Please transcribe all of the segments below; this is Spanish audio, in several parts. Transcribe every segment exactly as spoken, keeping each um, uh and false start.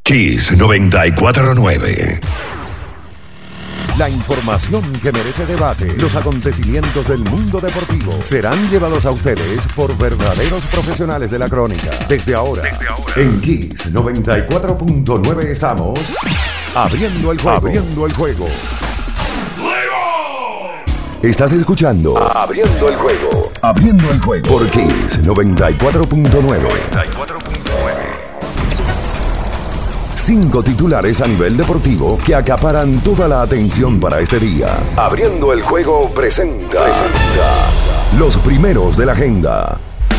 Kiss noventa y cuatro nueve. La información que merece debate, los acontecimientos del mundo deportivo serán llevados a ustedes por verdaderos profesionales de la crónica. Desde ahora, Desde ahora. en Kiss noventa y cuatro punto nueve estamos abriendo el juego. Abriendo el juego. Estás escuchando Abriendo el juego. Abriendo el juego por Kiss noventa y cuatro punto nueve. Cinco titulares a nivel deportivo que acaparan toda la atención para este día. Abriendo el juego presenta, presenta los primeros de la agenda.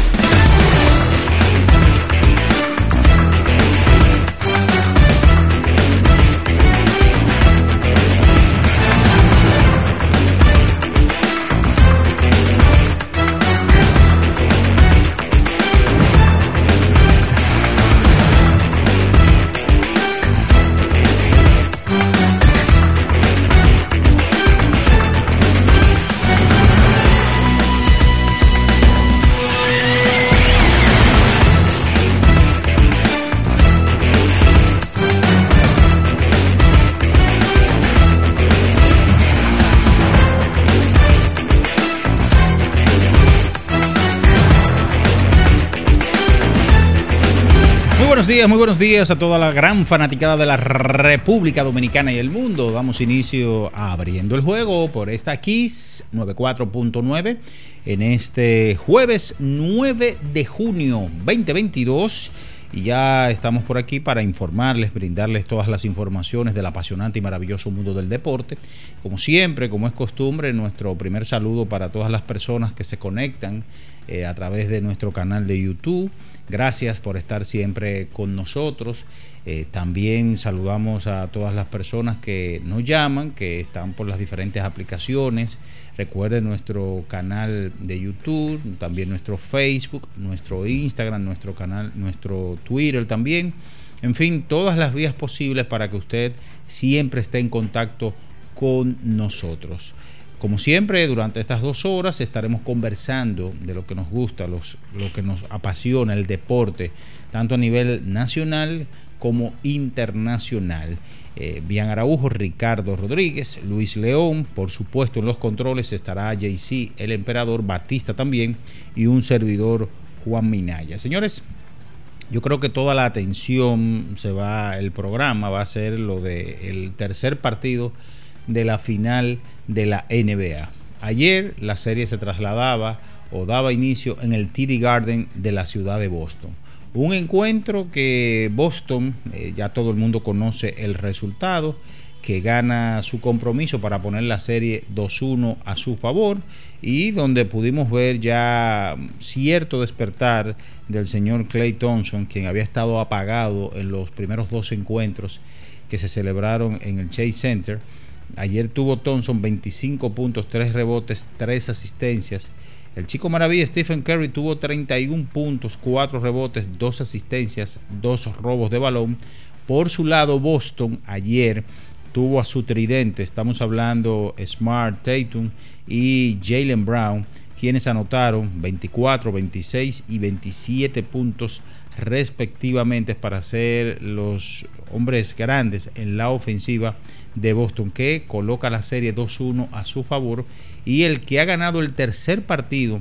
Buenos días, muy buenos días a toda la gran fanaticada de la República Dominicana y el mundo. Damos inicio a Abriendo el Juego por esta Kiss noventa y cuatro punto nueve en este jueves nueve de junio veinte veintidós. Y ya estamos por aquí para informarles, brindarles todas las informaciones del apasionante y maravilloso mundo del deporte. Como siempre, como es costumbre, nuestro primer saludo para todas las personas que se conectan eh, a través de nuestro canal de YouTube. Gracias por estar siempre con nosotros. Eh, también saludamos a todas las personas que nos llaman, que están por las diferentes aplicaciones. Recuerden nuestro canal de YouTube, también nuestro Facebook, nuestro Instagram, nuestro canal, nuestro Twitter también. En fin, todas las vías posibles para que usted siempre esté en contacto con nosotros. Como siempre, durante estas dos horas estaremos conversando de lo que nos gusta, los, lo que nos apasiona, el deporte, tanto a nivel nacional como internacional. Eh, Bian Araujo, Ricardo Rodríguez, Luis León, por supuesto en los controles estará J C, el Emperador, Batista también y un servidor, Juan Minaya. Señores, yo creo que toda la atención se va, el programa va a ser lo del tercer partido de la final de la N B A. Ayer la serie se trasladaba o daba inicio en el T D Garden de la ciudad de Boston. Un encuentro que Boston, eh, ya todo el mundo conoce el resultado, que gana su compromiso para poner la serie dos uno a su favor, y donde pudimos ver ya cierto despertar del señor Klay Thompson, quien había estado apagado en los primeros dos encuentros que se celebraron en el Chase Center. Ayer tuvo Thompson veinticinco puntos, tres rebotes, tres asistencias. El chico maravilla Stephen Curry tuvo treinta y uno puntos, cuatro rebotes, dos asistencias, dos robos de balón. Por su lado, Boston ayer tuvo a su tridente, estamos hablando Smart, Tatum y Jaylen Brown, quienes anotaron veinticuatro, veintiséis y veintisiete puntos respectivamente para ser los hombres grandes en la ofensiva de Boston, que coloca la serie dos uno a su favor, y el que ha ganado el tercer partido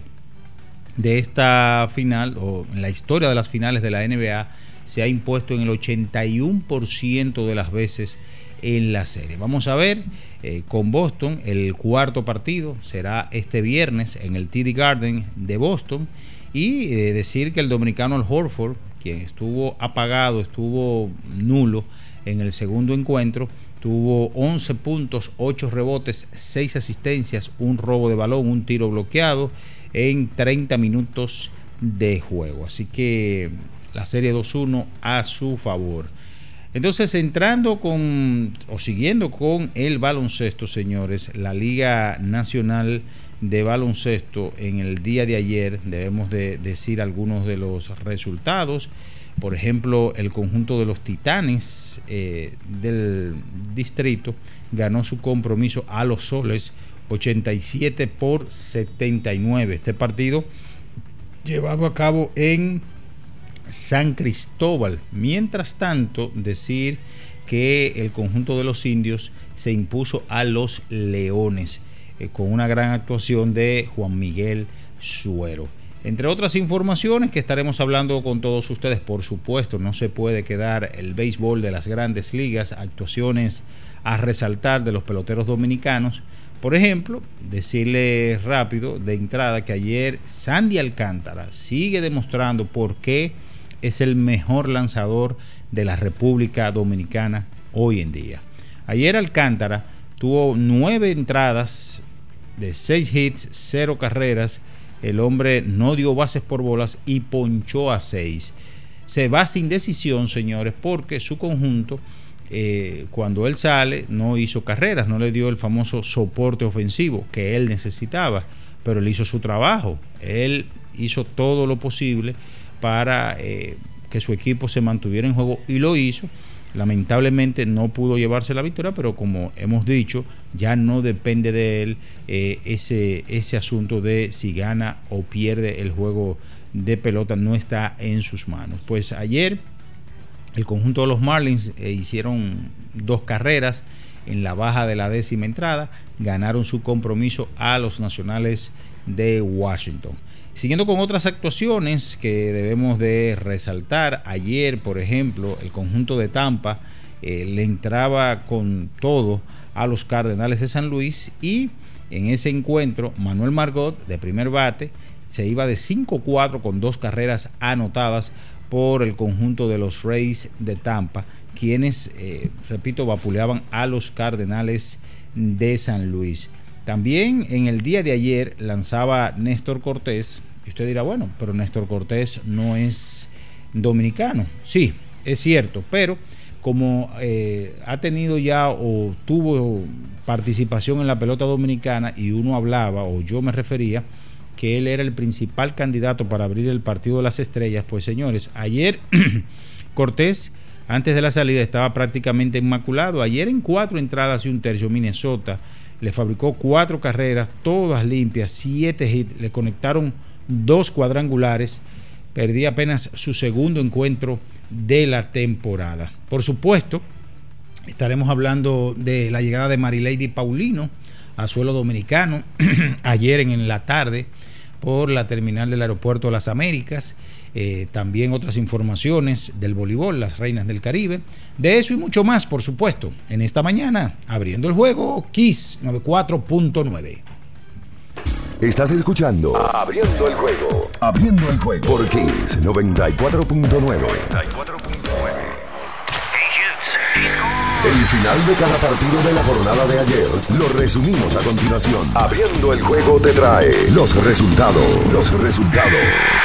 de esta final o en la historia de las finales de la N B A se ha impuesto en el ochenta y uno por ciento de las veces en la serie. Vamos a ver eh, con Boston, el cuarto partido será este viernes en el T D Garden de Boston, y eh, decir que el dominicano Al Horford, quien estuvo apagado, estuvo nulo en el segundo encuentro, tuvo once puntos, ocho rebotes, seis asistencias, un robo de balón, un tiro bloqueado en treinta minutos de juego. Así que la serie dos uno a su favor. Entonces, entrando con o siguiendo con el baloncesto, señores, la Liga Nacional de Baloncesto en el día de ayer, debemos de decir algunos de los resultados. Por ejemplo, el conjunto de los Titanes eh, del distrito ganó su compromiso a los Soles ochenta y siete por setenta y nueve. Este partido llevado a cabo en San Cristóbal. Mientras tanto, decir que el conjunto de los indios se impuso a los Leones eh, con una gran actuación de Juan Miguel Suero. Entre otras informaciones que estaremos hablando con todos ustedes, por supuesto, no se puede quedar el béisbol de las grandes ligas, actuaciones a resaltar de los peloteros dominicanos. Por ejemplo, decirle rápido de entrada que ayer Sandy Alcántara sigue demostrando por qué es el mejor lanzador de la República Dominicana hoy en día. Ayer Alcántara tuvo nueve entradas de seis hits, cero carreras. El hombre no dio bases por bolas y ponchó a seis. Se va sin decisión, señores, porque su conjunto, eh, cuando él sale, no hizo carreras, no le dio el famoso soporte ofensivo que él necesitaba, pero él hizo su trabajo. Él hizo todo lo posible para eh, que su equipo se mantuviera en juego y lo hizo. Lamentablemente no pudo llevarse la victoria, pero como hemos dicho, ya no depende de él eh, ese, ese asunto de si gana o pierde el juego de pelota, no está en sus manos. Pues ayer el conjunto de los Marlins eh, hicieron dos carreras en la baja de la décima entrada, ganaron su compromiso a los Nacionales de Washington. Siguiendo con otras actuaciones que debemos de resaltar, ayer, por ejemplo, el conjunto de Tampa eh, le entraba con todo a los Cardenales de San Luis y en ese encuentro Manuel Margot, de primer bate, se iba de cinco cuatro con dos carreras anotadas por el conjunto de los Rays de Tampa, quienes, eh, repito, vapuleaban a los Cardenales de San Luis. También en el día de ayer lanzaba Néstor Cortés, y usted dirá, bueno, pero Néstor Cortés no es dominicano. Sí, es cierto, pero como eh, ha tenido ya o tuvo participación en la pelota dominicana y uno hablaba, o yo me refería, que él era el principal candidato para abrir el partido de las estrellas, pues señores, ayer Cortés, antes de la salida, estaba prácticamente inmaculado. Ayer en cuatro entradas y un tercio, Minnesota le fabricó cuatro carreras, todas limpias, siete hits, le conectaron dos cuadrangulares, perdía apenas su segundo encuentro de la temporada. Por supuesto, estaremos hablando de la llegada de Marilady Paulino a suelo dominicano ayer en la tarde por la terminal del Aeropuerto de las Américas. Eh, también otras informaciones del voleibol, las Reinas del Caribe, de eso y mucho más, por supuesto, en esta mañana, abriendo el juego, Kiss noventa y cuatro punto nueve. Estás escuchando Abriendo el juego, Abriendo el juego por Kiss noventa y cuatro punto nueve. El final de cada partido de la jornada de ayer lo resumimos a continuación. Abriendo el juego te trae los resultados, los resultados.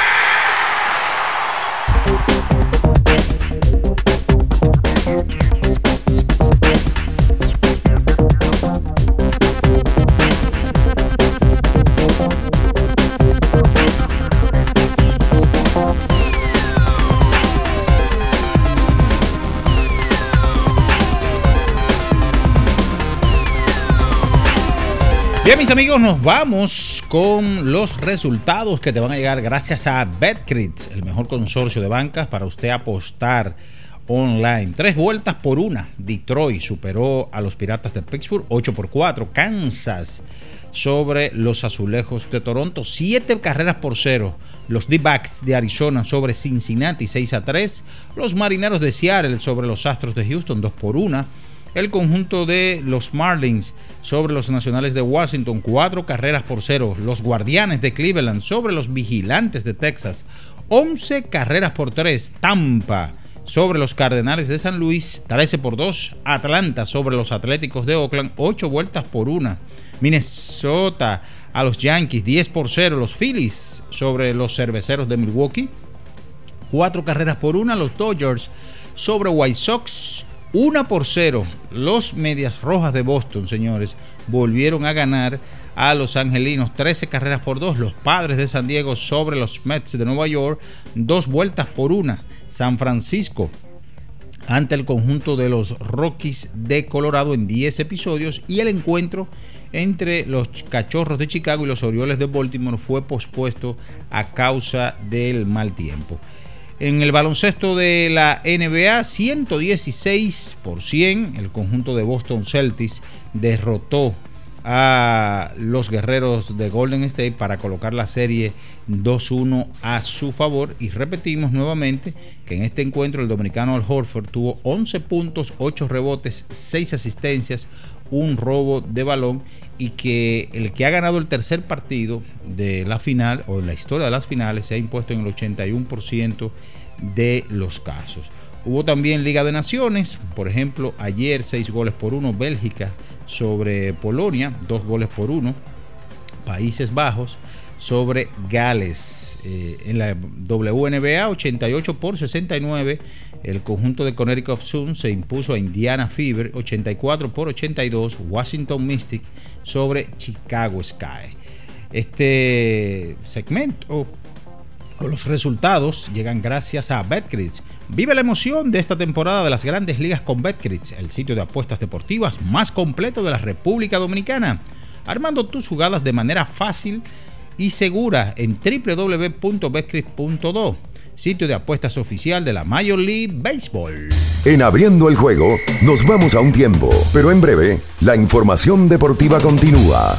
Bien, mis amigos, nos vamos con los resultados que te van a llegar gracias a Betcrit, el mejor consorcio de bancas para usted apostar online. Tres vueltas por una. Detroit superó a los Piratas de Pittsburgh ocho por cuatro. Kansas sobre los Azulejos de Toronto siete carreras por cero. Los D-backs de Arizona sobre Cincinnati seis a tres. Los Marineros de Seattle sobre los Astros de Houston dos por una. El conjunto de los Marlins sobre los Nacionales de Washington, cuatro carreras por cero. Los Guardianes de Cleveland sobre los Vigilantes de Texas, once carreras por tres. Tampa sobre los Cardenales de San Luis, trece por dos. Atlanta sobre los Atléticos de Oakland, ocho vueltas por una. Minnesota a los Yankees, diez por cero. Los Phillies sobre los Cerveceros de Milwaukee, cuatro carreras por una. Los Dodgers sobre White Sox, una por cero. Los Medias Rojas de Boston, señores, volvieron a ganar a los Angelinos, trece carreras por dos. Los Padres de San Diego sobre los Mets de Nueva York, dos vueltas por una. San Francisco ante el conjunto de los Rockies de Colorado en diez episodios, y el encuentro entre los Cachorros de Chicago y los Orioles de Baltimore fue pospuesto a causa del mal tiempo. En el baloncesto de la N B A, ciento dieciséis por cien, el conjunto de Boston Celtics derrotó a los guerreros de Golden State para colocar la serie dos uno a su favor. Y repetimos nuevamente que en este encuentro el dominicano Al Horford tuvo once puntos, ocho rebotes, seis asistencias, un robo de balón, y que el que ha ganado el tercer partido de la final o en la historia de las finales se ha impuesto en el ochenta y uno por ciento de los casos. Hubo también Liga de Naciones, por ejemplo, ayer seis goles por uno Bélgica sobre Polonia, dos goles por uno Países Bajos sobre Gales. Eh, en la W N B A, ochenta y ocho por sesenta y nueve, el conjunto de Connecticut Sun se impuso a Indiana Fever, ochenta y cuatro por ochenta y dos, Washington Mystic sobre Chicago Sky. Este segmento o los resultados llegan gracias a Betcris. Vive la emoción de esta temporada de las Grandes Ligas con Betcris, el sitio de apuestas deportivas más completo de la República Dominicana, armando tus jugadas de manera fácil y segura en doble u doble u doble u punto betcris punto do, sitio de apuestas oficial de la Major League Baseball. En Abriendo el Juego nos vamos a un tiempo, pero en breve la información deportiva continúa.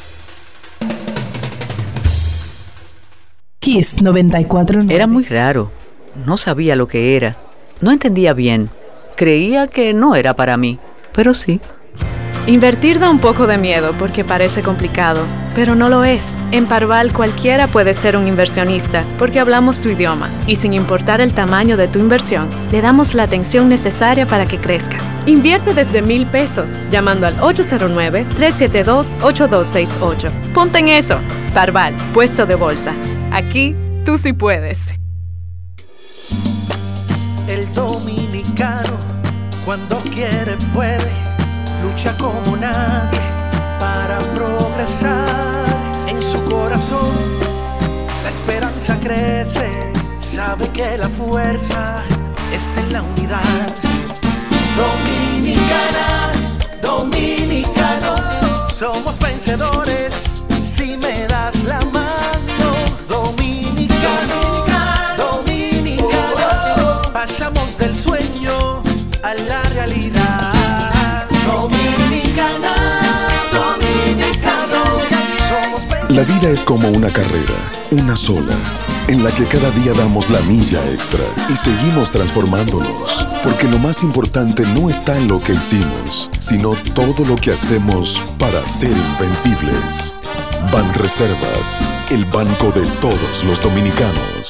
Kiss noventa y cuatro punto nueve. Era muy raro. No sabía lo que era. No entendía bien. Creía que no era para mí, pero sí. Invertir da un poco de miedo porque parece complicado, pero no lo es. En Parval cualquiera puede ser un inversionista porque hablamos tu idioma y sin importar el tamaño de tu inversión, le damos la atención necesaria para que crezca. Invierte desde mil pesos llamando al ocho cero nueve, tres siete dos, ocho dos seis ocho. Ponte en eso. Parval, puesto de bolsa. Aquí tú sí puedes. El dominicano cuando quiere puede, lucha como nadie para progresar. En su corazón la esperanza crece, sabe que la fuerza está en la unidad. Dominicana, dominicano, somos vencedores si me das la mano. Pasamos del sueño a la realidad. Dominicana, dominicano, somos vencedores. La vida es como una carrera, una sola, en la que cada día damos la milla extra y seguimos transformándonos. Porque lo más importante no está en lo que hicimos, sino todo lo que hacemos para ser invencibles. Banreservas, el banco de todos los dominicanos.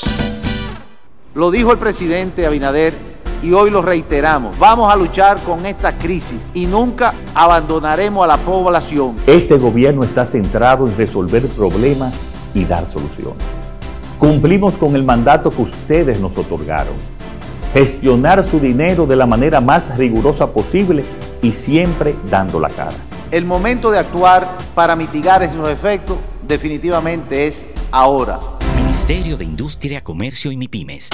Lo dijo el presidente Abinader y hoy lo reiteramos. Vamos a luchar con esta crisis y nunca abandonaremos a la población. Este gobierno está centrado en resolver problemas y dar soluciones. Cumplimos con el mandato que ustedes nos otorgaron. Gestionar su dinero de la manera más rigurosa posible y siempre dando la cara. El momento de actuar para mitigar esos efectos definitivamente es ahora. Ministerio de Industria, Comercio y MIPYMES.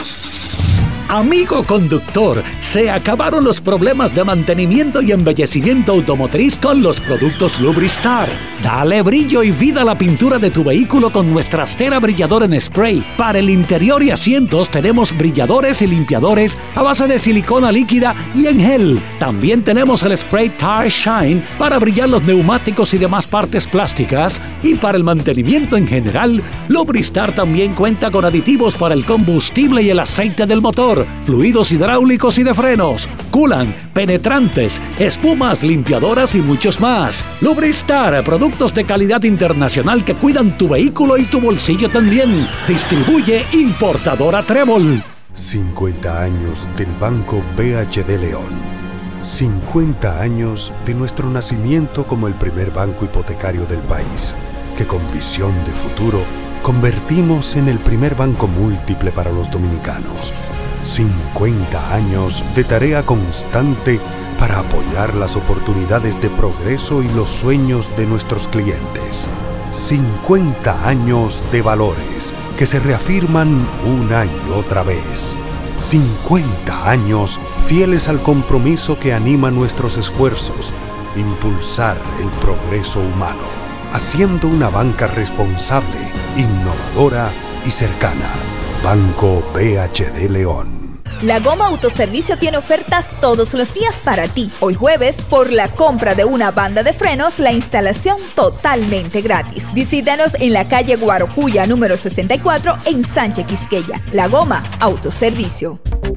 Amigo conductor, se acabaron los problemas de mantenimiento y embellecimiento automotriz con los productos Lubristar. Dale brillo y vida a la pintura de tu vehículo con nuestra cera brilladora en spray. Para el interior y asientos tenemos brilladores y limpiadores a base de silicona líquida y en gel. También tenemos el spray Tire Shine para brillar los neumáticos y demás partes plásticas. Y para el mantenimiento en general, Lubristar también cuenta con aditivos para el combustible y el aceite del motor, fluidos hidráulicos y de frenos, culan, penetrantes, espumas, limpiadoras y muchos más. Lubristar, productos de calidad internacional que cuidan tu vehículo y tu bolsillo también. Distribuye importadora Trébol. cincuenta años del Banco B H D León. cincuenta años de nuestro nacimiento como el primer banco hipotecario del país, que con visión de futuro convertimos en el primer banco múltiple para los dominicanos. cincuenta años de tarea constante para apoyar las oportunidades de progreso y los sueños de nuestros clientes. cincuenta años de valores que se reafirman una y otra vez. cincuenta años fieles al compromiso que anima nuestros esfuerzos, impulsar el progreso humano, haciendo una banca responsable, innovadora y cercana. Banco B H D León. La Goma Autoservicio tiene ofertas todos los días para ti. Hoy jueves, por la compra de una banda de frenos, la instalación totalmente gratis. Visítanos en la calle Guarocuya número sesenta y cuatro en Sánchez Quisqueya. La Goma Autoservicio.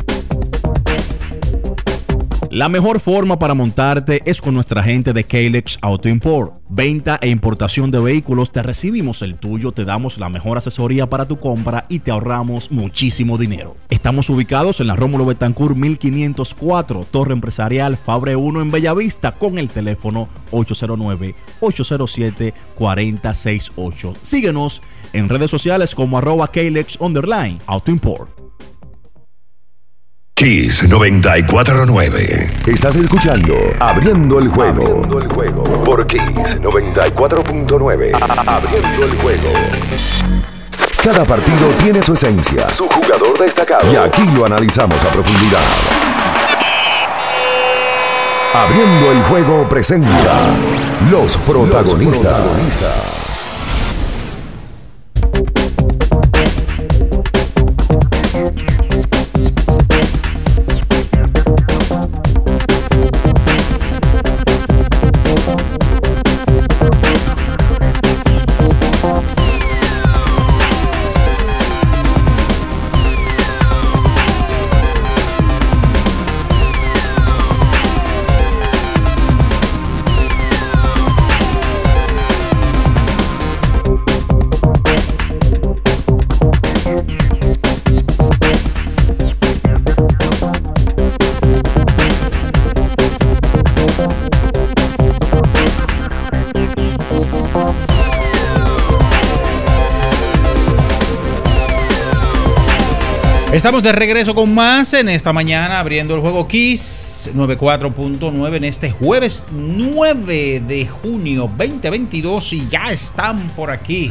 La mejor forma para montarte es con nuestra gente de Kalex Auto Import. Venta e importación de vehículos, te recibimos el tuyo, te damos la mejor asesoría para tu compra y te ahorramos muchísimo dinero. Estamos ubicados en la Rómulo Betancourt mil quinientos cuatro, Torre Empresarial Fabre uno en Bellavista, con el teléfono ocho cero nueve, ocho cero siete, cuatro cero seis ocho. Síguenos en redes sociales como arroba Kalex underline Auto Import. Kiss noventa y cuatro punto nueve. Estás escuchando Abriendo el Juego. Abriendo el Juego. Por Kiss noventa y cuatro punto nueve. Abriendo el Juego. Cada partido tiene su esencia, su jugador destacado. Y aquí lo analizamos a profundidad. Abriendo el Juego presenta Los protagonistas. Los protagonistas. Estamos de regreso con más en esta mañana, abriendo el juego Kiss noventa y cuatro punto nueve en este jueves nueve de junio veinte veintidós, y ya están por aquí,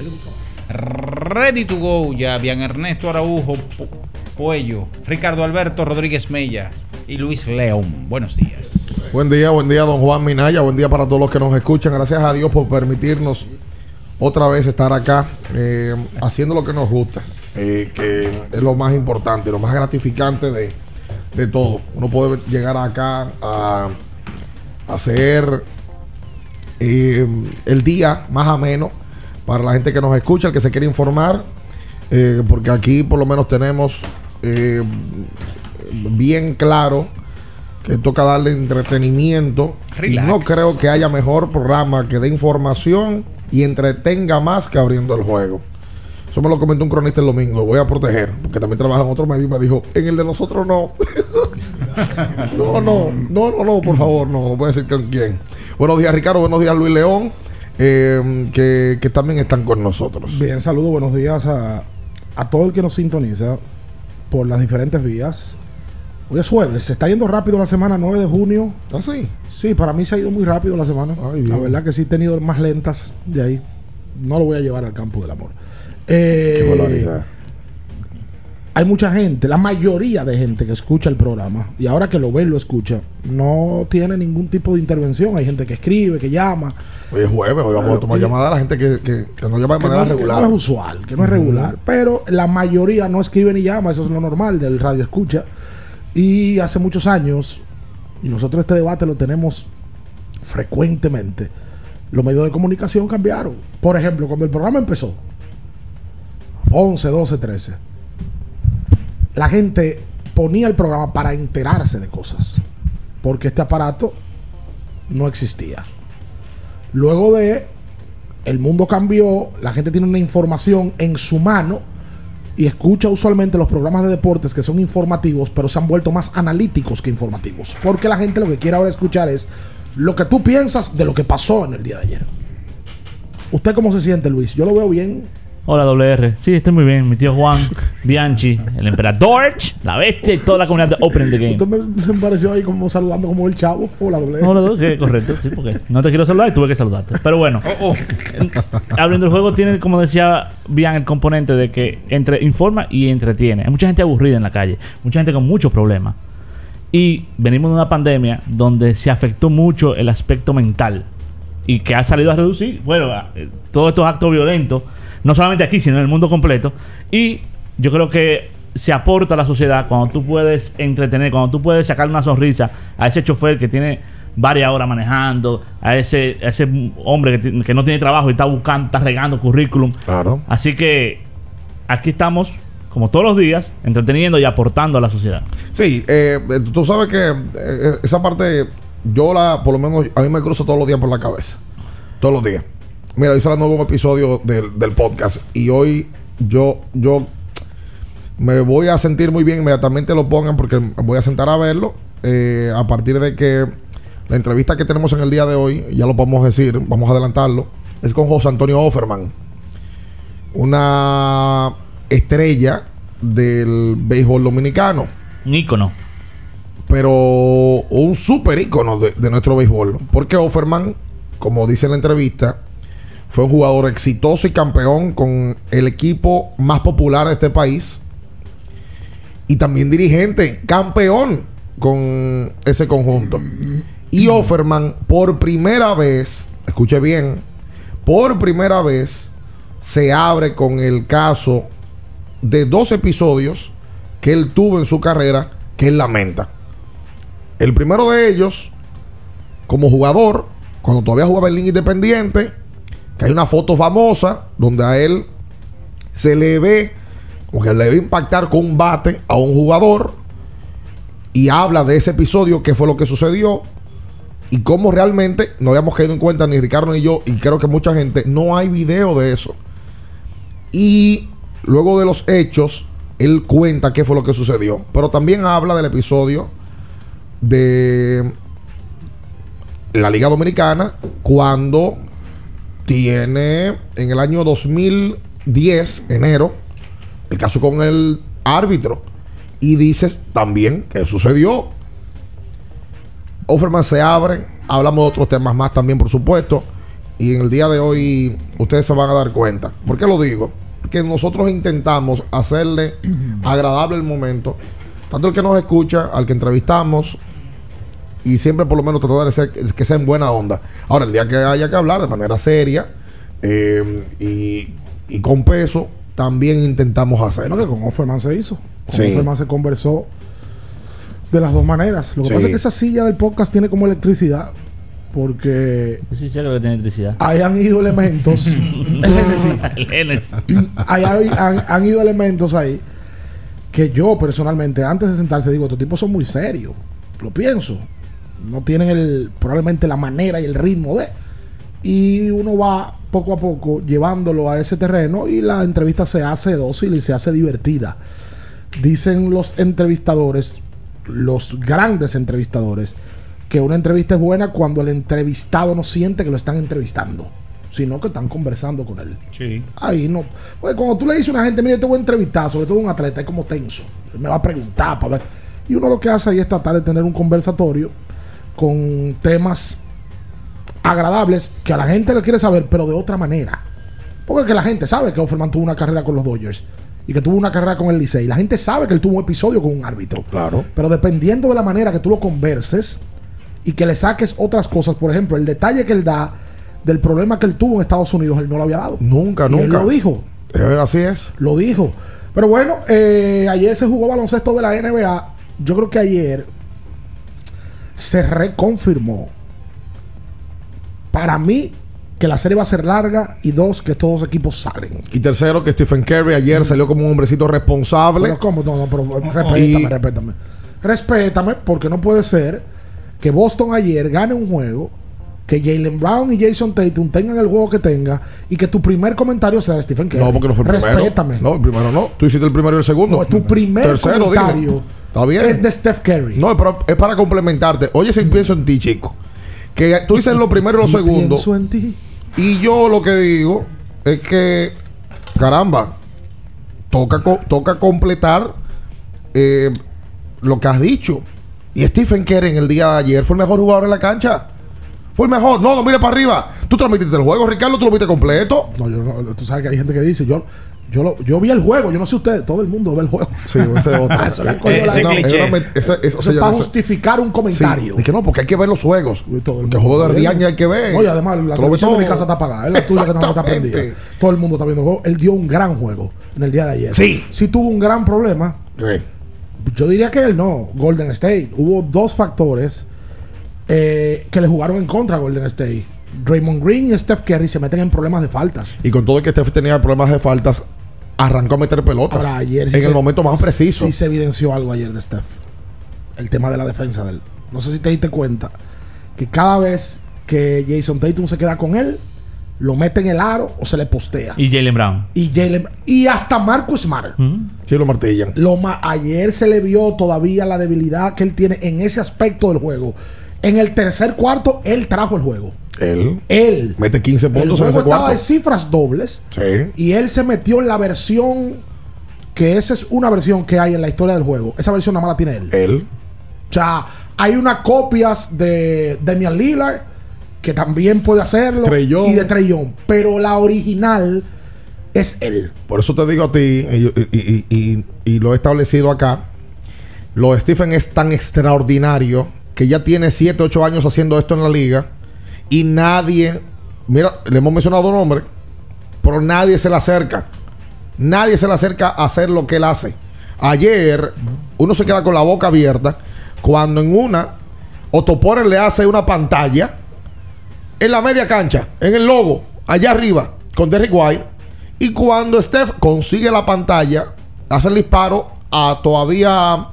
ready to go, ya Bian Ernesto Araujo Puello, Ricardo Alberto Rodríguez Mella y Luis León. Buenos días. Buen día, buen día, don Juan Minaya. Buen día para todos los que nos escuchan. Gracias a Dios por permitirnos otra vez estar acá eh, haciendo lo que nos gusta, eh, que es lo más importante, lo más gratificante de, de todo. Uno puede llegar acá a hacer eh, el día más ameno para la gente que nos escucha, el que se quiere informar, eh, porque aquí por lo menos tenemos eh, bien claro que toca darle entretenimiento. Relax. Y no creo que haya mejor programa que dé información y entretenga más que abriendo el juego. Eso me lo comentó un cronista el domingo. Lo voy a proteger, porque también trabaja en otro medio y me dijo, en el de nosotros no. no, no, no, no, no, por favor, no, no puedo decir con quién. Buenos días, Ricardo. Buenos días, Luis León, eh, que, que también están con nosotros. Bien, saludos, buenos días a, a todo el que nos sintoniza por las diferentes vías. Hoy es jueves, se está yendo rápido la semana, nueve de junio. ¿Ah, sí? Sí, para mí se ha ido muy rápido la semana. Ay, la verdad que sí he tenido más lentas de ahí. No lo voy a llevar al campo del amor. Eh, Qué valoridad. Hay mucha gente, la mayoría de gente que escucha el programa, y ahora que lo ve y lo escucha, no tiene ningún tipo de intervención. Hay gente que escribe, que llama. Hoy es jueves, hoy vamos a tomar llamada a la gente que, que, que nos llama de manera no, regular. Que no es usual, que no es uh-huh. regular. Pero la mayoría no escribe ni llama, eso es lo normal del radio escucha. Y hace muchos años, y nosotros este debate lo tenemos frecuentemente, los medios de comunicación cambiaron. Por ejemplo, cuando el programa empezó, once, doce, trece, la gente ponía el programa para enterarse de cosas, porque este aparato no existía. Luego de el mundo cambió, la gente tiene una información en su mano y escucha usualmente los programas de deportes que son informativos, pero se han vuelto más analíticos que informativos, porque la gente lo que quiere ahora escuchar es lo que tú piensas de lo que pasó en el día de ayer. ¿Usted cómo se siente, Luis? Yo lo veo bien. Hola, doble R. Sí, estoy muy bien. Mi tío Juan, Bianchi, el emperador, la bestia y toda la comunidad de Open the Game. Usted me, se me pareció ahí como saludando como el chavo. Hola, doble R. Hola, doble R. Correcto, sí, porque no te quiero saludar y tuve que saludarte. Pero bueno, oh, oh. Abriendo el juego tiene, como decía Bian, el componente de que entre, informa y entretiene. Hay mucha gente aburrida en la calle, mucha gente con muchos problemas. Y venimos de una pandemia donde se afectó mucho el aspecto mental y que ha salido a reducir, bueno, todos estos actos violentos, no solamente aquí, sino en el mundo completo. Y yo creo que se aporta a la sociedad cuando tú puedes entretener, cuando tú puedes sacar una sonrisa a ese chofer que tiene varias horas manejando, a ese, a ese hombre que, que no tiene trabajo y está buscando, está regando currículum. Claro. Así que aquí estamos, como todos los días, entreteniendo y aportando a la sociedad. Sí, eh, tú sabes que eh, esa parte, yo la, por lo menos, a mí me cruza todos los días por la cabeza. Todos los días. Mira, hoy sale un nuevo episodio del, del podcast y hoy yo, yo me voy a sentir muy bien, inmediatamente lo pongan porque me voy a sentar a verlo. Eh, a partir de que la entrevista que tenemos en el día de hoy, ya lo podemos decir, vamos a adelantarlo, es con José Antonio Offerman, una estrella del béisbol dominicano. Un ícono. Pero un super ícono de, de nuestro béisbol. Porque Offerman, como dice en la entrevista, fue un jugador exitoso y campeón con el equipo más popular de este país. Y también dirigente, campeón con ese conjunto. Y Offerman, por primera vez, escuche bien, por primera vez se abre con el caso de dos episodios que él tuvo en su carrera que él lamenta. El primero de ellos, como jugador, cuando todavía jugaba en Liga Independiente, que hay una foto famosa donde a él se le ve como que le ve impactar con un bate a un jugador y habla de ese episodio, qué fue lo que sucedió y cómo realmente no habíamos caído en cuenta ni Ricardo ni yo, y creo que mucha gente, no hay video de eso. Y luego de los hechos, él cuenta qué fue lo que sucedió, pero también habla del episodio de la Liga Dominicana cuando tiene en el año dos mil diez, enero, el caso con el árbitro, y dice también qué sucedió. Offerman se abre, hablamos de otros temas más también, por supuesto, y en el día de hoy ustedes se van a dar cuenta. ¿Por qué lo digo? Porque nosotros intentamos hacerle agradable el momento, tanto el que nos escucha, al que entrevistamos, y siempre por lo menos tratar de ser, que sea en buena onda. Ahora, el día que haya que hablar de manera seria eh, y, y con peso, también intentamos hacerlo. No, que con Offerman se hizo. Con Sí. Offerman se conversó de las dos maneras. Lo que Sí. pasa es que esa silla del podcast tiene como electricidad, porque Sí, sí, lo que tiene electricidad. ahí han ido elementos. el Genesis. El Genesis. Ahí hay- han, han ido elementos ahí que yo personalmente, antes de sentarse, digo, estos tipos son muy serios. Lo pienso. No tienen el probablemente la manera y el ritmo de. Y uno va poco a poco llevándolo a ese terreno y la entrevista se hace dócil y se hace divertida. Dicen los entrevistadores, los grandes entrevistadores, que una entrevista es buena cuando el entrevistado no siente que lo están entrevistando, sino que están conversando con él. Sí. Ahí no. Pues cuando tú le dices a una gente, mira, yo te voy a entrevistar, sobre todo un atleta, es como tenso. Él me va a preguntar para ver. Y uno lo que hace ahí es tratar de tener un conversatorio con temas agradables que a la gente le quiere saber, pero de otra manera. Porque que la gente sabe que Offerman tuvo una carrera con los Dodgers y que tuvo una carrera con el Licey. La gente sabe que él tuvo un episodio con un árbitro. Claro. Pero dependiendo de la manera que tú lo converses y que le saques otras cosas, por ejemplo, el detalle que él da del problema que él tuvo en Estados Unidos, él no lo había dado. Nunca, Y nunca. él lo dijo. A ver, así es. Lo dijo. Pero bueno, eh, ayer se jugó baloncesto de la N B A. Yo creo que ayer se reconfirmó, para mí, que la serie va a ser larga, y dos, que estos dos equipos salen. Y tercero, que Stephen Curry ayer salió como un hombrecito responsable. Pero ¿cómo? No, no, pero respétame, Y- respétame. Respétame, porque no puede ser que Boston ayer gane un juego, que Jaylen Brown y Jason Tatum tengan el juego que tenga, y que tu primer comentario sea de Stephen Curry. No, porque no fue el primero. Respétame. No, el primero no. Tú hiciste el primero y el segundo. No, tu primer Tercero, comentario digo. Está bien. es de Steph Curry. No, pero es para complementarte. Oye, si pienso en ti, chico. Que tú dices lo primero y lo Y segundo. pienso en ti. Y yo lo que digo es que, caramba, toca, co- toca completar eh, lo que has dicho. Y Stephen Curry en el día de ayer fue el mejor jugador en la cancha. Fue el mejor. No, no mire para arriba. ¿Tú transmitiste el juego, Ricardo? ¿Tú lo viste completo? No, yo no. Tú sabes que hay gente que dice, yo, yo, lo, yo vi el juego, yo no sé ustedes, todo el mundo ve el juego. Sí, ese es otro. Ah, eso es Eh, ese cliché. Eso es para justificar un comentario. Sí, de que no, porque hay que ver los juegos. Y todo el Que mundo juego de ve. Ardiaña hay que ver. No, y además la Tú lo ves televisión de mi todo. casa está apagada. Es la tuya que no está prendida. Exactamente. Todo el mundo está viendo el juego. Él dio un gran juego en el día de ayer. Sí. Sí tuvo un gran problema. Sí. Yo diría que él no. Golden State. Hubo dos factores eh, que le jugaron en contra a Golden State. Draymond Green y Steph Curry se meten en problemas de faltas. Y con todo el que Steph tenía problemas de faltas, arrancó a meter pelotas. Ahora, ayer sí en se- el momento más preciso. Sí se evidenció algo ayer de Steph. El tema de la defensa de él. No sé si te diste cuenta que cada vez que Jason Tatum se queda con él, lo mete en el aro o se le postea. Y Jaylen Brown. Y Jalen y hasta Marcus Smart. Sí, lo martillan. Lo ma- ayer se le vio todavía la debilidad que él tiene en ese aspecto del juego. En el tercer cuarto, él trajo el juego. Él. Él. Mete quince El puntos en juego ese estaba cuarto. de cifras dobles. Sí. Y él se metió en la versión que esa es una versión que hay en la historia del juego. Esa versión nada más la tiene él. Él. O sea, hay unas copias de Damian Lillard que también puede hacerlo. Trae Young. Y de Trae Young. Pero la original es él. Por eso te digo a ti, y, y- y- y- y lo he establecido acá, lo de Stephen es tan extraordinario que ya tiene siete, ocho años haciendo esto en la liga y nadie, mira, le hemos mencionado nombres, pero nadie se le acerca. Nadie se le acerca a hacer lo que él hace. Ayer, uno se queda con la boca abierta cuando en una, Otto Porter le hace una pantalla en la media cancha, en el logo, allá arriba, con Derrick White. Y cuando Steph consigue la pantalla, hace el disparo a todavía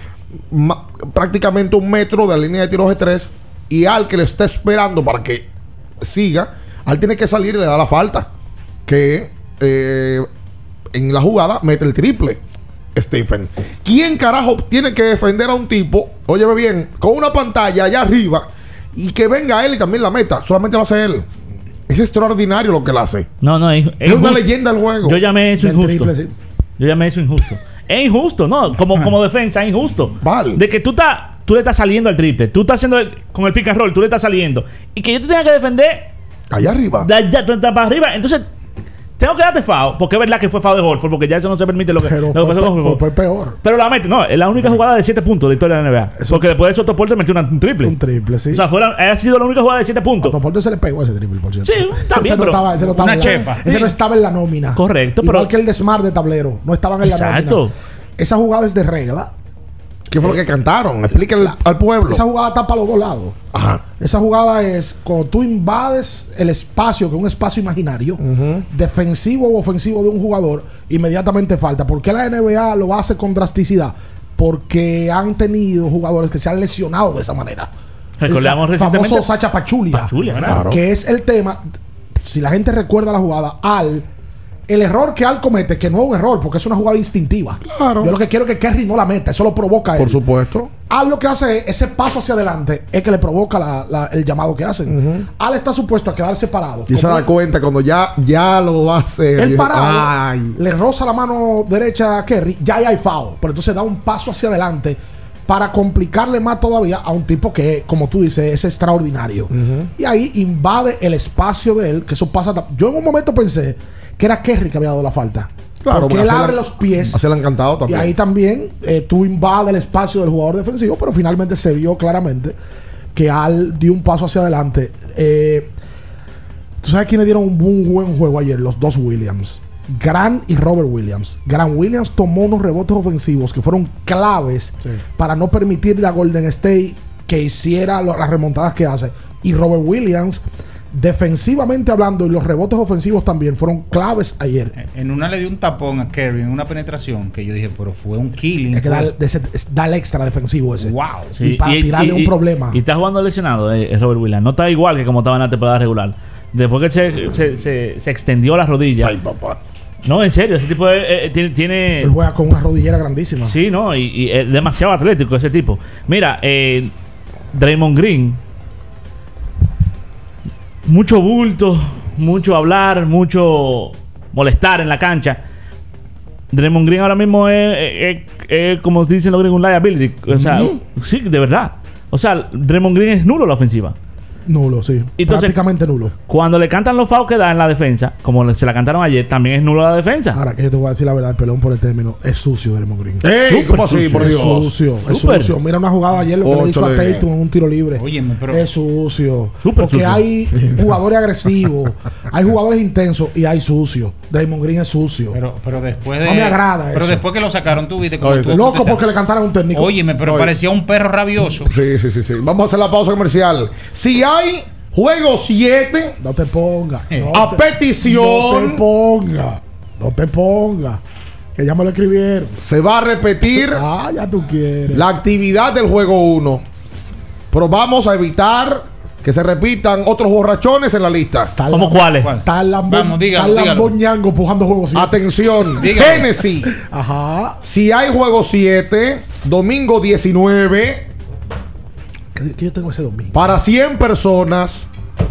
ma- prácticamente un metro de la línea de tiros de tres. Y al que le está esperando para que siga, al tiene que salir y le da la falta. Que eh, en la jugada mete el triple. Stephen. ¿Quién carajo tiene que defender a un tipo, óyeme bien, con una pantalla allá arriba y que venga él y también la meta? Solamente lo hace él. Es extraordinario lo que él hace. No, no, es, Es una leyenda del juego. Yo llamé eso El injusto. triple, sí. Yo llamé eso injusto. Es injusto, ¿no? Como, como defensa, es injusto. Vale. De que tú, estás tú le estás saliendo al triple. Tú estás haciendo el- con el pick and roll, tú le estás saliendo. Y que yo te tenga que defender Allá arriba. de allá de- de- para arriba. Entonces, tengo que darte foul. Porque es verdad que fue foul de Horford. Porque ya eso no se permite lo que, Pero lo que fue, pasó con pe- Horford. fue peor. Pero la mete. No, es la única jugada de siete puntos de la historia de la N B A. Porque después de eso, Otto Porter metió una- un triple. Un triple, sí. O sea, fue la- ha sido la única jugada de siete puntos. A Porter se le pegó ese triple, por cierto. Sí, está bien, ese no pero- estaba, ese no estaba Una en la- chepa. Ese Sí. no estaba en la nómina. Correcto, Igual pero- que el de Smart de tablero. No estaban en la Exacto. nómina. Esa jugada es de regla. ¿Qué fue lo que cantaron? Explíquenle al pueblo. Esa jugada está para los dos lados. Ajá. Esa jugada es cuando tú invades el espacio, que es un espacio imaginario, defensivo o ofensivo de un jugador, inmediatamente falta. ¿Por qué la N B A lo hace con drasticidad? Porque han tenido jugadores que se han lesionado de esa manera. Recordamos El recientemente- famoso Sacha Pachulia, Pachulia, ¿verdad? Claro. que es el tema. Si la gente recuerda la jugada, Al, el error que Al comete, que no es un error, porque es una jugada instintiva. Claro. Yo lo que quiero es que Kerry no la meta, eso lo provoca a él. Por supuesto. Al lo que hace es ese paso hacia adelante, es que le provoca la- la- el llamado que hacen. Al está supuesto a quedarse parado. Y se Como da cuenta cuando ya, ya lo va a hacer. él Y- parado, Ay. le roza la mano derecha a Kerry, ya ahí hay foul. Pero entonces da un paso hacia adelante para complicarle más todavía a un tipo que, como tú dices, es extraordinario. Y ahí invade el espacio de él, que eso pasa. ta- Yo en un momento pensé que era Kerry que había dado la falta. Claro, porque porque él así abre le- los pies. Así le han encantado Y también. ahí también eh, tú invades el espacio del jugador defensivo, pero finalmente se vio claramente que Al dio un paso hacia adelante. Eh, ¿Tú sabes quiénes dieron un buen, buen juego ayer? Los dos Williams. Grant y Robert Williams. Grant Williams tomó unos rebotes ofensivos que fueron claves para no permitirle a Golden State que hiciera lo- las remontadas que hace. Y Robert Williams, defensivamente hablando, y los rebotes ofensivos también fueron claves ayer. En una le dio un tapón a Kerry en una penetración que yo dije, pero fue un killing. Es que da, pues. de ese- es- da el extra defensivo ese. Wow. Y para tirarle un problema. Y está jugando lesionado, eh, Robert Williams. No está igual que como estaba en la temporada regular. Después que se, se, se, se extendió la rodilla. Ay, papá. No, en serio, ese tipo eh, eh, tiene, tiene. Él juega con una rodillera grandísima. Sí, no, y, y es demasiado atlético ese tipo. Mira, eh, Draymond Green. Mucho bulto, mucho hablar, mucho molestar en la cancha. Draymond Green ahora mismo es, es- es- es, como dicen los gringos, un liability. O sea, sí, de verdad. O sea, Draymond Green es nulo en la ofensiva. Nulo, sí. Entonces, prácticamente nulo. Cuando le cantan los fouls que da en la defensa, como se la cantaron ayer, también es nulo la defensa. Ahora que yo te voy a decir la verdad, el pelón por el término es sucio Draymond Green. ¡Ey! ¿Cómo así, por Dios? Es sucio, es Super. sucio. Mira una jugada ayer lo que le hizo a Tatum en un tiro libre. Óyeme, pero es sucio. Super porque sucio. Hay jugadores agresivos, hay jugadores intensos y hay sucios. Draymond Green es sucio. Pero, pero después de. No me agrada Pero eso. después que lo sacaron, tú viste como. Oye, tú, loco tú porque le cantaran un técnico. Óyeme, pero Oye. parecía un perro rabioso. Sí, sí, sí, sí. Vamos a hacer la pausa comercial. Si hay juego siete, no te pongas. No a te, petición. No te pongas. No te pongas. Que ya me lo escribieron. Se va a repetir. Ah, ya tú quieres. La actividad del juego uno. Pero vamos a evitar que se repitan otros borrachones en la lista. ¿Cómo cuáles? Está el Lambón, Vamos, dígalo, está el dígalo. Lambón Ñango pujando juego siete. Atención, Dígalo. Génesis. Ajá. Si hay juego siete, domingo diecinueve, ¿Qué, qué yo tengo ese domingo? para cien personas,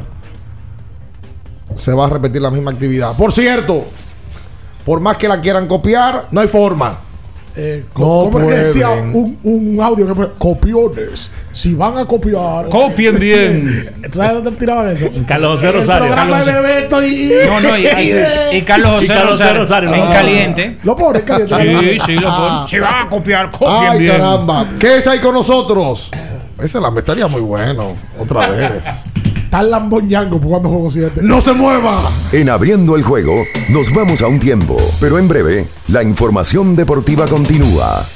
se va a repetir la misma actividad. Por cierto, por más que la quieran copiar, no hay forma. Eh, No ¿Cómo es que decía pueden. un, un audio que copiones? Si van a copiar, copien bien. ¿Sabes dónde tiraban eso? Carlos José El Rosario. programa Carlos de Bebeto y, No, no, y, y- y Carlos José Y Carlos José Rosario, Rosario, en no. caliente. Lo pone en caliente. Sí, sí, lo pone. Si van a copiar, copien Ay, bien. caramba. ¿Qué es ahí con nosotros? Ese la estaría muy bueno. Otra vez. Está el Lambón Ñango jugando juego siete. ¡No se mueva! En Abriendo el Juego, nos vamos a un tiempo, pero en breve, la información deportiva continúa.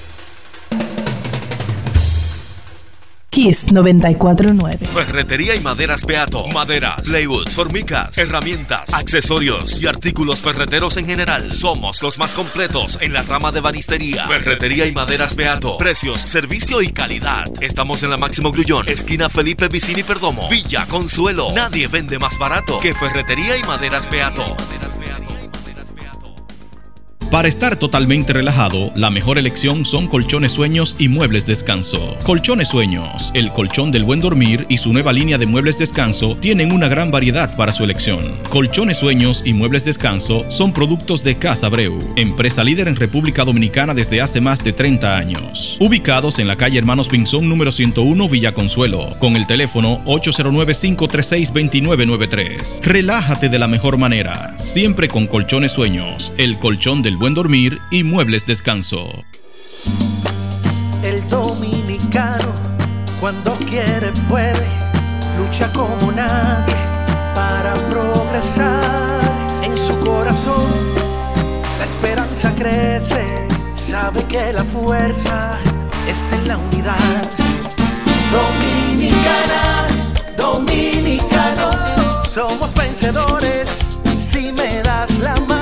Kiss noventa y cuatro punto nueve. Ferretería y maderas Beato. Maderas, plywood, formicas, herramientas, accesorios y artículos ferreteros en general. Somos los más completos en la rama de banistería. Ferretería y maderas Beato. Precios, servicio y calidad. Estamos en la Máximo Grullón, esquina Felipe Vicini Perdomo, Villa Consuelo. Nadie vende más barato que Ferretería y maderas Beato. Para estar totalmente relajado, la mejor elección son colchones sueños y muebles descanso. Colchones sueños, el colchón del buen dormir y su nueva línea de muebles descanso tienen una gran variedad para su elección. Colchones sueños y muebles descanso son productos de Casa Abreu, empresa líder en República Dominicana desde hace más de treinta años. Ubicados en la calle Hermanos Pinzón número ciento uno Villa Consuelo, con el teléfono ocho cero nueve, cinco tres seis, dos nueve nueve tres. Relájate de la mejor manera, siempre con Colchones Sueños, el colchón del buen dormir y muebles descanso. El dominicano, cuando quiere puede, lucha como nadie para progresar. En su corazón la esperanza crece, sabe que la fuerza está en la unidad. Dominicana, dominicano, somos vencedores si me das la mano.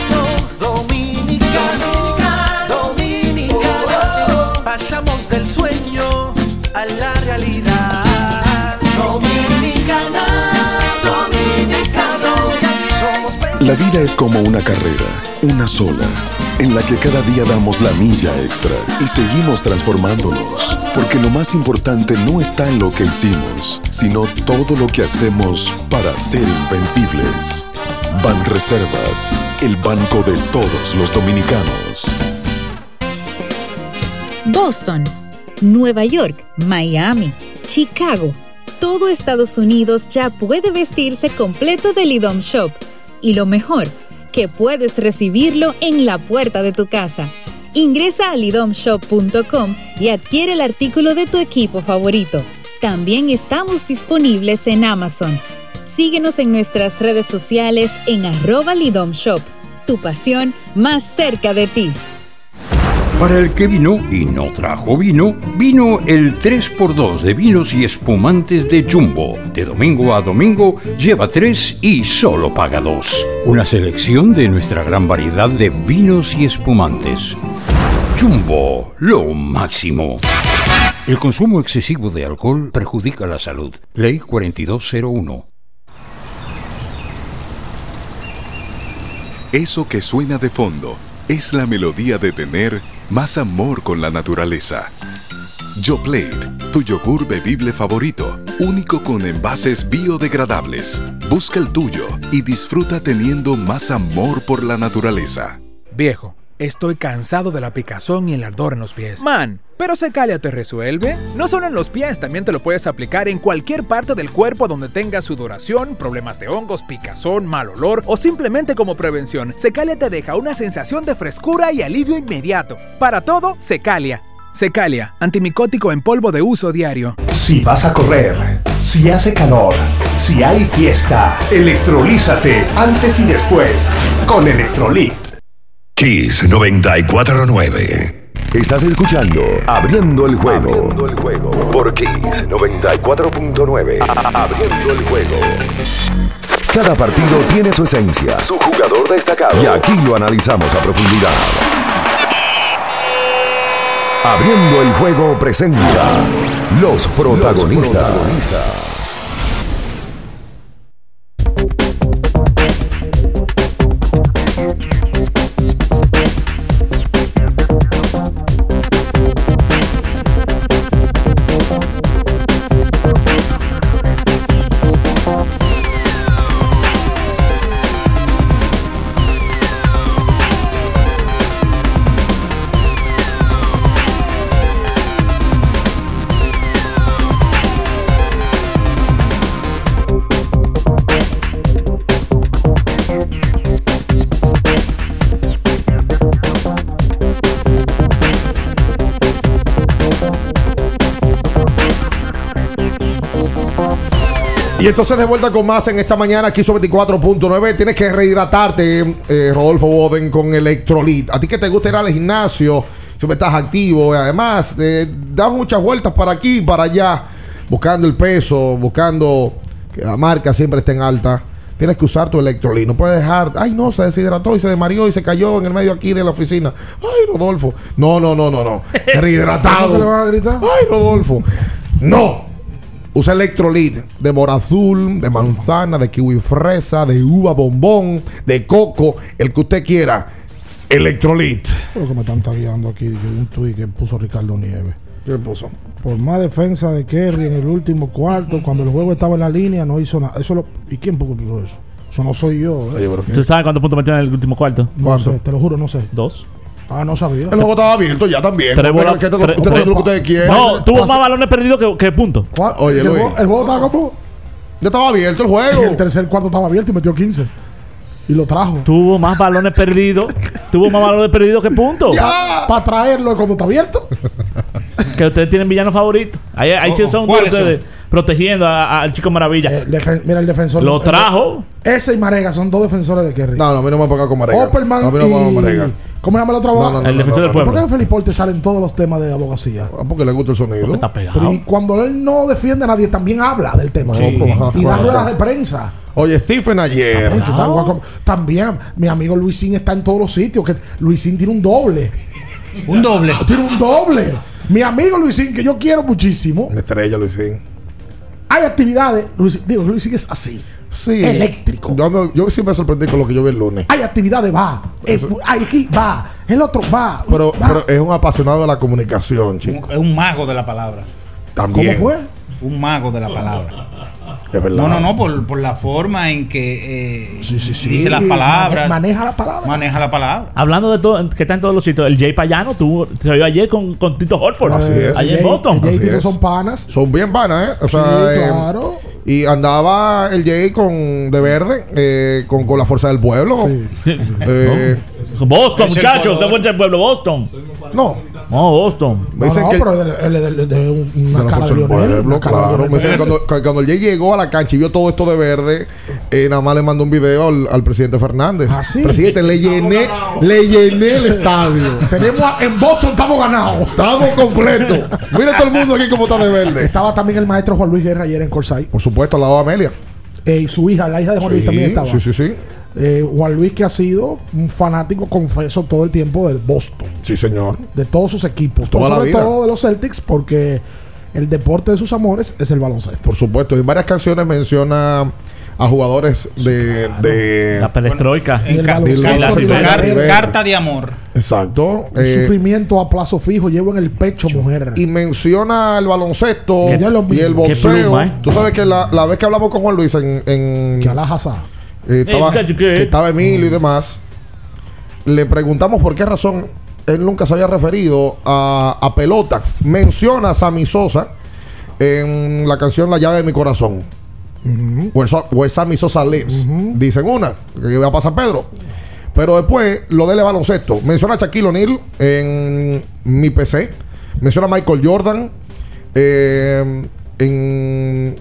Pasamos del sueño a la realidad. Dominicana, dominicano, somos La vida es como una carrera, una sola, en la que cada día damos la milla extra y seguimos transformándonos, porque lo más importante no está en lo que hicimos, sino todo lo que hacemos para ser invencibles. Banreservas, el banco de todos los dominicanos. Boston, Nueva York, Miami, Chicago. Todo Estados Unidos ya puede vestirse completo del IDOM Shop. Y lo mejor, que puedes recibirlo en la puerta de tu casa. Ingresa a lidom shop punto com y adquiere el artículo de tu equipo favorito. También estamos disponibles en Amazon. Síguenos en nuestras redes sociales en arroba Lidom Shop. Tu pasión más cerca de ti. Para el que vino y no trajo vino, vino el tres por dos de vinos y espumantes de Jumbo. De domingo a domingo, lleva tres y solo paga dos. Una selección de nuestra gran variedad de vinos y espumantes. Jumbo, lo máximo. El consumo excesivo de alcohol perjudica la salud. Ley cuarenta y dos cero uno. Eso que suena de fondo es la melodía de tener más amor con la naturaleza. Yoplait, tu yogur bebible favorito, único con envases biodegradables. Busca el tuyo y disfruta teniendo más amor por la naturaleza. Viejo, Estoy cansado de la picazón y el ardor en los pies. Man, ¿pero Secalia te resuelve? No solo en los pies, también te lo puedes aplicar en cualquier parte del cuerpo donde tengas sudoración, problemas de hongos, picazón, mal olor o simplemente como prevención. Secalia te deja una sensación de frescura y alivio inmediato. Para todo, Secalia. Secalia, antimicótico en polvo de uso diario. Si vas a correr, si hace calor, si hay fiesta, electrolízate antes y después con Electrolit. Kiss noventa y cuatro punto nueve. Estás escuchando Abriendo el Juego, Abriendo el Juego por Kiss noventa y cuatro punto nueve. Abriendo el Juego. Cada partido tiene su esencia, su jugador destacado, y aquí lo analizamos a profundidad. Abriendo el Juego presenta Los protagonistas. Los protagonistas. Y entonces de vuelta con más en esta mañana aquí sobre veinticuatro punto nueve. Tienes que rehidratarte, eh, Rodolfo Boden, con Electrolit. A ti que te gusta ir al gimnasio, siempre estás activo. Y además, eh, das muchas vueltas para aquí y para allá, buscando el peso, buscando que la marca siempre esté en alta. Tienes que usar tu Electrolit. No puedes dejar, ay no, se deshidrató y se desmareó y se cayó en el medio aquí de la oficina. Ay, Rodolfo. No, no, no, no, no. Rehidratado. ¿Cómo que le van a gritar? Ay, Rodolfo. No. Usa Electrolit de mora azul, de manzana, de kiwi fresa, de uva bombón, de coco, el que usted quiera. Electrolit. Lo que me están tagueando aquí, un tuit que puso Ricardo Nieves. ¿Qué puso? Por más defensa de Kerry en el último cuarto, cuando el juego estaba en la línea, no hizo nada. Eso lo, ¿y quién puso eso? Eso no soy yo. ¿eh? Oye, ¿tú sabes cuántos puntos metió en el último cuarto? No sé, te lo juro, no sé. Dos. Ah, no sabía. El juego estaba abierto ya también. Tres bolas, que te, tres, usted tres, lo que ustedes quieren. No, tuvo más balones perdidos que, que puntos. Oye, el, Luis. juego, el juego estaba como... Ya estaba abierto el juego. El tercer cuarto estaba abierto y metió quince. Y lo trajo. Tuvo más balones perdidos. Tuvo más balones perdidos que puntos. Para pa traerlo cuando está abierto. Que ustedes tienen villanos favoritos. Ahí, ahí sí son ustedes son? protegiendo al Chico Maravilla. Eh, defen- mira el defensor. Lo trajo. El, ese y Marega son dos defensores de Kerry. No, no, a mí no me han pagado con Marega. Opperman a mí no me han pagado con Marega. ¿Cómo se llama el otro abogado? No, no, no, el defensor no, no, del pueblo. ¿Por qué Felipe Porte sale en todos los temas de abogacía? Ah, porque le gusta el sonido. Está pegado. Pero y cuando él no defiende a nadie, también habla del tema. Sí. No, y da ruedas de prensa. Oye, Stephen ayer. Ah, también, mi amigo Luisín está en todos los sitios. Que Luisín tiene un doble. Un doble. Tiene un doble. Mi amigo Luisín, que yo quiero muchísimo. Una estrella, Luisín. Hay actividades. Luisín, digo, Luisín es así. Sí. Eléctrico. Yo, me, yo siempre me sorprendí con lo que yo vi el lunes. Hay actividades, va. El, hay aquí, va. El otro, va. Pero, va. pero es un apasionado de la comunicación, chico. Es un mago de la palabra. También. ¿Cómo fue? Un mago de la palabra. Es verdad. No, no, no, por, por la forma en que eh, sí, sí, sí. dice las palabras. Maneja la palabra. Maneja la palabra. Hablando de todo, que está en todos los sitios, el Jay Payano tuvo, se vio ayer con, con Tito Horford. Así es. Ayer en Boston. Jay y Tito son panas. Son bien panas, ¿eh? O sí, sea, claro. Eh, y andaba el Jay con de verde, eh, con, con la fuerza del pueblo. Sí. Eh, no. Boston, muchachos, ¿qué fuerza del pueblo? Boston. No. No, Boston. Me dicen no, no, que pero él es de, de, de una de cara de Lionel. Pueblo, claro. Me dicen que cuando, cuando el Jay llegó a la cancha y vio todo esto de verde, eh, nada más le mandó un video al, al presidente Fernández. ¿Ah, sí? Presidente, le llené, le llené el estadio. Tenemos a, en Boston estamos ganados. Estamos completos. Mira todo el mundo aquí como está de verde. Estaba también el maestro Juan Luis Guerra ayer en Corsay. Por supuesto, al lado de Amelia. Eh, y su hija, la hija de Juan sí, Luis también estaba. Sí, sí, sí. Eh, Juan Luis, que ha sido un fanático, confeso, todo el tiempo del Boston. Sí, señor. De todos sus equipos. Toda Pero sobre la vida. todo de los Celtics, porque el deporte de sus amores es el baloncesto. Por supuesto. En varias canciones menciona a jugadores de... de la perestroika. En ca- car- carta de amor. Exacto. El eh, sufrimiento a plazo fijo llevo en el pecho, mujer. Y menciona el baloncesto Que ya es lo y mismo. el boxeo. Qué pluma, ¿eh? Tú sabes que la, la vez que hablamos con Juan Luis en... en Que Alá Hazá. eh, estaba, muchacho, ¿qué? que estaba Emilio y demás. le preguntamos por qué razón él nunca se había referido a, a pelota. Menciona a Sammy Sosa en la canción La llave de mi corazón. Uh-huh. Where, so, where Sammy Sosa lives. Uh-huh. Dicen una, que va a pasar Pedro. Pero después lo de baloncesto. Menciona a Shaquille O'Neal en Mi P C. Menciona a Michael Jordan eh, en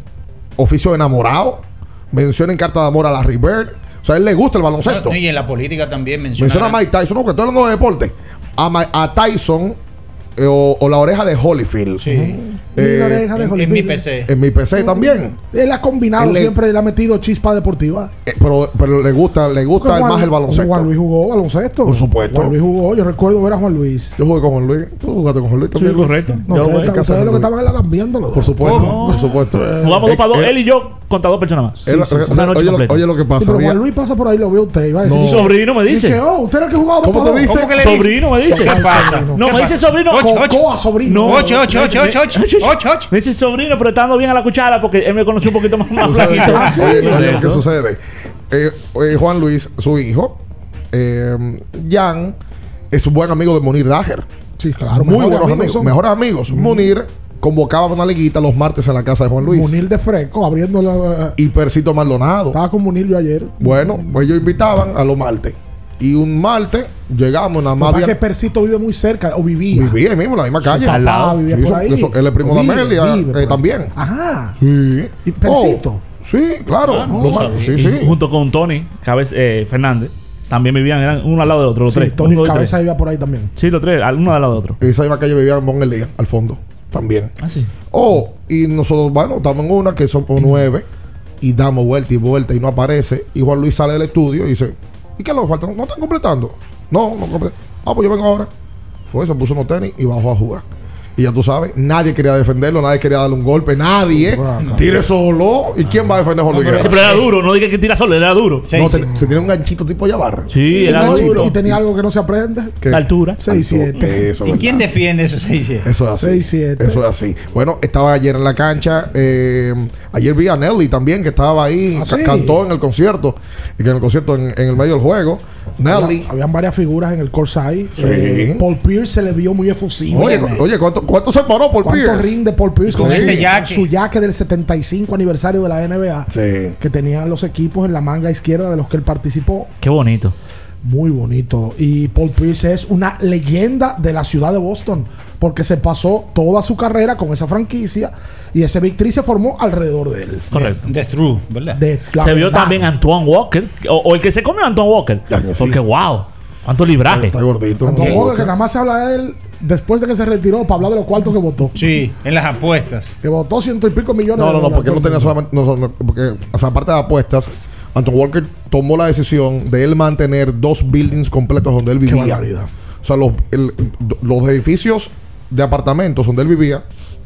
Oficio de Enamorado. Menciona en Carta de Amor a Larry Bird. O sea, a él le gusta el baloncesto. No, y en la política también menciona. Menciona a Mike Tyson, no, que estoy hablando de deporte. A, Ma- a Tyson eh, o, o la oreja de Holyfield. Sí. Eh, la oreja de en, Holyfield. en mi P C. En Mi P C también. Él ha combinado, Él le- siempre le ha metido chispa deportiva. Eh, pero, pero le gusta, le gusta Juan- más el baloncesto. Juan Luis jugó baloncesto. Por supuesto. Juan Luis jugó. Yo recuerdo ver a Juan Luis. Yo jugué con Juan Luis. ¿Tú jugaste con Juan Luis también? Sí, correcto. No, Yo ustedes, voy a ustedes casa de lo que Luis. estaban alambiándolo. Por supuesto, ¿Cómo? por supuesto. Jugamos dos para dos. Eh, Él y yo contra dos personas más. Él- Sí, sí, sí. oye, Una noche oye, lo, completa. oye lo que Sí, pasa. pero había- Juan Luis pasa por ahí, lo ve usted. Iba a decir. No. Sobrino me dice. Dice, oh, usted era el que jugaba dos ¿Cómo para te dos. dice? ¿Cómo que le dice? Sobrino me dice. ¿Qué pasa? No, ¿Qué me dice pasa? sobrino. Ocho, Co- ocho. Coa, sobrino. No. Ocho, ocho, ocho, ocho, ocho, ocho, ocho. Me dice sobrino, pero está dando bien a la cuchara porque él me conoció un poquito más, más ¿Tú sabes flaquito. qué? Ah, sí. Oye, oye lo que sucede. Eh, eh, Juan Luis, su hijo, eh, Jan, es un buen amigo de Munir Dager. Sí, claro. Muy mejores buenos amigos. son. Mejores amigos. Munir convocaba una liguita los martes en la casa de Juan Luis. Munir de Fresco, abriendo la. Y Percito Maldonado. Estaba con Munir yo ayer. Bueno, pues ellos invitaban a los martes. Y un martes llegamos, nada más Papá había... que Percito vive muy cerca, o vivía. Vivía ahí mismo, en la misma calle. Su papá vivía Sí, por eso- ahí. eso- él es primo de Vive, Amelia vive por eh, ahí. también. Ajá. Sí. ¿Y Percito? Oh, sí, claro. Ah, Lo no más- sabía. sí, Y sí. junto con Tony Cabez, eh, Fernández, también vivían, eran uno al lado de otro, los Sí, tres. Tony Uno, dos y Cabeza tres. vivía por ahí también. Sí, los tres, al- uno al lado de otro. Esa misma calle vivía en Bon Elías, al fondo. También. Ah, sí. Oh, y nosotros, bueno, estamos en una que son por nueve. Y damos vuelta y vuelta y no aparece. Y Juan Luis sale del estudio y dice: ¿y qué le falta? ¿No están completando? No, no completan. Ah, pues yo vengo ahora. Fue, se puso unos tenis y bajó a jugar. Y ya tú sabes, nadie quería defenderlo, nadie quería darle un golpe, nadie. Tire solo. ¿Y quién va a defender a Juan Luis Sí, Guerra? pero era duro, no diga que tira solo, era duro. No, te, te tiene un ganchito tipo Yabarra. Sí, era No, y- duro. y, tenía algo que no se aprende. ¿Qué? La altura. seis siete. Eso, ¿Y ¿verdad? quién defiende esos seis siete? Eso es así. seis siete. Eso es así. Bueno, estaba ayer en la cancha. eh, ayer vi a Nelly también, que estaba ahí. ¿Ah, ca- sí? Cantó en el concierto. Y que en el concierto, en, en el medio del juego. Nelly. Había- Habían varias figuras en el courtside. Sí. Eh, Paul Pierce se le vio muy efusivo. Oye, oye ¿cuánto, ¿cuánto se paró por ¿Cuánto Pierce? ring de Paul Pierce con Sí. ese Ese jaque. su jaque del setenta y cinco aniversario de la N B A? Sí. Que tenían los equipos en la manga izquierda de los que él participó. Qué bonito. Muy bonito. Y Paul Pierce es una leyenda de la ciudad de Boston. Porque se pasó toda su carrera con esa franquicia. Y ese Big Three se formó alrededor de él. Correcto. The True, ¿verdad? De la Se vio verdad. también Antoine Walker, o, o el que se comió a Antoine Walker. Ya, ya, sí. Porque, wow, cuánto libraje. Está gordito. Antoine Sí. Walker, que nada más se habla de él después de que se retiró para hablar de los cuartos que votó. Sí, en las apuestas. Que votó ciento y pico millones No, de no, no, dólares. porque él no tenía solamente. No, no, porque, o sea, aparte de apuestas, Anton Walker tomó la decisión de él mantener dos buildings completos donde él Qué vivía. barbaridad. O sea, los, el- los edificios de apartamentos donde él vivía,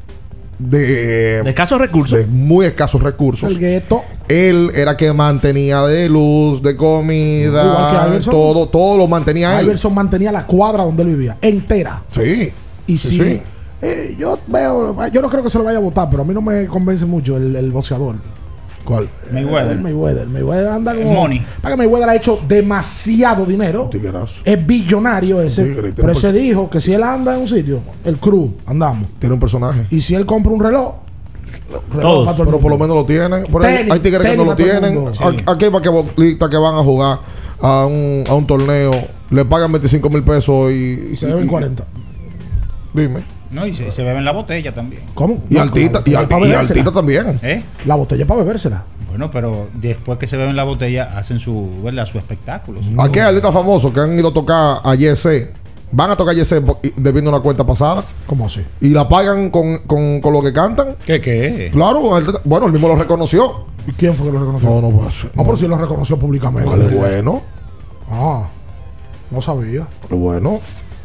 de, De escasos recursos. de muy escasos recursos, El gueto. él era que mantenía de luz, de Igual que comida, Iverson. todo, todo lo mantenía él. Iverson mantenía la cuadra donde él vivía, entera. Sí. Y sí, sí, sí. eh, yo veo, yo no creo que se lo vaya a votar, pero a mí no me convence mucho el, el boxeador. ¿Cuál? Mayweather. El Mayweather. Mayweather anda como. Money. Para que Mayweather ha hecho demasiado dinero. Tiguerazo. Es billonario ese. Tigre, tiene pero un ese perso- dijo que si él anda en un sitio, el crew, andamos. Tiene un personaje. Y si él compra un reloj, reloj Todos. para todo el Pero por lo mundo. menos lo tienen. Pero hay- Tenis, hay tigres que tenis no lo para todo el tienen. mundo. Aquí aquí hay basquetbolistas que van a jugar a un, a un torneo, le pagan veinticinco mil pesos y, Y se deben cuarenta. Dime. No, y se, se beben la botella también. ¿Cómo? Y No, altita, y, la botella al- para y bebérsela. altita también. ¿Eh? La botella para bebérsela. Bueno, pero después que se beben la botella, hacen su, ¿verdad? Su espectáculo. Aquí hay atletas famosos que han ido a tocar a Y S. Van a tocar a Y S po- y- debiendo una cuenta pasada. ¿Cómo así? Y la pagan con, con, con lo que cantan. ¿Qué qué? Claro, el atleta- bueno, él mismo lo reconoció. ¿Y quién fue que lo reconoció? No, no pasa. No, pero si lo reconoció públicamente. Vale, bueno. Ah, no sabía. Vale, bueno.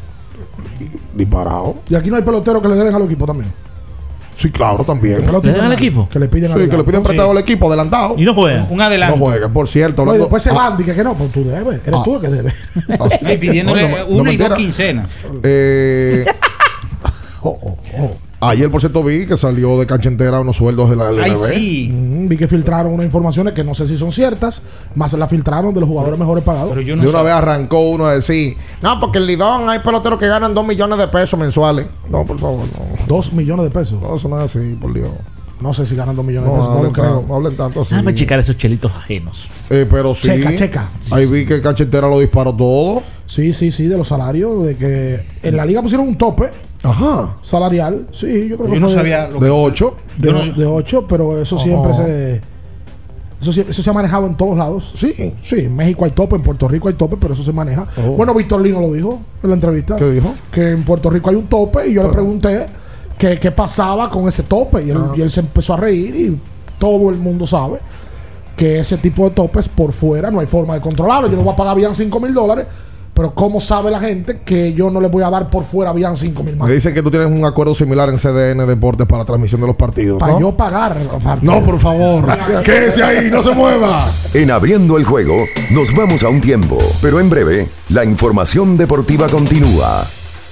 Disparado. Y aquí no hay peloteros que le deben al equipo también. Sí, claro, también. Que lo ¿Le tienen dan al ahí, equipo? Que le piden Sí, que le adelanto. piden prestado al equipo adelantado. Y no juega. Un adelanto. No juegan, por cierto. No, y hablando- después se ah, van, dije que no, pues tú debes. Eres Ah. tú el que debes. ah, Y pidiéndole no, no, no una y dos mentira. quincenas. Eh, Oh, oh, oh. Ayer, por cierto, vi que salió de cancha entera unos sueldos de la L N B. Ay, sí. Mm, vi que filtraron unas informaciones que no sé si son ciertas, más se las filtraron de los jugadores mejores pagados. Pero yo no de una sé. vez arrancó uno a decir, no, porque el Lidón hay peloteros que ganan dos millones de pesos mensuales. No, por favor, no. ¿Dos millones de pesos? No, eso no es así, por Dios. No sé si ganan dos millones No, de pesos, no lo hablen, creo. tan- no hablen tanto así. Déjame checar esos chelitos ajenos. Eh, pero sí. Checa, checa. Ahí vi que cancha entera lo disparó todo. Sí, sí, sí, de los salarios, de que en la liga pusieron un tope Ajá. salarial. Sí, yo creo que Yo no fue sabía lo De que- ocho. de, yo no- de ocho, pero eso Ajá. siempre se eso, sie- eso se ha manejado en todos lados. Sí. Sí, en México hay tope, en Puerto Rico hay tope, pero eso se maneja. Oh. Bueno, Víctor Lino lo dijo en la entrevista. ¿Qué dijo? Que en Puerto Rico hay un tope y yo le pregunté que qué pasaba con ese tope y él, Ah. y él se empezó a reír y todo el mundo sabe que ese tipo de topes por fuera no hay forma de controlarlo. Yo no voy a pagar bien cinco mil dólares, pero ¿cómo sabe la gente que yo no le voy a dar por fuera bien cinco mil más? Me dicen que tú tienes un acuerdo similar en C D N Deportes para la transmisión de los partidos. Para ¿no? yo pagar. aparte. No, por favor. Quédese ahí, no se mueva. En Abriendo el Juego nos vamos a un tiempo, pero en breve la información deportiva continúa.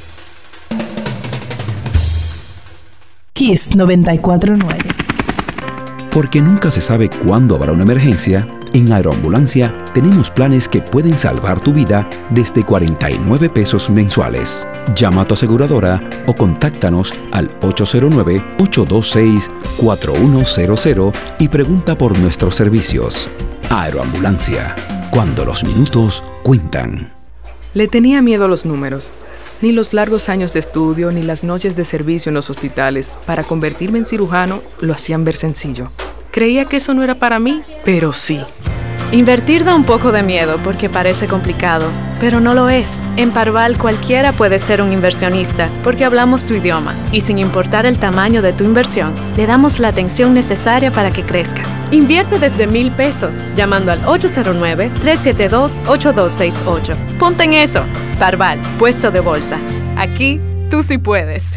Kiss noventa y cuatro punto nueve. Porque nunca se sabe cuándo habrá una emergencia, en Aeroambulancia tenemos planes que pueden salvar tu vida desde cuarenta y nueve pesos mensuales. Llama a tu aseguradora o contáctanos al ocho cero nueve, ocho dos seis, cuatro uno cero cero y pregunta por nuestros servicios. Aeroambulancia, cuando los minutos cuentan. Le tenía miedo a los números. Ni los largos años de estudio ni las noches de servicio en los hospitales para convertirme en cirujano lo hacían ver sencillo. Creía que eso no era para mí, pero sí. Invertir da un poco de miedo porque parece complicado, pero no lo es. En Parval cualquiera puede ser un inversionista porque hablamos tu idioma y sin importar el tamaño de tu inversión, le damos la atención necesaria para que crezca. Invierte desde mil pesos llamando al ocho cero nueve, tres siete dos, ocho dos seis ocho. Ponte en eso. Parval, puesto de bolsa. Aquí, tú sí puedes.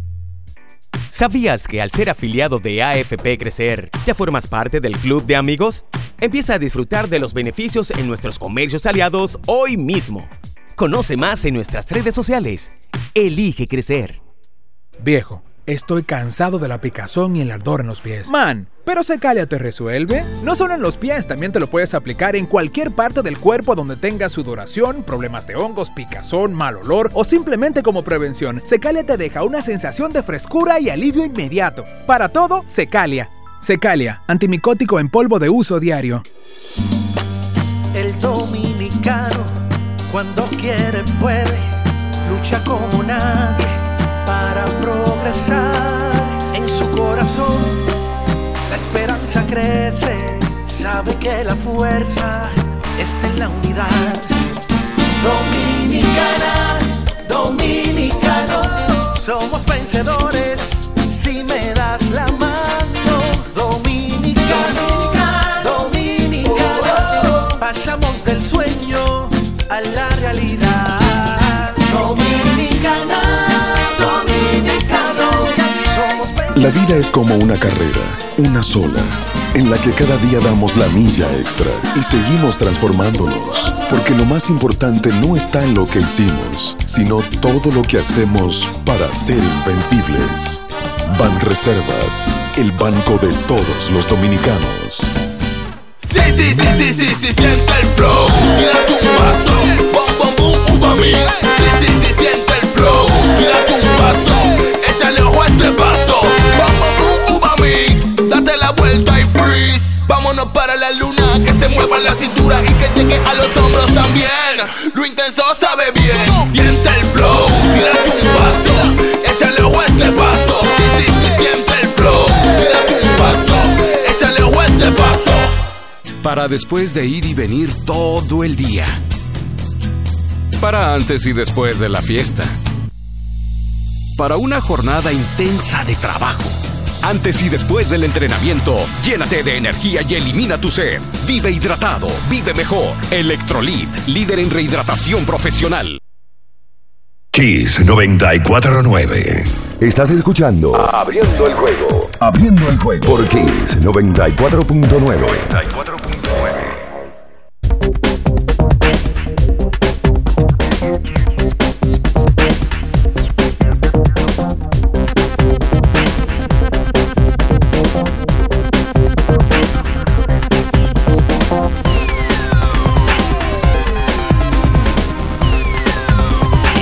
¿Sabías que al ser afiliado de A F P Crecer, ya formas parte del club de amigos? Empieza a disfrutar de los beneficios en nuestros comercios aliados hoy mismo. Conoce más en nuestras redes sociales. Elige crecer. Viejo, estoy cansado de la picazón y el ardor en los pies. Man, ¿pero Secalia te resuelve? No solo en los pies, también te lo puedes aplicar en cualquier parte del cuerpo donde tengas sudoración, problemas de hongos, picazón, mal olor o simplemente como prevención. Secalia te deja una sensación de frescura y alivio inmediato. Para todo, Secalia. Secalia, antimicótico en polvo de uso diario. El dominicano, cuando quiere puede, lucha como nadie para progresar. En su corazón la esperanza crece, sabe que la fuerza está en la unidad. Dominicana, dominicano, somos vencedores si me das la mano. Dominicano, dominicano, pasamos del sueño a la realidad. Dominicana, dominicano, somos La vida es como una carrera, una sola, en la que cada día damos la milla extra y seguimos transformándonos, porque lo más importante no está en lo que hicimos, sino todo lo que hacemos para ser invencibles. Banreservas, el banco de todos los dominicanos. Sí, sí, sí, sí, sí, sí, siente el flow. Tírate un paso, bom, bom, bom, uva mix. Sí, sí, sí, siente el flow. Tírate un paso, échale ojo a este paso. Bom, bom, bom, uva mix. Date la vuelta y freeze. Vámonos para la luna, que se mueva la cintura y que llegue a los hombros también. Lo intenso sabe bien. Siente el flow, tírate un paso, échale ojo a este paso. Sí, sí, sí, siente el flow. Tírate un paso, échale ojo a este paso. Para después de ir y venir todo el día. Para antes y después de la fiesta. Para una jornada intensa de trabajo. Antes y después del entrenamiento, llénate de energía y elimina tu sed. Vive hidratado, vive mejor. Electrolit, líder en rehidratación profesional. Kiss noventa y cuatro punto nueve. Estás escuchando Abriendo el Juego. Abriendo el Juego. Por Kiss noventa y cuatro punto nueve.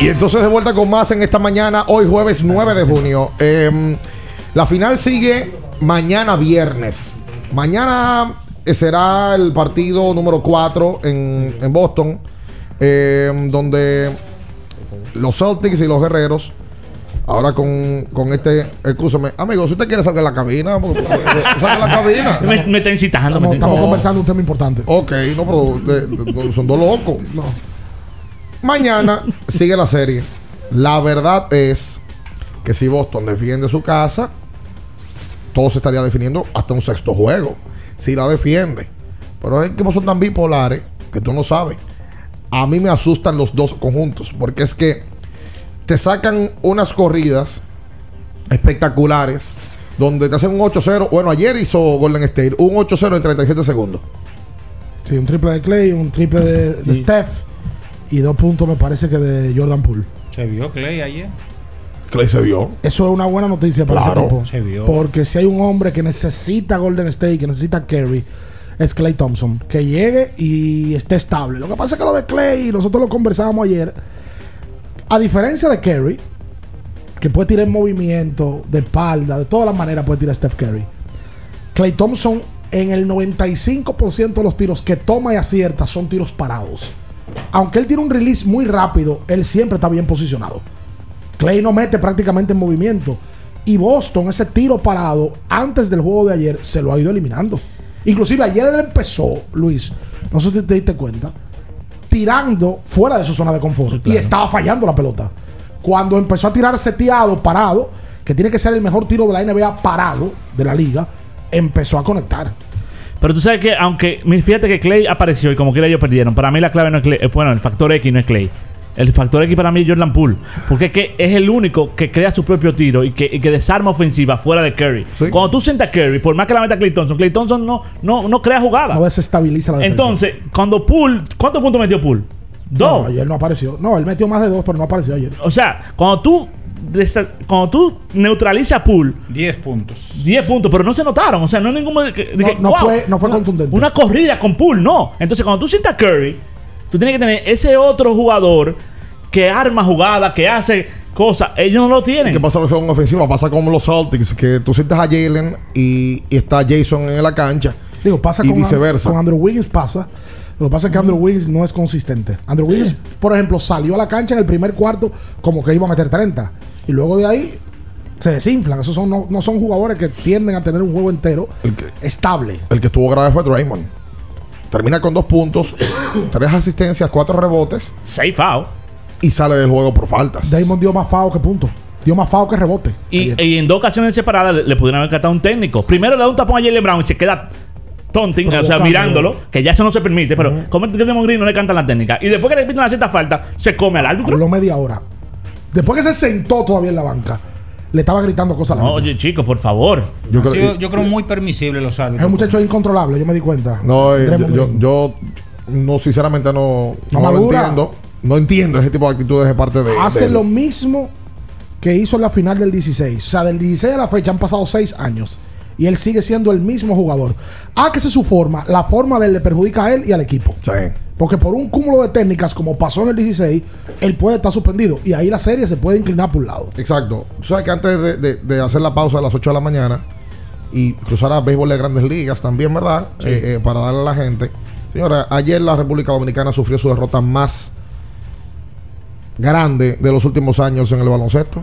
Y entonces de vuelta con más en esta mañana, hoy jueves nueve de junio. Eh, la final sigue mañana viernes. Mañana será el partido número cuatro en, en Boston, eh, donde los Celtics y los Guerreros, ahora con, con este, escúchame, amigo, si usted quiere salir de la cabina, salga de la cabina. Me, me está incitando. Estamos, me está estamos incitando. conversando un tema importante. Ok, no, pero de, de, de, son dos locos. No. Mañana sigue la serie. La verdad es que si Boston defiende su casa, todo se estaría definiendo hasta un sexto juego. Si la defiende. Pero es que son tan bipolares que tú no sabes. A mí me asustan los dos conjuntos, porque es que te sacan unas corridas espectaculares donde te hacen un ocho cero. Bueno, ayer hizo Golden State un ocho cero en treinta y siete segundos. Sí, un triple de Clay, un triple de, de Sí. Steph y dos puntos me parece que de Jordan Poole. ¿Se vio Clay ayer? Clay se vio. Eso es una buena noticia para Claro, ese equipo. se vio. Porque si hay un hombre que necesita Golden State, que necesita Curry, es Klay Thompson. Que llegue y esté estable. Lo que pasa es que lo de Klay, nosotros lo conversábamos ayer. A diferencia de Curry, que puede tirar en movimiento, de espalda, de todas las maneras puede tirar Steph Curry. Klay Thompson, en el noventa y cinco por ciento de los tiros que toma y acierta son tiros parados. Aunque él tiene un release muy rápido, él siempre está bien posicionado. Klay no mete prácticamente en movimiento. Y Boston, ese tiro parado, antes del juego de ayer, se lo ha ido eliminando. Inclusive ayer él empezó, Luis, no sé si te diste cuenta, tirando fuera de su zona de confort. Sí, claro. Y estaba fallando la pelota. Cuando empezó a tirar seteado, parado, que tiene que ser el mejor tiro de la N B A parado de la liga, empezó a conectar. Pero tú sabes que, aunque fíjate que Klay apareció y como quiera ellos perdieron, para mí la clave no es Klay. Bueno, el factor X no es Klay. El factor X para mí es Jordan Poole. Porque es que es el único que crea su propio tiro y que, y que desarma ofensiva fuera de Curry. ¿Sí? Cuando tú sientas a Curry, por más que la meta Klay Thompson, Klay Thompson no, no, no crea jugada. No desestabiliza la defensa. Entonces, cuando Poole, ¿cuántos puntos metió Poole? Dos. No, ayer no apareció. No, él metió más de dos, pero no apareció ayer. O sea, cuando tú cuando tú neutralizas a Poole, diez puntos. diez puntos, pero no se notaron. O sea, no es ningún. De que, no, que, no, wow, fue, no fue una, contundente. Una corrida con Poole, no. Entonces, cuando tú sientas a Curry, tú tienes que tener ese otro jugador que arma jugada, que hace cosas. Ellos no lo tienen. ¿Qué pasa con ofensiva? Pasa como los Celtics, que tú sientas a Jalen y, y está Jason en la cancha. Digo, pasa y con, viceversa. Con Andrew Wiggins pasa. Lo que pasa es que Andrew Wiggins no es consistente. Andrew sí. Wiggins, por ejemplo, salió a la cancha en el primer cuarto como que iba a meter treinta. Y luego de ahí se desinflan. Esos son, no, no son jugadores que tienden a tener un juego entero el que, estable. El que estuvo grave fue Draymond. Termina con dos puntos, tres asistencias, cuatro rebotes. Seis foul. Y sale del juego por faltas. Draymond dio más foul que puntos. Dio más foul que rebote. Y, y en dos ocasiones separadas le, le pudieron haber catado un técnico. Primero le da un tapón a Jaylen Brown y se queda tonting, o sea, mirándolo, que ya eso no se permite. Pero uh-huh. como el Draymond Green no le cantan la técnica. Y después que le pitan una cierta falta, se come al árbitro. Habló media hora. Después que se sentó todavía en la banca, le estaba gritando cosas a la no, oye, chicos, por favor. Yo creo, sido, yo creo muy permisible los árbitros. El muchacho es incontrolable, yo me di cuenta. No, eh, yo, yo, yo no, sinceramente no, no, no lo entiendo. No entiendo ese tipo de actitudes de parte de Hace de lo mismo que hizo en la final del dieciséis. O sea, del dieciséis a la fecha han pasado seis años. Y él sigue siendo el mismo jugador. Ah, que esa es su forma. La forma de él le perjudica a él y al equipo. Sí. Porque por un cúmulo de técnicas, como pasó en el dieciséis, él puede estar suspendido. Y ahí la serie se puede inclinar por un lado. Exacto. Tú sabes que antes de, de, de hacer la pausa a las ocho de la mañana y cruzar a béisbol de Grandes Ligas también, ¿verdad? Sí. Eh, eh, para darle a la gente. Señora, ayer la República Dominicana sufrió su derrota más grande de los últimos años en el baloncesto.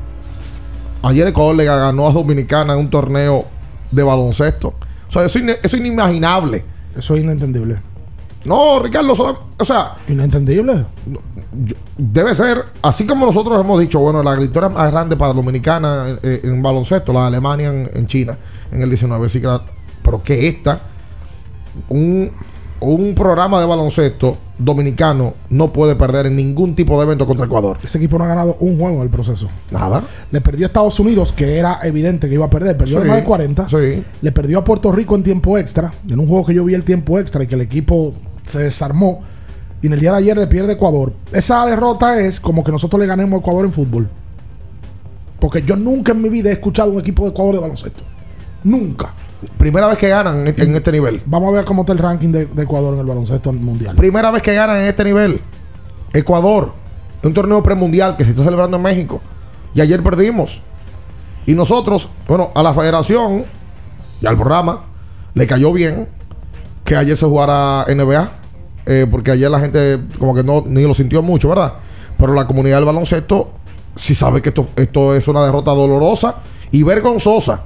Ayer Ecuador le ganó a Dominicana en un torneo de baloncesto. O sea, eso, eso es inimaginable. Eso es inentendible. No, Ricardo, o sea... ¿Inentendible? Debe ser, así como nosotros hemos dicho, bueno, la victoria más grande para Dominicana en, en baloncesto, la de Alemania en, en China, en el diecinueve, sí que la, pero que esta, un, un programa de baloncesto dominicano no puede perder en ningún tipo de evento contra Ecuador. Ese equipo no ha ganado un juego en el proceso. Nada. Le perdió a Estados Unidos, que era evidente que iba a perder. Perdió sí, de más de cuarenta. Sí. Le perdió a Puerto Rico en tiempo extra. En un juego que yo vi el tiempo extra y que el equipo se desarmó. Y en el día de ayer le pierde Ecuador. Esa derrota es como que nosotros le ganemos a Ecuador en fútbol. Porque yo nunca en mi vida he escuchado un equipo de Ecuador de baloncesto. Nunca. Primera vez que ganan en, en este nivel. Vamos a ver cómo está el ranking de, de Ecuador en el baloncesto mundial. Primera vez que ganan en este nivel. Ecuador. Es un torneo premundial que se está celebrando en México. Y ayer perdimos. Y nosotros, bueno, a la federación y al programa le cayó bien que ayer se jugara N B A. Eh, porque ayer la gente como que no ni lo sintió mucho, ¿verdad? Pero la comunidad del baloncesto sí sabe que esto, esto es una derrota dolorosa y vergonzosa.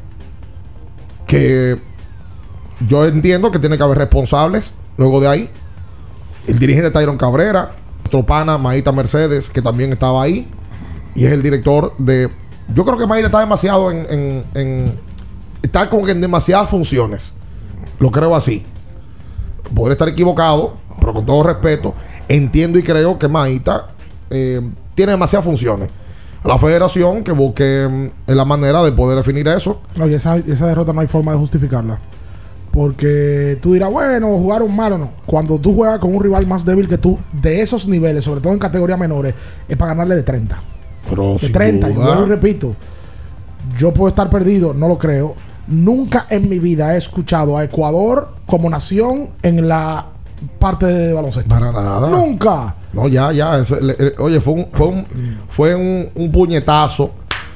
Que yo entiendo que tiene que haber responsables luego de ahí. El dirigente Tyron Cabrera, nuestro pana Maíta Mercedes, que también estaba ahí, y es el director de... Yo creo que Maíta está demasiado en, en, en... Está como que en demasiadas funciones. Lo creo así. Podría estar equivocado, pero con todo respeto, entiendo y creo que Maíta eh, tiene demasiadas funciones. La federación que busque mm, la manera de poder definir eso. Oye, esa, esa derrota no hay forma de justificarla. Porque tú dirás, bueno, jugaron mal o no. Cuando tú juegas con un rival más débil que tú, de esos niveles, sobre todo en categorías menores, es para ganarle de treinta. Pero de treinta, y yo lo repito. Yo puedo estar perdido, no lo creo. Nunca en mi vida he escuchado a Ecuador como nación en la parte de baloncesto. Para nada. Nunca. No, ya, ya. Eso, le, le, oye, fue un, fue un, fue un, un puñetazo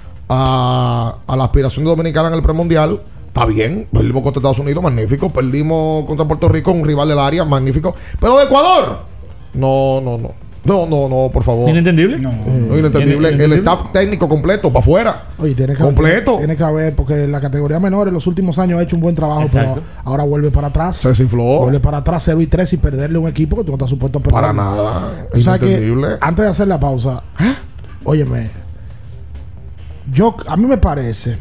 a, a la aspiración dominicana en el premundial. Está bien. Perdimos contra Estados Unidos, magnífico. Perdimos contra Puerto Rico, un rival del área, magnífico. Pero de Ecuador, no, no, no. No, no, no, por favor. ¿Inentendible? No, no inentendible. El staff técnico completo, para afuera. Oye, tiene que completo. Haber, tiene que haber, porque la categoría menor en los últimos años ha hecho un buen trabajo, exacto, pero ahora vuelve para atrás. Se desinfló. Vuelve para atrás cero y tres y perderle un equipo que tú no estás supuesto a perder. Para nada. O sea que, antes de hacer la pausa, ¿eh? Óyeme, yo, a mí me parece,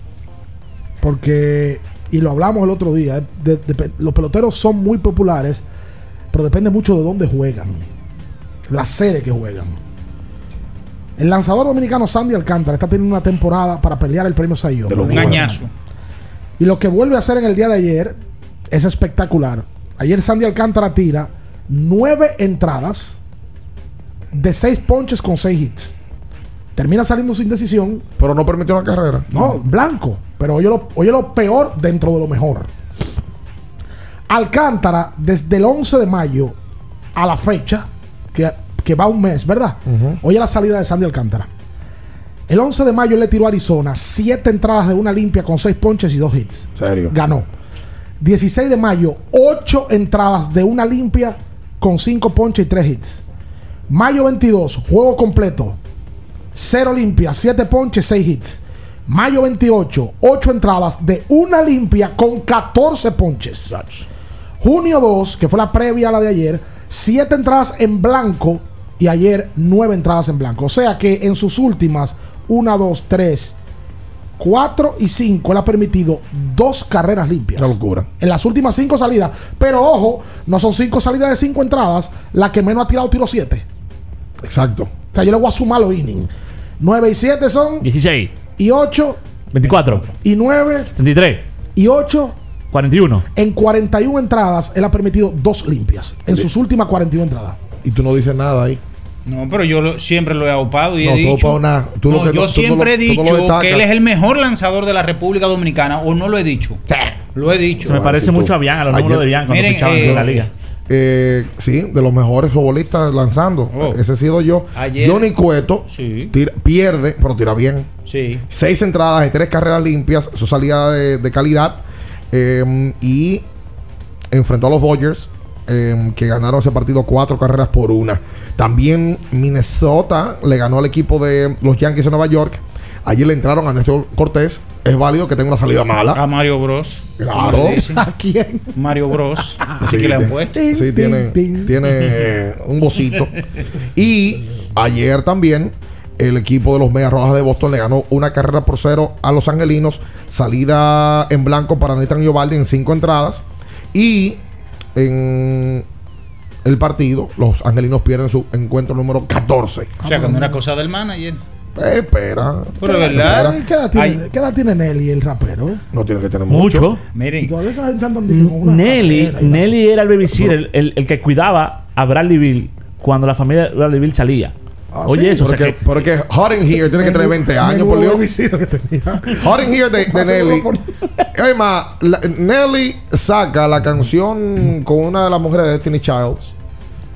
porque, y lo hablamos el otro día, de, de, los peloteros son muy populares, pero depende mucho de dónde juegan. La sede que juegan. El lanzador dominicano Sandy Alcántara está teniendo una temporada para pelear el premio Cy Young. Un añazo. Y lo que vuelve a hacer en el día de ayer es espectacular. Ayer Sandy Alcántara tira nueve entradas de seis ponches con seis hits. Termina saliendo sin decisión. Pero no permitió una carrera. No, blanco. Pero oye lo, oye lo peor dentro de lo mejor. Alcántara, desde el once de mayo a la fecha, que, que va un mes, ¿verdad? Uh-huh. Oye la salida de Sandy Alcántara. El once de mayo él le tiró a Arizona siete entradas de una limpia con seis ponches y dos hits. ¿Serio? Ganó. dieciséis de mayo, ocho entradas de una limpia con cinco ponches y tres hits. Mayo veintidós, juego completo. cero limpias, siete ponches, seis hits. Mayo veintiocho, ocho entradas de una limpia con catorce ponches. Junio dos, que fue la previa a la de ayer, siete entradas en blanco y ayer nueve entradas en blanco. O sea que en sus últimas una, dos, tres, cuatro y cinco él ha permitido dos carreras limpias. Una locura. En las últimas cinco salidas. Pero ojo, no son cinco salidas de cinco entradas. La que menos ha tirado tiró siete. Exacto. O sea, yo le voy a sumar los innings. nueve y siete son dieciséis. Y ocho. veinticuatro. Y nueve. treinta y tres. Y ocho. cuarenta y uno. En cuarenta y una entradas, él ha permitido dos limpias. En sus últimas cuarenta y una entradas. Y tú no dices nada ahí. No, pero yo lo, siempre lo he aupado y no, he dicho. Nada. Tú no, lo que, yo no, siempre tú he no dicho lo que él es el mejor lanzador de la República Dominicana, o no lo he dicho. Sí. Lo he dicho. Se me parece sí, mucho tú. a Bian, a los números de Bian cuando Miren, pichaban eh, en la liga. Eh, sí, de los mejores futbolistas lanzando. Oh. Ese he sido yo. Ayer, Johnny Cueto sí. tira, pierde, pero tira bien. Sí. Seis entradas y tres carreras limpias. Su salida de, de calidad. Eh, y enfrentó a los Dodgers, eh, que ganaron ese partido cuatro carreras por una. También Minnesota le ganó al equipo de los Yankees de Nueva York. Ayer le entraron a Néstor Cortés. Es válido que tenga una salida mala. A Mario Bros. Claro. ¿A quién? Mario Bros. Así sí, que le han puesto. Sí, tiene, tiene un bocito. Y ayer también el equipo de los Medias Rojas de Boston le ganó una carrera por cero a los angelinos. Salida en blanco para Nathan Eovaldi en cinco entradas. Y en el partido, los angelinos pierden su encuentro número catorce. O sea, cuando era cosa del manager. Eh, espera. Pero de verdad. ¿Qué edad tiene, ¿qué edad tiene Nelly, el rapero? No tiene que tener mucho. Mucho. Miren. Nelly, Nelly era el babysitter, el, el, el que cuidaba a Bradley Bill cuando la familia de Bradley Bill salía. Ah, Oye, sí, eso. Porque, o sea que, porque Hot in Here tiene que tener veinte años, por Dios. Hot in Here de, de Nelly. Además, la, Nelly saca la canción con una de las mujeres de Destiny Childs.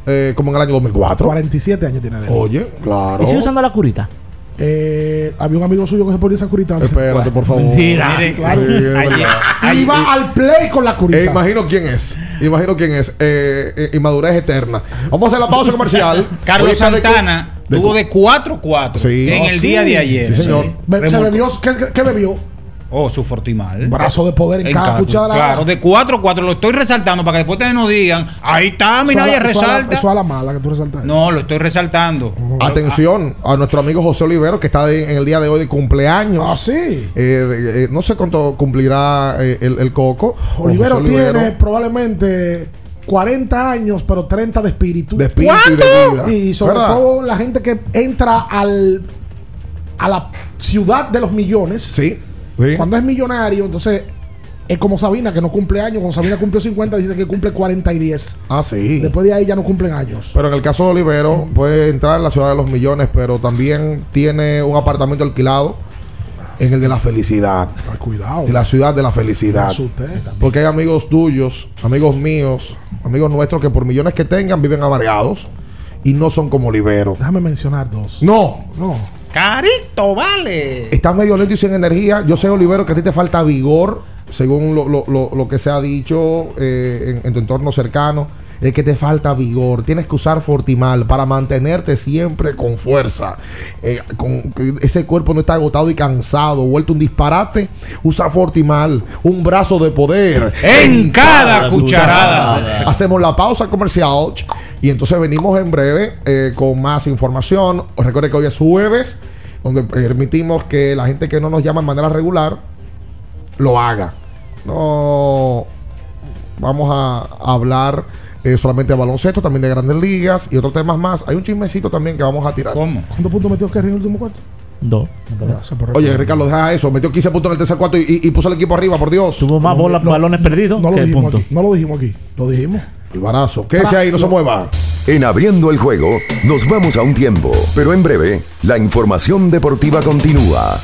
eh, como en el año dos mil cuatro. cuarenta y siete años tiene. Oye, claro. ¿Y sigue usando la curita? Eh, había un amigo suyo que se ponía esa curita antes. Espérate, por favor. Mentira. Sí, claro. Sí, es verdad. Iba al play con la curita. Eh, imagino quién es. Imagino quién es. Eh, eh, inmadurez eterna. Vamos a hacer la pausa comercial. Carlos Hoy está de Santana cu- de tuvo cu- de cuatro cuatro Sí. en Oh, el sí. día de ayer. Sí, señor. Be- ¿Se bebió? ¿Qué, qué bebió? Oh, su Fortimal. Brazo de poder en cada cuchara. Claro, de cuatro cuatro. Lo estoy resaltando para que después ustedes nos digan. Ahí está, Eso mira, a la- ya eso a la- resalta. Eso a la mala que tú resaltas. No, lo estoy resaltando. Atención a nuestro amigo José Olivero, que está de- en el día de hoy de cumpleaños. Ah, sí. Eh, de- eh, no sé cuánto cumplirá eh, el, el Coco. Olivero José tiene probablemente cuarenta años, pero treinta de espíritu. De espíritu y de vida. Y sobre ¿Verdad? todo la gente que entra al a la ciudad de los millones. Sí. Sí. Cuando es millonario, entonces es como Sabina, que no cumple años. Cuando Sabina cumplió cincuenta, dice que cumple cuarenta y diez. Ah, sí. Después de ahí ya no cumplen años. Pero en el caso de Olivero, puede entrar en la ciudad de los millones, pero también tiene un apartamento alquilado en el de la felicidad. Ay, cuidado. En la ciudad de la felicidad. Me asusté también. Porque hay amigos tuyos, amigos míos, amigos nuestros que por millones que tengan viven amargados y no son como Olivero. Déjame mencionar dos. No. No. Carito, vale. Estás medio lento y sin energía. Yo sé, Olivero, que a ti te falta vigor, según lo, lo, lo, lo que se ha dicho eh, en, en tu entorno cercano. Es que te falta vigor. Tienes que usar Fortimal para mantenerte siempre con fuerza. Eh, con, que ese cuerpo no está agotado y cansado, vuelto un disparate. Usa Fortimal, un brazo de poder En cada cucharada. Hacemos la pausa comercial y entonces venimos en breve eh, con más información. Recuerde que hoy es jueves, donde permitimos que la gente que no nos llama de manera regular lo haga. No vamos a hablar eh, solamente de baloncesto, también de grandes ligas y otros temas más. Hay un chismecito también que vamos a tirar. ¿Cómo? ¿Cuántos puntos metió Kerry en el último cuarto? Dos. Oye, Ricardo, deja eso. Metió quince puntos en el tercer cuarto y, y, y puso el equipo arriba, por Dios. Tuvo más bolas, no, balones perdidos No lo que dijimos puntos. aquí. No lo dijimos aquí. Lo dijimos. El barazo. Quédese ahí, no se mueva. En Abriendo el Juego nos vamos a un tiempo, pero en breve la información deportiva continúa.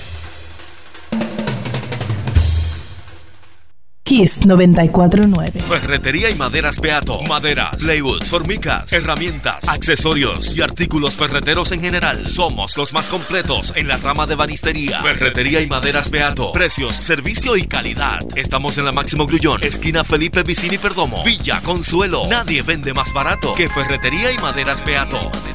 Kiss noventa y cuatro punto nueve. Ferretería y maderas Beato. Maderas, plywood, formicas, herramientas, accesorios y artículos ferreteros en general. Somos los más completos en la rama de banistería. Ferretería y maderas Beato. Precios, servicio y calidad. Estamos en la Máximo Grullón, esquina Felipe Vicini Perdomo, Villa Consuelo. Nadie vende más barato que Ferretería y maderas Beato.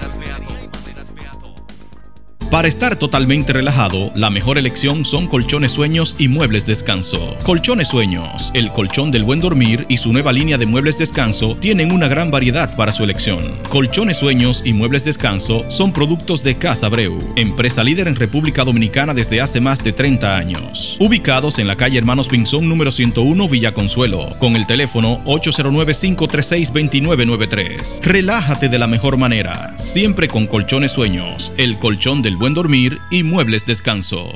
Para estar totalmente relajado, la mejor elección son colchones sueños y muebles descanso. Colchones Sueños, el colchón del buen dormir y su nueva línea de muebles descanso tienen una gran variedad para su elección. Colchones Sueños y muebles descanso son productos de Casa Abreu, empresa líder en República Dominicana desde hace más de treinta años. Ubicados en la calle Hermanos Pinzón número ciento uno, Villa Consuelo, con el teléfono ocho cero nueve, cinco tres seis, dos nueve nueve tres. Relájate de la mejor manera, siempre con Colchones Sueños, el colchón del buen dormir y muebles descanso.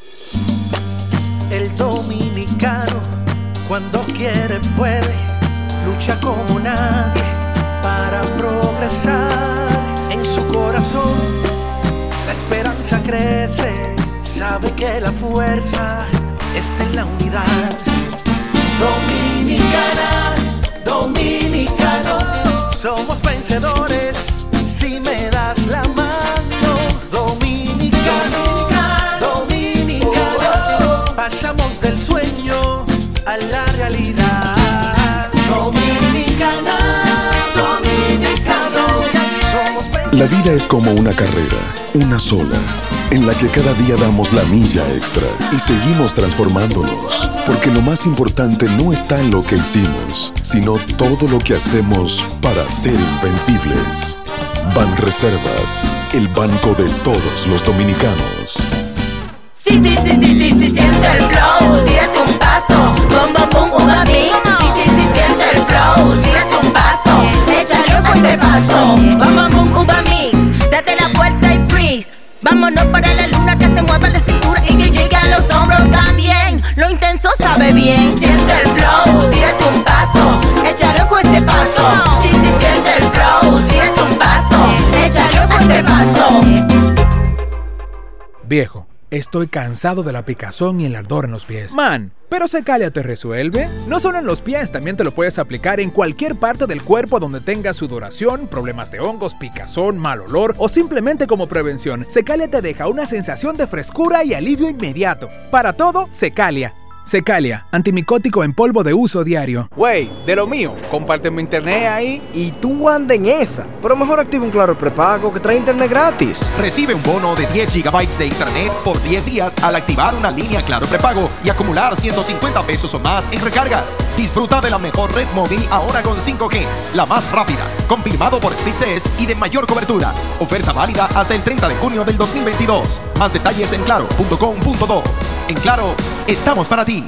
El dominicano, cuando quiere puede, lucha como nadie para progresar. En su corazón la esperanza crece, sabe que la fuerza está en la unidad. Dominicana, dominicano, somos vencedores si me das la mano. Pasamos del sueño a la realidad. Dominicana, dominicano, somos La vida es como una carrera, una sola, en la que cada día damos la milla extra y seguimos transformándonos, porque lo más importante no está en lo que hicimos, sino todo lo que hacemos para ser invencibles. Banreservas, el banco de todos los dominicanos. Sí, sí, sí, sí, sí, sí, siente el flow, tírate un paso, bom, bom, bom, uva mix. Sí, sí, sí, siente el flow, tírate un paso, échale con este paso, bom, bom, bom, uva mix. Date la vuelta y freeze, vámonos para la luna que se mueva la cintura y que llegue a los hombros también. Lo intenso sabe bien, siente el flow, tírate un paso, échale con este paso. Sí, sí, siente el flow, tírate un paso, échale con este paso. Viejo, Estoy cansado de la picazón y el ardor en los pies. Man, ¿pero Secalia te resuelve? No solo en los pies, también te lo puedes aplicar en cualquier parte del cuerpo donde tengas sudoración, problemas de hongos, picazón, mal olor o simplemente como prevención. Secalia te deja una sensación de frescura y alivio inmediato. Para todo, Secalia. Secalia, antimicótico en polvo de uso diario. Wey, de lo mío, compárteme internet ahí. Y tú andas en esa. Pero mejor activa un Claro prepago que trae internet gratis. Recibe un bono de diez gigabytes de internet por diez días al activar una línea Claro prepago y acumular ciento cincuenta pesos o más en recargas. Disfruta de la mejor red móvil ahora con cinco G, la más rápida, confirmado por Speedtest y de mayor cobertura. Oferta válida hasta el treinta de junio del dos mil veintidós. Más detalles en claro punto com punto do. En Claro, estamos para ti.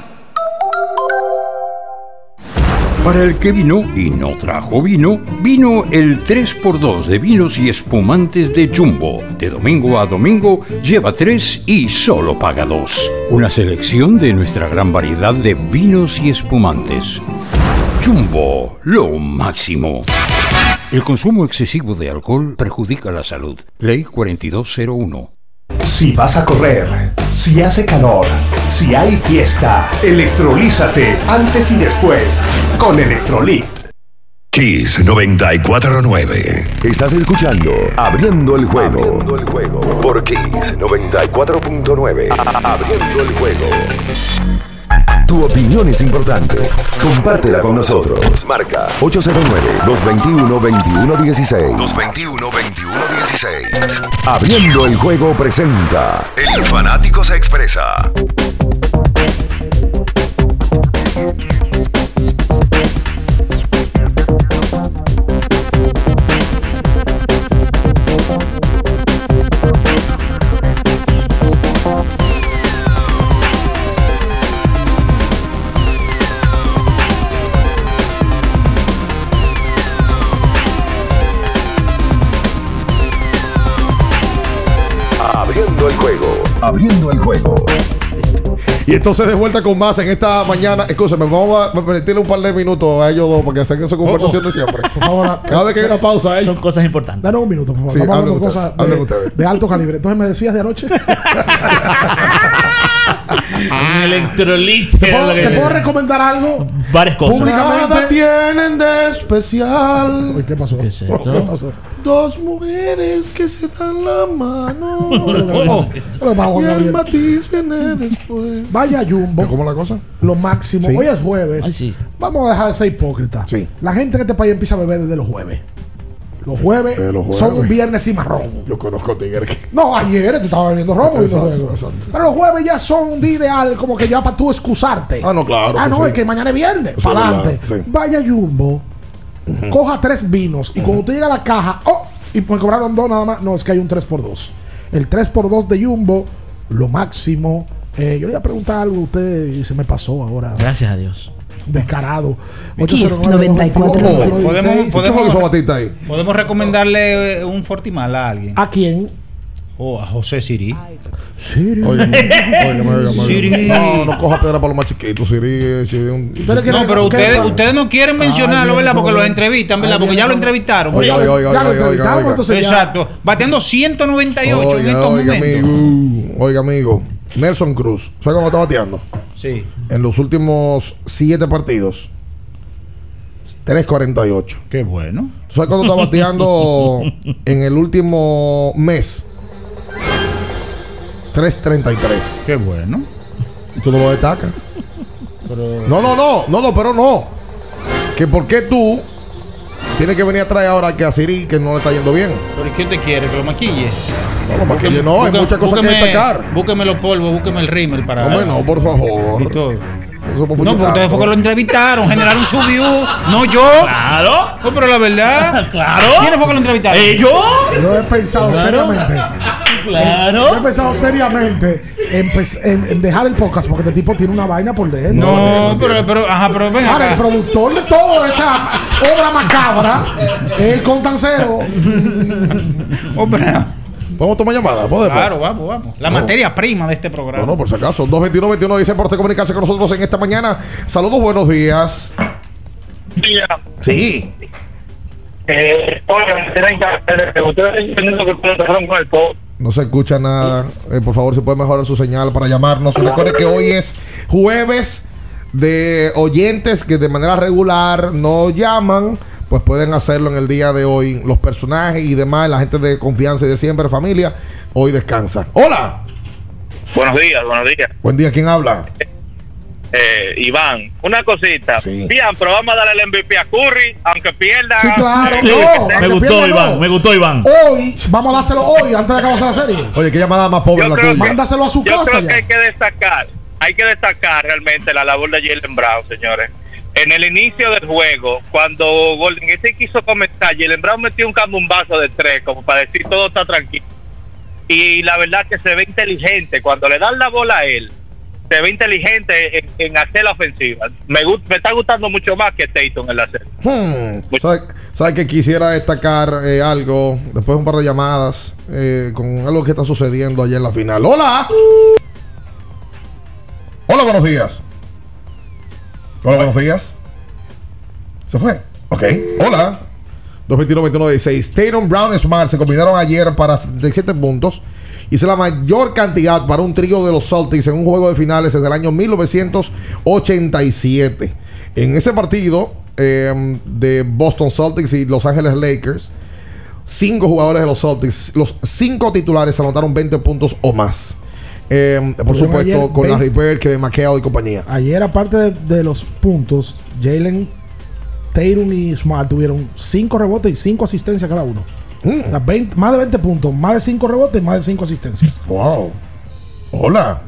Para el que vino y no trajo vino, vino el tres por dos de vinos y espumantes de Jumbo. De domingo a domingo, lleva tres y solo paga dos. Una selección de nuestra gran variedad de vinos y espumantes. Jumbo, lo máximo. El consumo excesivo de alcohol perjudica la salud. Ley cuarenta y dos cero uno. Si vas a correr, si hace calor, si hay fiesta, electrolízate antes y después con Electrolit. Kiss noventa y cuatro nueve. Estás escuchando Abriendo el Juego. Abriendo el Juego. Por Kiss noventa y cuatro punto nueve. Abriendo el Juego. Tu opinión es importante. Compártela con nosotros. Marca ocho cero nueve, dos dos uno, dos uno uno seis. dos dos uno, dos uno uno seis. Abriendo el Juego presenta El Fanático se expresa. Abriendo el Juego. Y entonces de vuelta con más en esta mañana. Escúchame, vamos a permitirle un par de minutos a ellos dos porque hacen su conversación oh, oh. de siempre. Por favor, cada vez que hay una pausa ahí. Son cosas importantes. Danos un minuto, por favor. Sí, vamos hablen a ustedes, cosas de, ustedes. de alto calibre. Entonces me decías de anoche. Un electrolite. ¿Te puedo, ¿te puedo recomendar algo? Varias cosas. Nada tienen de especial. Uy, ¿qué pasó? ¿Qué es esto? ¿Qué pasó? Dos mujeres que se dan la mano. Oh, y el matiz viene después. Vaya Jumbo. ¿Cómo la cosa? Lo máximo. ¿Sí? Hoy es jueves. Ay, sí. Vamos a dejar de ser hipócritas. Sí. La gente en este país empieza a beber desde los jueves. Los jueves, los jueves son un viernes cimarrón. Yo conozco tigres que... No, ayer tú estabas bebiendo romo. Exacto, exacto. Pero los jueves ya son un día ideal, como que ya para tú excusarte. Ah, no, claro. Ah, no, sí. es que mañana es viernes. Eso Para adelante. Sí. Vaya Jumbo, uh-huh. coja tres vinos y uh-huh. cuando te llega a la caja, oh, y me cobraron dos nada más. No, es que hay un tres por dos. El tres por dos de Jumbo, lo máximo. Eh, yo le iba a preguntar algo a usted y se me pasó ahora. Gracias a Dios. Descarado. Kiss noventa y cuatro. Podemos, podemos, ahí? podemos recomendarle un Fortimal a alguien. ¿A quién? Oh, a José Siri. Siri. Óigame, óigame, óigame. Siri. No, no coja piedra para los más chiquitos. Siri, Siri un... No, pero ustedes, ustedes no quieren mencionarlo, ¿verdad? Porque los entrevistan, ¿verdad? Porque ya lo entrevistaron. Oiga, oiga, oiga, ya lo oiga, entrevistamos, oiga. entonces ya. Exacto. Bateando ciento noventa y ocho Oiga, en estos oiga, momentos. amigo. Oiga, amigo. Nelson Cruz. ¿Sabes cómo está bateando? Sí. En los últimos siete partidos. tres cuarenta y ocho. Qué bueno. ¿Tú sabes cuándo está bateando en el último mes? tres treinta y tres. Qué bueno. ¿Y tú no lo destacas? Pero... No, no, no. No, no, pero no. Que por qué tú tienes que venir a traer ahora que a Siri que no le está yendo bien. ¿Pero qué usted quiere? ¿Que lo maquille? No, lo maquille no. Hay muchas cosas que destacar. Búsqueme los polvos, búsqueme el rímel para... No, no, por favor. Y todo. No, porque ustedes fue que lo entrevistaron, generaron su view, no yo. Claro. No, pero la verdad. Claro. ¿Quiénes fue que lo entrevistaron? ¿Ellos? Yo he pensado Claro. seriamente. Claro. Yo he pensado seriamente en, en, en dejar el podcast porque este tipo tiene una vaina por dentro. No, pero, pero, ajá, pero ven Ahora, acá. el productor de toda esa obra macabra es el Contancero. Oh, pero- ¿Podemos tomar llamada? ¿Podemos? Claro, vamos, vamos. La No. materia prima de este programa. No, no, por si acaso. dos veintiuno veintiuno dice por comunicarse con nosotros en esta mañana. Saludos, buenos días. Día. Sí. Eh, oigan, ustedes entendiendo que ustedes empezaron con el todo. No se escucha nada. Eh, por favor, si puede mejorar su señal para llamarnos. Recuerde que hoy es jueves de oyentes que de manera regular no llaman. Pues pueden hacerlo en el día de hoy. Los personajes y demás, la gente de confianza y de siempre, familia, hoy descansa. ¡Hola! Buenos días, buenos días. Buen día, ¿quién habla? Eh, Iván, una cosita. Sí. Bien, pero vamos a darle el M V P a Curry, aunque pierda. Sí, claro. Sí. No, Me gustó, pierda, Iván. no. Me gustó, Iván. Hoy, vamos a dárselo hoy, antes de acabarse la serie. Oye, qué llamada más pobre Yo la creo tuya. que- Mándaselo a su Yo casa creo ya. que hay que destacar, hay que destacar realmente la labor de Jaylen Brown, señores. En el inicio del juego, cuando Golden State quiso comenzar, Jaylen Brown metió un cambumbazo de tres, como para decir todo está tranquilo. Y la verdad que se ve inteligente. Cuando le dan la bola a él, se ve inteligente en, en hacer la ofensiva. Me, gust- me está gustando mucho más que Tatum en la serie. Hmm. ¿Sabes sabe que quisiera destacar eh, algo después de un par de llamadas eh, con algo que está sucediendo allá en la final? ¡Hola! Hola, buenos días. Hola, buenos días. ¿Se fue? Ok. Hola. dos veintiuno, veintiuno, dieciséis. Tatum, Brown y Smart se combinaron ayer para setenta y siete puntos. Y es la mayor cantidad para un trío de los Celtics en un juego de finales desde el año mil novecientos ochenta y siete. En ese partido eh, de Boston Celtics y Los Ángeles Lakers, cinco jugadores de los Celtics, los cinco titulares anotaron veinte puntos o más. Eh, por Perdón, supuesto, ayer, con veinte Larry Bird, Kevin McHale y compañía. Ayer, aparte de, de los puntos, Jalen, Tatum y Smart tuvieron cinco rebotes y cinco asistencias cada uno. Mm. O sea, veinte, más de veinte puntos, más de cinco rebotes y más de cinco asistencias. Wow. Hola.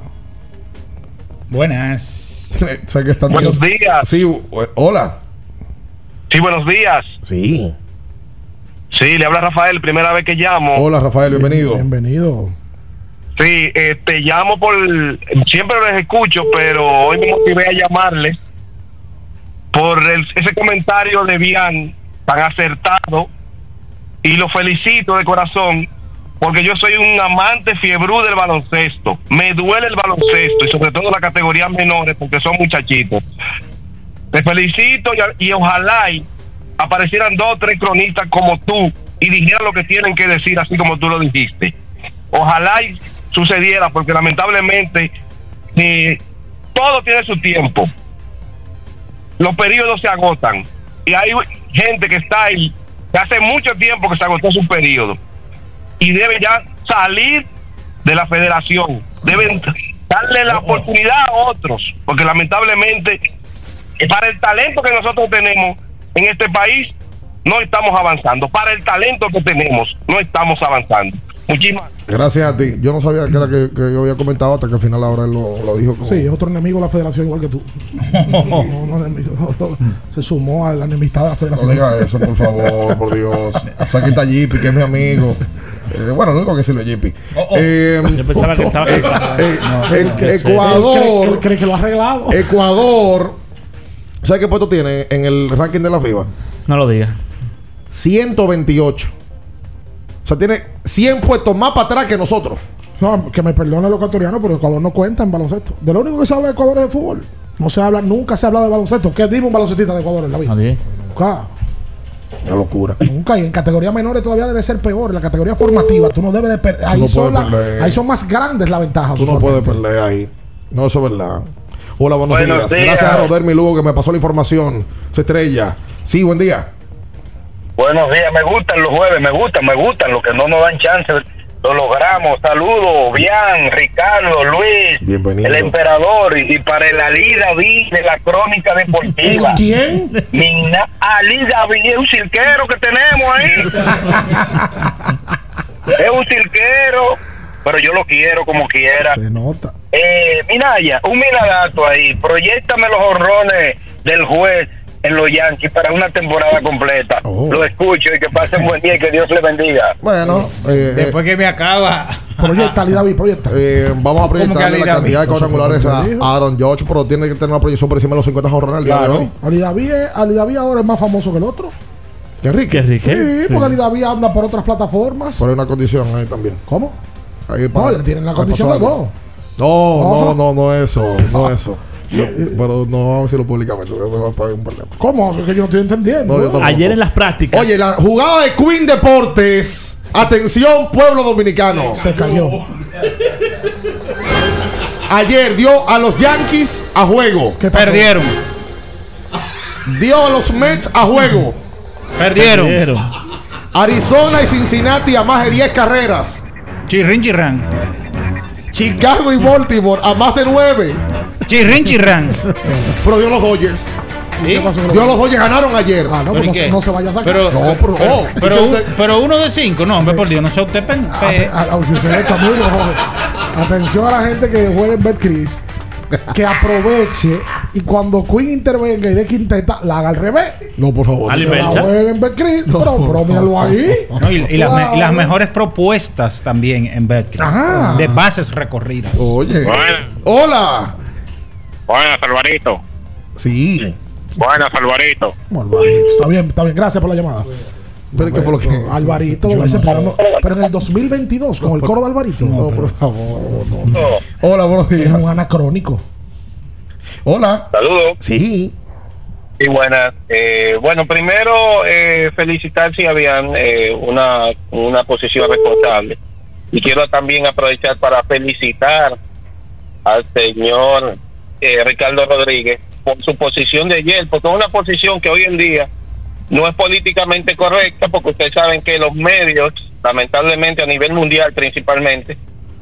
Buenas. Sé que están Buenos todos- días. Sí, u- hola. Sí, buenos días. Sí. Sí, le habla Rafael, primera vez que llamo. Hola, Rafael, bienvenido. Bienvenido. Sí, eh, te llamo por... Siempre les escucho, pero hoy me motivé a llamarles por el- ese comentario de Bian tan acertado, y lo felicito de corazón porque yo soy un amante fiebrú del baloncesto. Me duele el baloncesto y sobre todo las categorías menores porque son muchachitos. Te felicito y, y ojalá y aparecieran dos o tres cronistas como tú y dijeran lo que tienen que decir así como tú lo dijiste. Ojalá y sucediera, porque lamentablemente eh, todo tiene su tiempo. Los periodos se agotan y hay gente que está ahí que hace mucho tiempo que se agotó su periodo y debe ya salir de la federación. Deben darle la oportunidad a otros, porque lamentablemente para el talento que nosotros tenemos en este país no estamos avanzando. Para el talento que tenemos no estamos avanzando. Muchísimas Gracias a ti. Yo no sabía que era que, que yo había comentado hasta que al final ahora él lo, lo dijo. Como... Sí, es otro enemigo de la federación igual que tú. No, no, enemigo, no, se sumó a la enemistad de la No federación. diga eso, por favor, por Dios. O sea, aquí está Jippy, que es mi amigo. Eh, bueno, lo único que sirve es Jippy. Eh, Yo pensaba que estaba eh, eh, No, eh, que sé. Ecuador. Él cree, él cree que lo ha arreglado. Ecuador. ¿Sabes qué puesto tiene en el ranking de la FIBA? No lo digas. ciento veintiocho. O sea, tiene cien puestos más para atrás que nosotros. No, que me perdone los ecuatorianos, pero Ecuador no cuenta en baloncesto. De lo único que se habla de Ecuador es de fútbol. No se habla, nunca se habla de baloncesto. ¿Qué dime un baloncetista de Ecuador en la vida? Nadie. Nunca. Una locura. Nunca. Y en categorías menores todavía debe ser peor. En la categoría formativa, tú no debes de perder. Ahí, no son puedes la- perder. ahí son más grandes las ventajas. Tú no usualmente. puedes perder ahí. No, eso es verdad. Hola, buenos, Buenos días. días. Gracias a Roder Lugo que me pasó la información. Se estrella. Sí, buen día. buenos días. Me gustan los jueves, me gustan, me gustan. Los que no nos dan chance, lo logramos. Saludos, Bian, Ricardo, Luis, Bienvenido. el emperador. Y, y para el Ali David de la crónica deportiva. ¿Quién? Mi na- Ali David es un cirquero que tenemos ahí. Es un cirquero, pero yo lo quiero como quiera. Se nota. Eh, Minaya, un minadato ahí. Proyéctame los horrones del juez en los Yankees para una temporada completa. Oh. Lo escucho y que pasen buen día y que Dios le bendiga. Bueno, eh, eh, Después que me acaba. Proyecta, Ali David, proyecta. eh, vamos a ¿Cómo que proyectarle Ali la David? cantidad de Eso fue cuadrangulares lo que a dijo. Aaron George, pero tiene que tener una proyección por encima de los cincuenta jornadas el día de Claro. hoy. Ali David, es- Ali David ahora es más famoso que el otro. Qué rico. Qué rico. Sí, porque Ali David anda por otras plataformas. Pero hay una condición ahí también. ¿Cómo? Ahí No, le tienen la ahí condición pasó de algo. dos. No, no, no, no eso, no eso. No, pero no vamos a decirlo públicamente, porque me va a pagar un problema. ¿Cómo? Es que yo no estoy entendiendo. No, yo tampoco. Ayer en las prácticas. Oye, la jugada de Queen Deportes Atención, pueblo dominicano. Se cayó. Ayer dio a los Yankees a juego. ¿Qué pasó? Perdieron. Dio a los Mets a juego. Perdieron. Perdieron. Arizona y Cincinnati a más de diez carreras. Chirrin chirrán. Chicago y Baltimore a más de nueve. Chirrin chirrán. Pero dio los Dodgers. ¿Sí? Dio los Dodgers, ganaron ayer. Ah, no, ¿Pero no, qué? se, no se vaya a sacar. Pero, No, pero, pero, oh, pero, un- usted- pero uno de cinco, no, hombre, por Dios, no sea usted pen- pe- A- a- a- usted está muy loco. Atención a la gente que juega en BetCris, que aproveche y cuando Queen intervenga y de quinteta, la haga al revés. No, por favor. Ali Que la Belcha. jueguen en BetCris, pero, pero míralo ahí. No, y, y las, me- y las Claro. mejores propuestas también en Betcris. Ajá. De bases recorridas. Oye. Buenas, Hola. buenas, Alvarito. Sí. Buenas, Alvarito. Alvarito, está bien, está bien, gracias por la llamada. Pero ¿qué fue lo que? Alvarito, Yo ese, no pero, sé. no- pero en el dos mil veintidós, con el coro de Alvarito. No, por favor. no. Hola, buenos Es un días. anacrónico. Hola. Saludos. Sí. Y buenas. Eh, bueno, primero eh, felicitar si habían eh, una, una posición responsable. Y quiero también aprovechar para felicitar al señor eh, Ricardo Rodríguez por su posición de ayer, porque es una posición que hoy en día no es políticamente correcta, porque ustedes saben que los medios, lamentablemente a nivel mundial principalmente,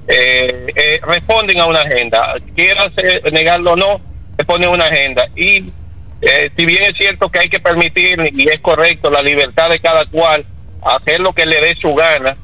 eh, eh, responden a una agenda. Quiera negarlo o no, se pone una agenda. Y eh, si bien es cierto que hay que permitir, y es correcto, la libertad de cada cual, hacer lo que le dé su gana,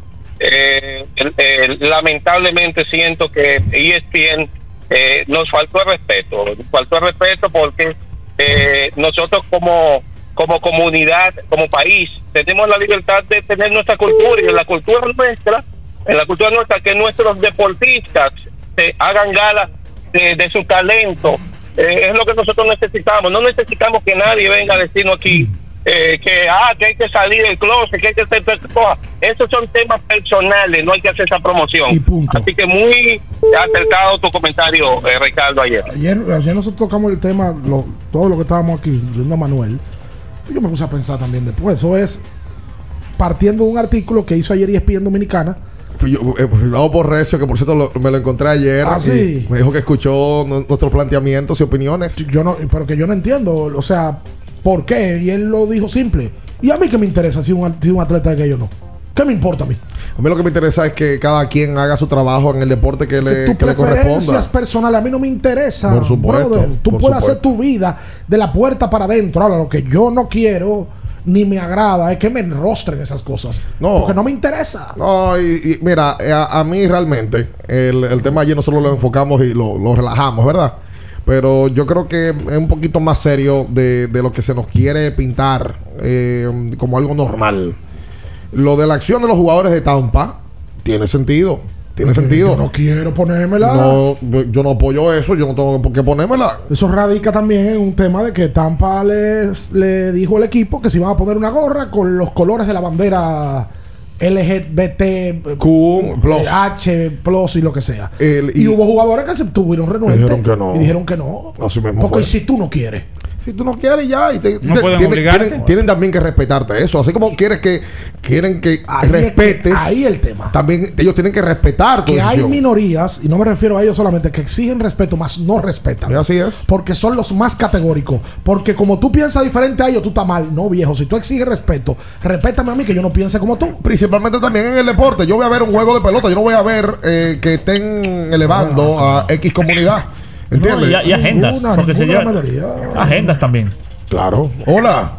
eh, eh, lamentablemente siento que E S P N eh, nos faltó el respeto, nos faltó el respeto porque eh, nosotros como como comunidad, como país, tenemos la libertad de tener nuestra cultura, y en la cultura nuestra, en la cultura nuestra, que nuestros deportistas se hagan gala de, de su talento, eh, es lo que nosotros necesitamos. No necesitamos que nadie venga a decirnos aquí eh, que, ah, que hay que salir del closet, que hay que hacer cosas. Esos son temas personales, no hay que hacer esa promoción. Así que muy acertado tu comentario, eh, Ricardo, ayer. Ayer, ayer nosotros tocamos el tema, lo- todo lo que estábamos aquí, viendo a Manuel. Y yo me puse a pensar también después. Eso es partiendo de un artículo que hizo ayer E S P N Dominicana. Fui yo, eh, firmado por Recio, que por cierto lo- me lo encontré ayer. Ah, y sí. Me dijo que escuchó nu- nuestros planteamientos y opiniones. Yo no, pero que yo no entiendo, o sea, ¿por qué? Y él lo dijo simple. ¿Y a mí qué me interesa si un, si un atleta de que yo no? ¿Qué me importa a mí? A mí lo que me interesa es que cada quien haga su trabajo en el deporte que le, Tus que le preferencias corresponda. personales a mí no me interesa. Por supuesto, brother. Tú por puedes supuesto. hacer tu vida de la puerta para adentro. Ahora, lo que yo no quiero ni me agrada es que me enrostren esas cosas. No. Porque no me interesa. No, y, y mira, eh, a, a mí realmente el, el tema ayer nosotros lo enfocamos y lo, lo relajamos, ¿verdad? Pero yo creo que es un poquito más serio de, de lo que se nos quiere pintar eh, como algo normal. Lo de la acción de los jugadores de Tampa tiene sentido. Tiene sentido. Yo no quiero ponérmela. No, yo no apoyo eso, yo no tengo por qué ponérmela. Eso radica también en un tema de que Tampa les, le dijo al equipo que se iban a poner una gorra con los colores de la bandera L G B T Q plus. H plus y lo que sea. El- y, y- hubo jugadores que se tuvieron renuentes Dijeron que no. y dijeron que no. Así mismo Porque fue. si tú no quieres. Si tú no quieres ya y te, No te- pueden tienen, obligarte. tienen- tienen también que respetarte eso, así como quieres que quieren que Ahí es que- respetes. ahí el tema. También ellos tienen que respetar tu Que hay decisión. minorías, y no me refiero a ellos solamente, que exigen respeto, más no respetan. Y así es. Porque son los más categóricos. Porque como tú piensas diferente a ellos, tú estás mal. No, viejo. Si tú exiges respeto, respétame a mí que yo no piense como tú. Principalmente también en el deporte. Yo voy a ver un juego de pelota, yo no voy a ver eh, que estén elevando a X comunidad. ¿Entiendes? No, y, y agendas. Ninguna, porque se ninguna lleva- mayoría. agendas también. Claro. Hola.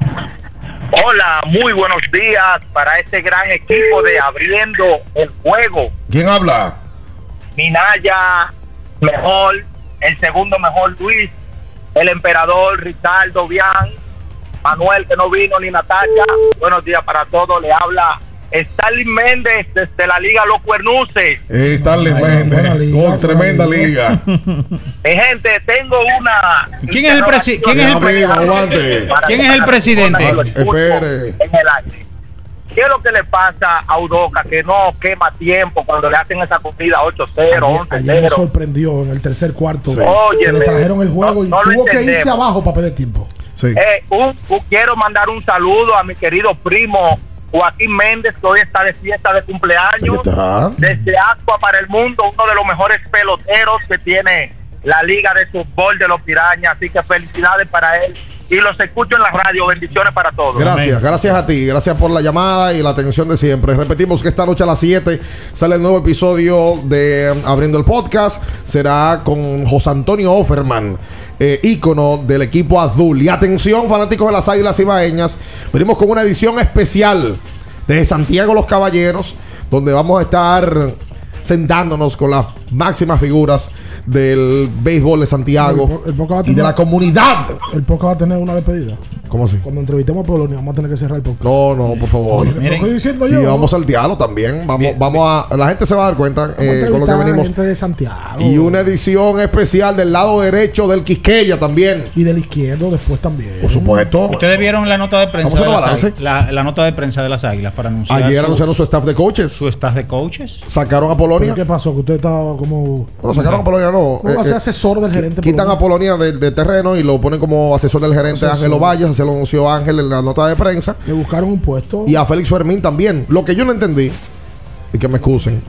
Hola, muy buenos días para este gran equipo de Abriendo el Juego. ¿Quién habla? Minaya, mejor, el segundo mejor Luis, el emperador Ricardo Bian, Manuel que no vino ni Natacha. Buenos días para todos, le habla Stalin Méndez desde la Liga Los Cuernuces. Eh, Stanley Méndez. Oh, tremenda liga. Eh, gente, tengo una... ¿Quién es el presi- quién es el pre- aguante. ¿Quién es el presidente? Espere. En el aire. ¿Qué es lo que le pasa a Udoca que no quema tiempo cuando le hacen esa corrida ocho cero, Ayer, once ayer me cero? sorprendió en el tercer cuarto. Sí. Que Óyeme, le trajeron el juego no- y no lo tuvo que irse entendemos. abajo para perder tiempo. Sí. Eh, un- un- quiero mandar un saludo a mi querido primo Joaquín Méndez, que hoy está de fiesta de cumpleaños. Está. Desde Ascua para el mundo, uno de los mejores peloteros que tiene la Liga de Fútbol de los Pirañas. Así que felicidades para él. Y los escucho en la radio. Bendiciones para todos. Gracias, Amén. Gracias a ti. Gracias por la llamada y la atención de siempre. Repetimos que esta noche a las siete sale el nuevo episodio de Abriendo el Podcast. Será con José Antonio Offerman, eh, ícono del equipo azul. Y atención, fanáticos de las Águilas Ibaeñas, venimos con una edición especial de Santiago Los Caballeros, donde vamos a estar sentándonos con las máximas figuras del béisbol de Santiago el, el, el y de la comunidad. El podcast va a tener una despedida. ¿Cómo así? Cuando entrevistemos a Polonia vamos a tener que cerrar el podcast. No, no, por favor. Oye, ¿qué estoy diciendo yo? Y vamos a saltearlo también. Vamos, bien, vamos a. La gente se va a dar cuenta eh, con lo que venimos. Gente de Santiago. Y una edición especial del lado derecho del Quisqueya también. Y del izquierdo después también. Por supuesto. Ustedes vieron la nota de prensa de las balance? águilas, la, la nota de prensa de las Águilas para anunciar. Ayer su, anunciaron su staff de coaches. Su staff de coaches. Sacaron a Polonia. ¿Qué pasó? Que usted estaba como. Bueno, sacaron a Polonia, no. ¿Cómo va a ser asesor del gerente? Quitan Polonia? a Polonia de, de terreno y lo ponen como asesor del gerente Ángel Ovalles. Se lo anunció Ángel en la nota de prensa. Le buscaron un puesto. Y a Félix Fermín también. Lo que yo no entendí, y que me excusen.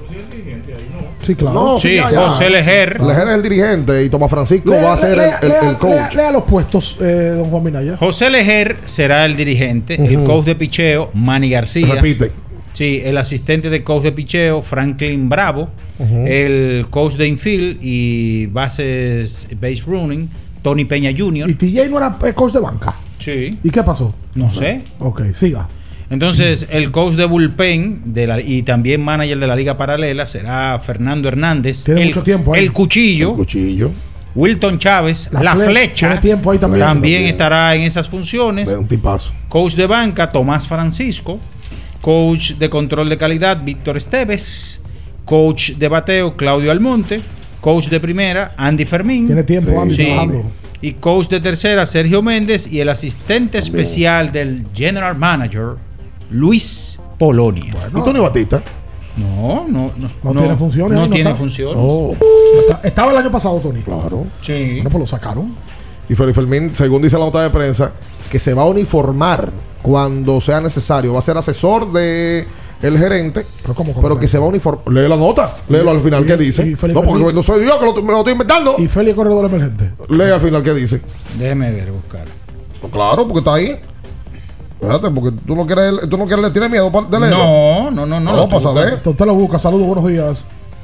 Sí, claro. No, sí, ya, ya. José Lejer. Lejer es el dirigente y Tomás Francisco lea, va a ser lea, el, el, lea, el coach. Lea, lea los puestos, eh, don Juan Minaya. José Lejer será el dirigente. Uh-huh. El coach de picheo, Manny García. Repite. Sí, el asistente de coach de picheo, Franklin Bravo. Uh-huh. El coach de infield y bases, base running, Tony Peña junior ¿Y T J no era coach de banca? Sí. ¿Y qué pasó? No sé. Ok, siga. Entonces, el coach de bullpen de la, y también manager de la Liga Paralela será Fernando Hernández. Tiene el, mucho tiempo ahí. El cuchillo. El cuchillo. Wilton Chávez, la, la fle flecha. flecha. Tiempo ahí también. También estará en esas funciones. Un tipazo. Coach de banca, Tomás Francisco. Coach de control de calidad, Víctor Esteves. Coach de bateo, Claudio Almonte. Coach de primera, Andy Fermín. Tiene tiempo, sí. Andy, Sí. trabajando. Y coach de tercera, Sergio Méndez. Y el asistente especial del general manager, Luis Polonia. Bueno. ¿Y Tony Batista? No, no, no. No, no tiene funciones. No, no tiene está. funciones. Oh. Está- estaba el año pasado, Tony. Claro. Sí. Bueno, pues lo sacaron. Y Félix Fermín, según dice la nota de prensa, que se va a uniformar cuando sea necesario. Va a ser asesor de el gerente, pero, ¿cómo, cómo pero que se va a uniformar. Lee la nota, léelo al final, y, ¿qué dice? y No, porque Fermín, no soy yo que lo, me lo estoy inventando. Y Félix Corredor Emergente. Lee al final, ¿qué dice? Déjeme ver, buscar. Pues claro, porque está ahí. Espérate, porque tú no quieres, tú no quieres, le tienes miedo de leerlo. No, no, no, no. No, pasa, ¿eh? Usted lo busca. Saludos, buenos días.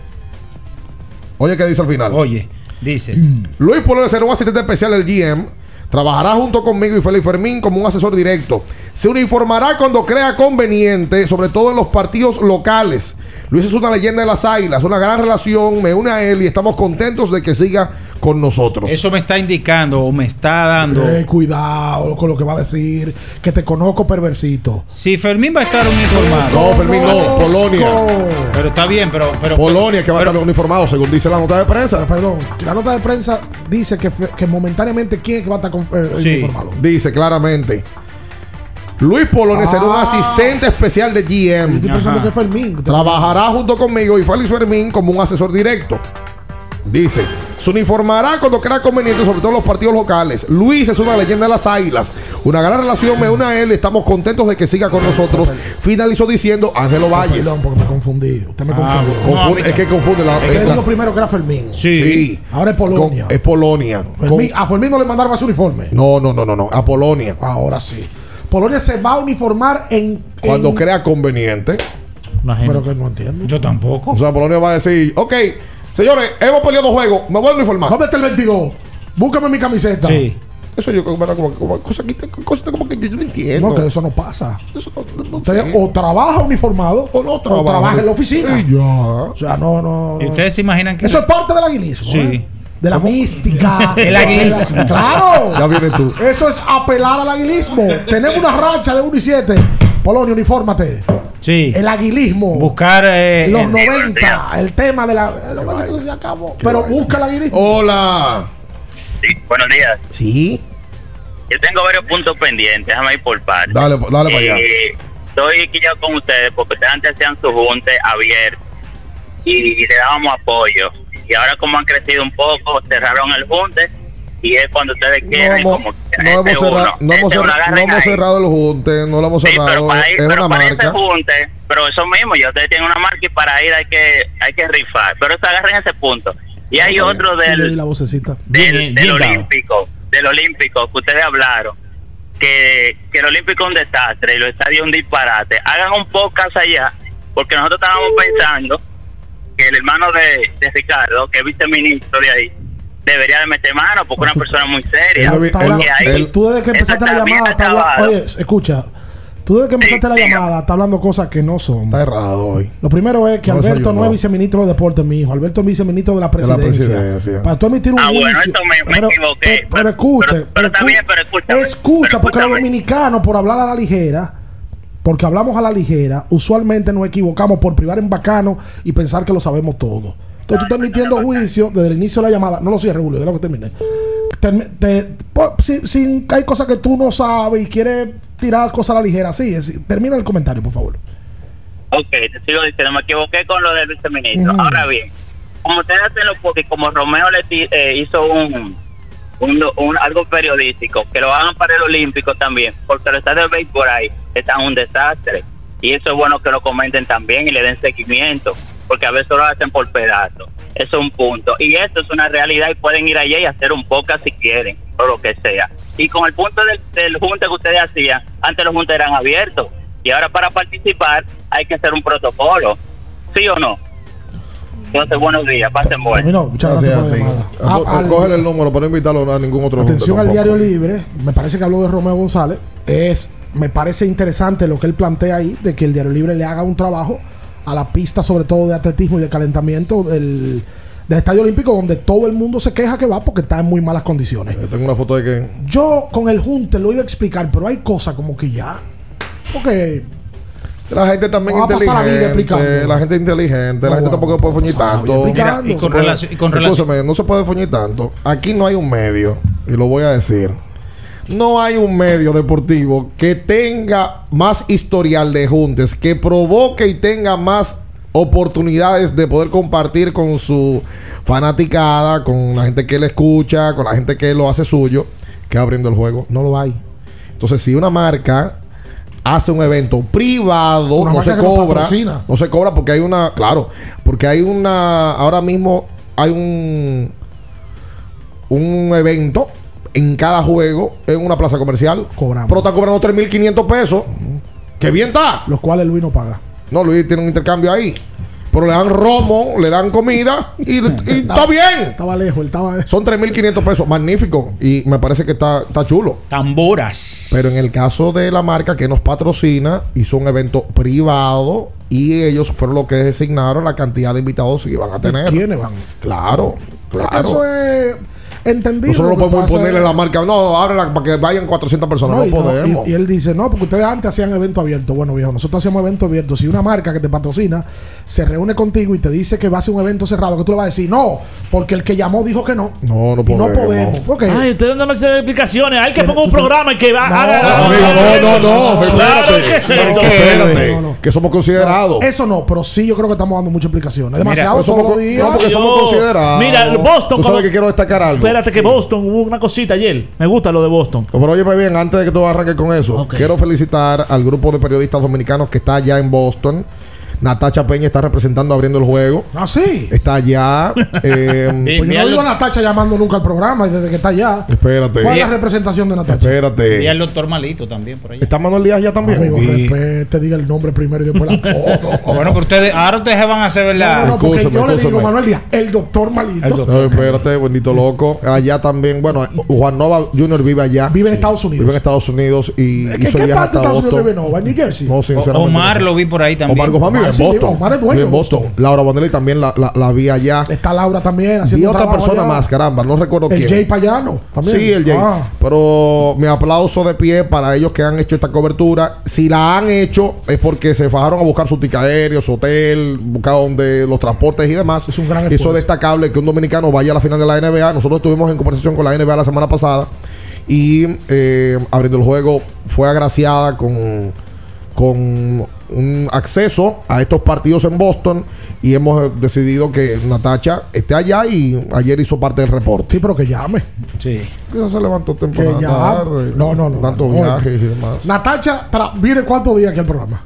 Oye, ¿qué dice al final? Oye, dice. Luis Polonia será un asistente especial del G M. Trabajará junto conmigo y Félix Fermín como un asesor directo. Se uniformará cuando crea conveniente, sobre todo en los partidos locales. Luis es una leyenda de las Águilas, una gran relación, me une a él y estamos contentos de que siga con nosotros. Eso me está indicando o me está dando. Eh, cuidado con lo que va a decir. Que te conozco, perversito. Si Fermín va a estar uniformado. No, Fermín no, Polonia. Pero está bien, pero. pero Polonia que va pero, a estar uniformado, según dice la nota de prensa. Perdón, la nota de prensa dice que, que momentáneamente quién es que va a estar eh, sí, uniformado. Dice claramente. Luis Polonia ah, será un asistente especial de G M. Estoy pensando que Fermín. Trabajará junto conmigo y Félix Fermín como un asesor directo. Dice, se uniformará cuando crea conveniente, sobre todo en los partidos locales. Luis es una leyenda de las Águilas. Una gran relación me une a él. Estamos contentos de que siga con nosotros. Finalizó diciendo Ángelo Valles. Perdón, porque me confundí. Usted me ah, confundió. Confunde, no, es que confunde la. Es que dijo primero que era Fermín. Sí. sí. Ahora es Polonia. Con, es Polonia. Fermín, con, a Fermín no le mandaron a su uniforme. No, no, no, no, no. A Polonia. Ahora sí. Polonia se va a uniformar en. Cuando en... crea conveniente. Imagínate. Pero que no entiendo. Yo tampoco. O sea, Polonia va a decir, ok. Señores, hemos peleado dos juegos. Me voy a uniformar. ¿Dónde está el veintidós? Búscame mi camiseta. Sí. Eso yo como, como, como cosa, cosa como que yo no entiendo. No, que eso no pasa. Eso no, no, no Usted o trabaja uniformado o no trabaja, o trabaja en la oficina. Y ya. O sea, no, no. ¿Y ustedes se imaginan que eso es parte del aguilismo? Sí. ¿eh? De la ¿Cómo? mística. El aguilismo. Claro. Ya vienes tú. Eso es apelar al aguilismo. Tenemos una racha de uno y siete. Polonia, unifórmate. Sí. El aguilismo. Buscar eh, los noventa. El tema de la. Lo que pasa es que se acabó. Pero busca el aguilismo. Hola. Sí, buenos días. Sí. Yo tengo varios puntos pendientes. Déjame ir por partes. Dale, dale para eh, allá. Estoy quillado con ustedes porque ustedes antes hacían su junte abierto y, y le dábamos apoyo. Y ahora, como han crecido un poco, cerraron el junte y es cuando ustedes No quieran. hemos, como no hemos, este cerrado, uno, no hemos, este uno, cerrado, no agarren hemos ahí. cerrado el junte, no lo hemos Sí, cerrado. pero para, ir, es pero una para marca. ese junte, pero eso mismo, ya ustedes tienen una marca y para ir hay que hay que rifar, pero eso agarren ese punto. Y hay No, otro y del, la vocecita. del, Bien, del bien dado. olímpico, del olímpico que ustedes hablaron, que, que el olímpico es un desastre y los estadios un disparate. Hagan un podcast allá, porque nosotros estábamos pensando que el hermano de, de Ricardo, que es viceministro de ahí, debería de meter mano, porque es una persona muy seria. Él- que él- ahí- él- tú desde que eso empezaste la está bien llamada, está habla- acabado. oye, escucha, tú desde que empezaste la llamada, está hablando cosas que no son. Está errado hoy. Lo primero es que No Alberto desayunó. no es viceministro de deporte, mi hijo. Alberto es viceministro de la De la presidencia. presidencia. Para tú emitir un Ah, bueno, juicio. esto me, me pero, equivoqué. pero, pero escuche, pero está escu- bien, pero escúchame. escucha, pero porque los escúchame. dominicanos, por hablar a la ligera, porque hablamos a la ligera, usualmente nos equivocamos por privar en bacano y pensar que lo sabemos todo. Entonces tú estás emitiendo juicio desde el inicio de la llamada. No lo cierres, Julio, de lo que termine. Termi- te- po- si, si hay cosas que tú no sabes y quieres tirar cosas a la ligera, sí, es- termina el comentario, por favor. Ok, te sigo diciendo, me equivoqué con lo del viceministro. Ujú. Ahora bien, como ustedes hacen lo porque como Romeo le ti- eh, hizo un, un, un- algo periodístico, que lo hagan para el Olímpico también, porque los estadios de béisbol ahí están un desastre. Y eso es bueno que lo comenten también y le den seguimiento, porque a veces lo hacen por pedazos. Eso es un punto. Y esto es una realidad y pueden ir allá y hacer un podcast si quieren, o lo que sea. Y con el punto del, del junte que ustedes hacían, antes los juntes eran abiertos. Y ahora para participar hay que hacer un protocolo. ¿Sí o no? Entonces, buenos días, pasen buenos. Terminó. Muchas gracias, por la llamada. Ah, Ah, al- Cógele el número para no invitarlo a ningún otro Atención junte al tampoco. Diario Libre. Me parece que habló de Romeo González. Es, me parece interesante lo que él plantea ahí, de que el Diario Libre le haga un trabajo a la pista, sobre todo de atletismo y de calentamiento del, del Estadio Olímpico, donde todo el mundo se queja que va porque está en muy malas condiciones. Yo tengo una foto de que... Yo con el junte lo iba a explicar, pero hay cosas como que ya. Porque La gente también no va a pasar la vida inteligente. explicando. La gente inteligente. No, la gente bueno, tampoco puede foñir tanto. Mira, y con No se puede- relación- y con relación- Escúchame, no se puede foñir tanto. Aquí no hay un medio, y lo voy a decir. No hay un medio deportivo que tenga más historial de juntes, que provoque y tenga más oportunidades de poder compartir con su fanaticada, con la gente que le escucha, con la gente que lo hace suyo, que abriendo el juego. No lo hay. Entonces, si una marca hace un evento privado, Una no marca se que no cobra, patrocina. no se cobra porque hay una, claro, porque hay una, ahora mismo hay un un evento en cada juego en una plaza comercial. Cobramos. Pero está cobrando tres mil quinientos pesos. ¡Qué bien está! Los cuales Luis no paga. No, Luis tiene un intercambio ahí. Pero le dan romo, le dan comida y, y está bien. Estaba lejos, él estaba. Son tres mil quinientos pesos. Magnífico. Y me parece que está, está chulo. Tamboras. Pero en el caso de la marca que nos patrocina, hizo un evento privado y ellos fueron los que designaron la cantidad de invitados que iban a tener. ¿Quiénes van? Claro, claro. Eso es entendible. Nosotros no Lo que podemos pasa imponerle es- la marca. No, ábrela para que vayan cuatrocientas personas. No, No, y, no, podemos. y- y él dice, no, porque ustedes antes hacían eventos abiertos. Bueno, viejo, nosotros hacíamos eventos abiertos. Si una marca que te patrocina se reúne contigo y te dice que va a hacer un evento cerrado, que tú le vas a decir, no, porque el que llamó dijo que no. No, no Y podemos. no podemos. ¿Por qué? Ay, ustedes no me hacen explicaciones. Hay que ponga un programa y que va No, haga. Amigo, no, no, no. Claro, Espérate. ¿qué es esto? Espérate. No, no. Que somos considerados. Eso no, pero sí yo creo que estamos dando muchas explicaciones. Mira, Demasiado pues somos todos co- los días. no, porque somos Yo- considerados. Mira, Boston. Tú sabes como- que quiero destacar algo. Espérate, que Boston hubo una cosita ayer. Me gusta lo de Boston. Pero oye, bien, antes de que tú arranques con eso, Ok. quiero felicitar al grupo de periodistas dominicanos que está allá en Boston. Natacha Peña está representando abriendo el juego. Ah, sí. Está allá. eh, Pues yo no digo a Natacha llamando nunca al programa desde que está allá. espérate. ¿Cuál es la representación de Natacha? Espérate. Y el doctor Malito también por ahí. ¿Está Manuel Díaz ya también? Amigo, Sí. respete, diga el nombre primero y después la todo. Bueno, pero ustedes, ahora ustedes van a hacer, No, ¿verdad? no, no, porque Escúchame, yo le digo escúchame. Manuel Díaz, el doctor Malito. El doctor. No, espérate, bendito loco. Allá también, bueno, Juan Nova junior vive allá. Vive en Estados Unidos. Vive en Estados Unidos y ¿Qué, hizo qué viaje parte hasta de Estados Unidos Boston. vive Nova? ¿En New Jersey? No, sinceramente. Omar no sé. lo vi por ahí también. Omar Guzmán vive Omar en sí, Boston. Omar es dueño Vive en de Boston. Boston. Laura Bonelli también la, la, la vi allá. Está Laura también Y haciendo otra un trabajo persona allá. más, caramba, no recuerdo El quién. Jay Payano también. Sí, el Jay. Ah. Pero mi aplauso de pie para ellos que han hecho esta cobertura. Si la han hecho es porque se fajaron a buscar su ticket aéreo, su hotel, buscaron de los transportes y demás. Es un gran Eso esfuerzo. es destacable que un dominicano vaya a la final de la N B A. Nosotros estuvimos en conversación con la N B A la semana pasada y eh, abriendo el juego fue agraciada con, con un acceso a estos partidos en Boston y hemos decidido que Natacha esté allá y ayer hizo parte del reporte. Sí, pero que llame. Sí. Que se levantó temprano. Que ya. Tarde, No, no, no. Tantos no, viajes y demás. Natacha tra- viene cuántos días aquí al programa.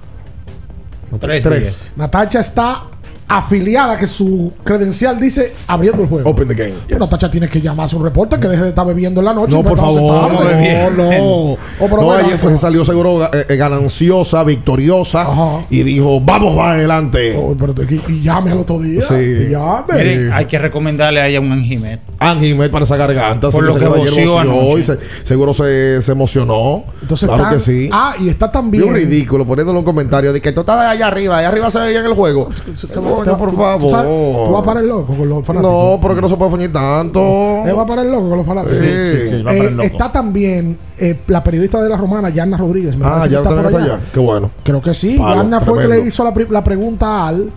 Tres, Tres. días. Natacha está afiliada, que su credencial dice abriendo el juego. Open the game. Pero Natacha tiene que llamar a su reporte que deje de estar bebiendo en la noche. No, por favor. No, no. No, no ayer pues salió seguro eh, gananciosa, victoriosa. Ajá. Y dijo, vamos para adelante. Oh, pero te, y, y llame al otro día. Sí. Y llame. Miren, hay que recomendarle a ella un Anjimet. Anjimet para esa garganta. Por lo que voció anoche. Y se, seguro se, se emocionó. Entonces claro está, que sí. Ah, y está también. Es ridículo poniéndole un comentario de que tú estás allá arriba. Allá arriba se veía en el juego. Coño, por favor. ¿Tú, ¿Tú vas para el loco con los fanáticos? No, porque no se puede fuñir tanto. Él va para el loco con los fanáticos. Sí, sí, sí, va para el loco. Está también eh, la periodista de La Romana, Yanna Rodríguez. Me Ah, ya está también por está allá. Qué bueno. Creo que sí. Palo, Yanna fue tremendo. que le hizo la, la pregunta a Al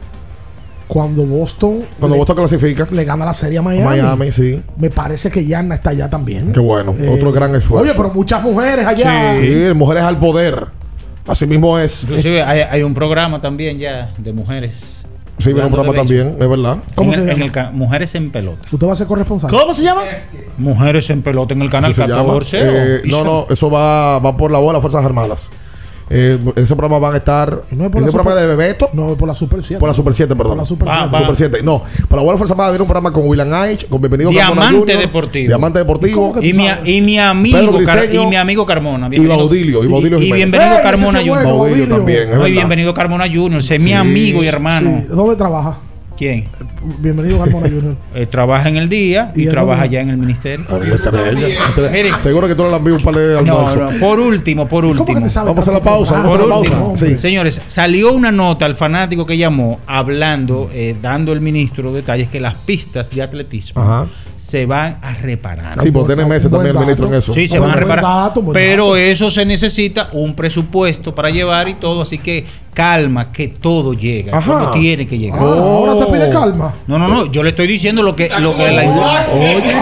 cuando Boston. Cuando le, Boston clasifica. Le gana la serie a Miami. Miami, sí. Me parece que Yanna está allá también. Qué bueno. Eh, Otro gran esfuerzo. Oye, pero muchas mujeres allá. Sí, sí, mujeres al poder. Así mismo es. Inclusive hay, hay un programa también ya de mujeres. Sí, viene un programa también, es verdad. ¿Cómo en se el, llama? En el ca- Mujeres en Pelota. ¿Usted va a ser corresponsal? ¿Cómo se llama? Mujeres en Pelota en el canal Así se catorce. llama. Eh, o- no, no, eso va, va por la voz de las Fuerzas Armadas. Eh, ese programa van a estar. ¿Y no es ese por la programa super- de Bebeto. No, por la Super siete. Por la Super siete, perdón. Por la Super Ah, siete. Super siete. No, para la voz de las Fuerzas Armadas viene un programa con William Aich, con Bienvenido Carmona Diamante Junior, Deportivo. Diamante Deportivo. Y mi, y mi Pedro amigo Car- Briceño y mi amigo Carmona. y Baudilio. Y Baudilio y, y Jiménez. bienvenido ¡Ey, Carmona ese es Junior. bueno, Baudilio Baudilio! también, es No, y verdad. bienvenido Carmona Junior. Ese es mi Sí, amigo y hermano. Sí. ¿Dónde trabaja? ¿Quién? Bienvenido Carmona Junior. Eh, trabaja en el día y, ¿Y el trabaja dónde? allá en el ministerio. Ah, no, esta es ella. Esta es- Miren. Seguro que tú no le han visto un par de No, almuerzos. no, por último, por ¿Cómo que último. te sabe Vamos a hacer la tanto pausa, programa? vamos a hacer la Por pausa. último, Sí. señores, salió una nota al fanático que llamó hablando, eh, dando el ministro detalles que las pistas de atletismo Ajá. se van a reparar. Sí, pues tiene meses Un buen también el ministro en dato. eso. Sí, se Buen van a reparar. dato, buen pero dato. eso se necesita un presupuesto para llevar y todo, así que calma, que todo llega, Ajá. como tiene que llegar. Ah, ahora te pide calma. No, no, no, yo le estoy diciendo lo que, lo que es la información.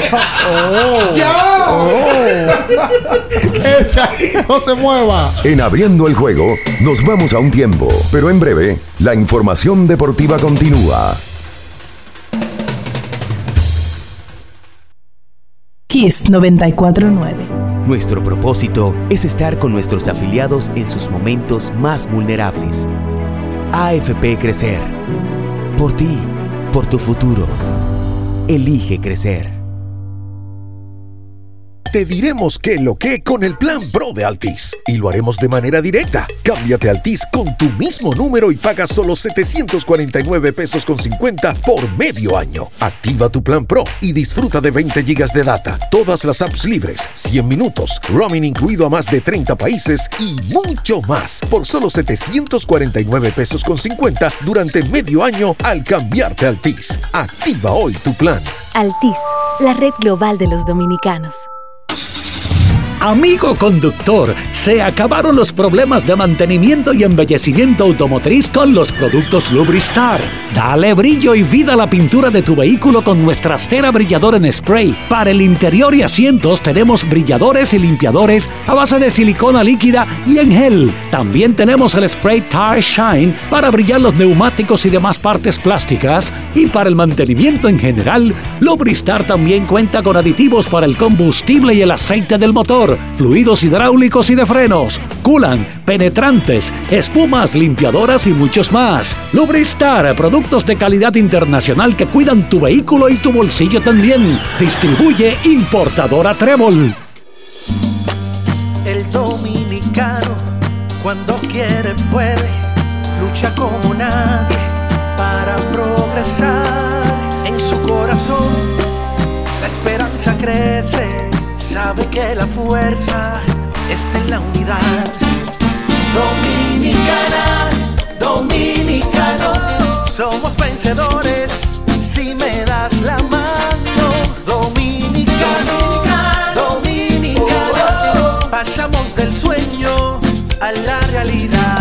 Oh. ¡Ya! Ese ahí no se mueva. En Abriendo el Juego nos vamos a un tiempo, pero en breve la información deportiva continúa. Kiss noventa y cuatro punto nueve. Nuestro propósito es estar con nuestros afiliados en sus momentos más vulnerables. A F P Crecer. Por ti, por tu futuro. Elige crecer. Te diremos qué lo que con el Plan Pro de Altis. Y lo haremos de manera directa. Cámbiate a Altis con tu mismo número y paga solo setecientos cuarenta y nueve pesos con cincuenta por medio año. Activa tu Plan Pro y disfruta de veinte gigas de data, todas las apps libres, cien minutos, roaming incluido a más de treinta países y mucho más por solo setecientos cuarenta y nueve pesos con cincuenta durante medio año al cambiarte a Altis. Activa hoy tu plan. Altis, la red global de los dominicanos. Amigo conductor, se acabaron los problemas de mantenimiento y embellecimiento automotriz con los productos Lubristar. Dale brillo y vida a la pintura de tu vehículo con nuestra cera brilladora en spray. Para el interior y asientos tenemos brilladores y limpiadores a base de silicona líquida y en gel. También tenemos el spray Tire Shine para brillar los neumáticos y demás partes plásticas. Y para el mantenimiento en general, Lubristar también cuenta con aditivos para el combustible y el aceite del motor, fluidos hidráulicos y de frenos, culan, penetrantes, espumas, limpiadoras y muchos más. Lubristar, productos de calidad internacional que cuidan tu vehículo y tu bolsillo también. Distribuye importadora Trébol. El dominicano, cuando quiere puede, lucha como nadie para progresar. En su corazón la esperanza crece, sabe que la fuerza está en la unidad. Dominicana, dominicano, somos vencedores si me das la mano. Dominicano, dominicano, pasamos del sueño a la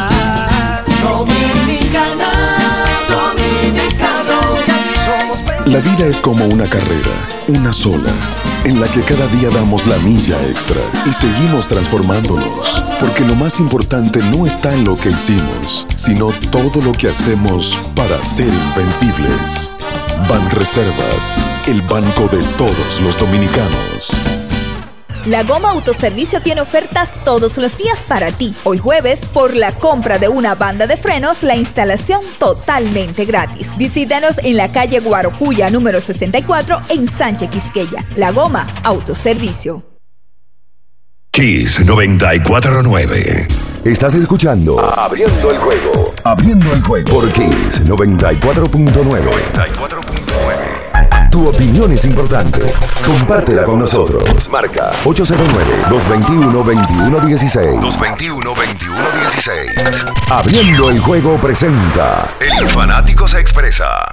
realidad. Dominicana, dominicano, somos vencedores. La La vida es como una carrera, una sola, en la que cada día damos la milla extra y seguimos transformándonos, porque lo más importante no está en lo que hicimos, sino todo lo que hacemos para ser invencibles. Banreservas, el banco de todos los dominicanos. La Goma Autoservicio tiene ofertas todos los días para ti. Hoy jueves, por la compra de una banda de frenos, la instalación totalmente gratis. Visítanos en la calle Guarocuya, número sesenta y cuatro, en Sánchez Quisqueya. La Goma Autoservicio. Kiss noventa y cuatro punto nueve. Estás escuchando Abriendo el Juego. Abriendo el Juego por Kiss noventa y cuatro punto nueve. Tu opinión es importante. Compártela con nosotros. Marca ocho cero nueve, dos dos uno, dos uno uno seis. dos dos uno, dos uno uno seis. Abriendo el Juego presenta El Fanático se Expresa.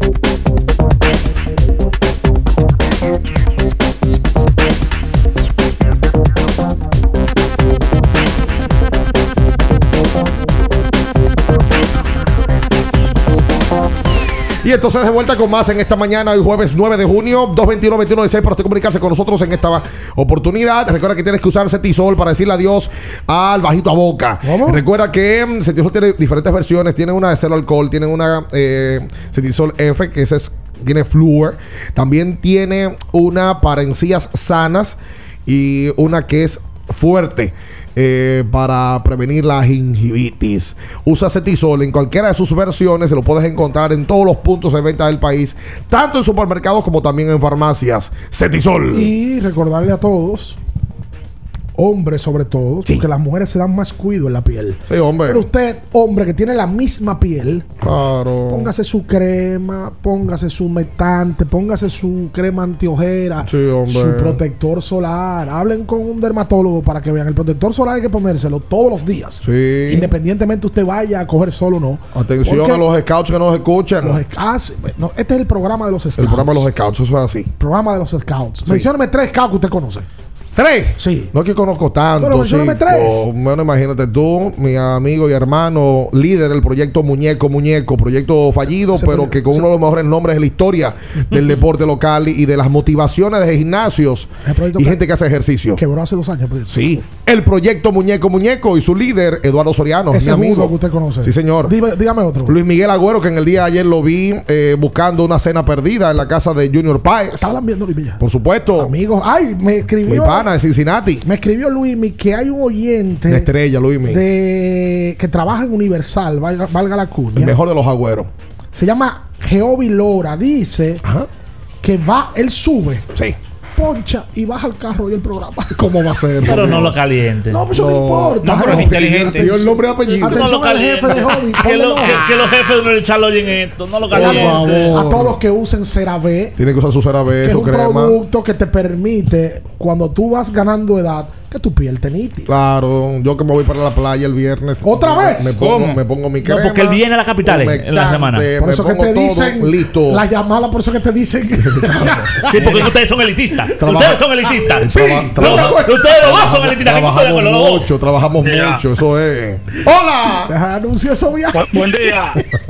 Y entonces de vuelta con más en esta mañana, hoy jueves nueve de junio, dos veintiuno, veintiuno dieciséis, para usted comunicarse con nosotros en esta oportunidad. Recuerda que tienes que usar Cetisol para decirle adiós al bajito a boca. ¿Cómo? Recuerda que Cetisol tiene diferentes versiones. Tiene una de cero alcohol, tiene una eh, Cetisol F, que ese es, tiene flúor. También tiene una para encías sanas y una que es fuerte. Eh, para prevenir la gingivitis. Usa Cetisol en cualquiera de sus versiones. Se lo puedes encontrar en todos los puntos de venta del país, tanto en supermercados como también en farmacias. Cetisol. Y recordarle a todos, hombres sobre todo, sí, porque las mujeres se dan más cuido en la piel. Sí, hombre. Pero usted, hombre, que tiene la misma piel, claro, póngase su crema, póngase su humectante, póngase su crema antiojera, sí, hombre, su protector solar. Hablen con un dermatólogo para que vean. El protector solar hay que ponérselo todos los días, sí, independientemente usted vaya a coger sol o no. Atención porque a los scouts que nos escuchan. Los scouts, no, este es el programa de los scouts. El programa de los scouts, eso es así. Programa de los scouts. Sí. Mencióneme tres scouts que usted conoce. ¿Tres? Sí. No es que conozco tanto. Pero mencióname tres. Bueno, imagínate tú, mi amigo y hermano, líder del proyecto Muñeco Muñeco, proyecto fallido, se pero puede, que con se... uno de los mejores nombres de la historia del deporte local y de las motivaciones de gimnasios y que gente que hace ejercicio. Quebró hace dos años. Sí. El proyecto Muñeco Muñeco y su líder, Eduardo Soriano, ese mi amigo que usted conoce. Sí, señor. Dígame, dígame otro. Luis Miguel Agüero, que en el día de ayer lo vi eh, buscando una cena perdida en la casa de Junior Páez. ¿Estaban viendo Luis Miguel? Por supuesto. Amigos, ay, me escribió. Mi pana de Cincinnati. Me escribió Luismi que hay un oyente de estrella, Luismi, de que trabaja en Universal, valga, valga la cuña. El mejor de los agüeros. Se llama Geovi Lora. Dice, ajá, que va, él sube. Sí. Poncha y baja el carro y el programa. ¿Cómo va a ser? Pero no, no lo caliente. No, pues eso no, no importa. No, pero es inteligente. Dio el nombre y apellido. No lo caliente. Jefe de Hobby, que, lo, que, que los jefes de Universal oyen esto. No lo caliente. A todos que usen CeraVe. Tienen que usar su CeraVe, su crema. Es un producto que te permite, cuando tú vas ganando edad, que tu piel te nítida. Claro, yo que me voy para la playa el viernes. ¿Otra vez? Me pongo, me pongo mi crema. No, porque él viene a la capital en la semana. Por eso que te dicen, listo. La llamada, por eso que te dicen. Sí, porque ustedes son elitistas. Ustedes son elitistas. Sí, traba, ustedes los dos son elitistas. Trabajamos mucho, trabajamos yeah. mucho, eso es. ¡Hola! Deja anuncio eso bien. Bu buen día.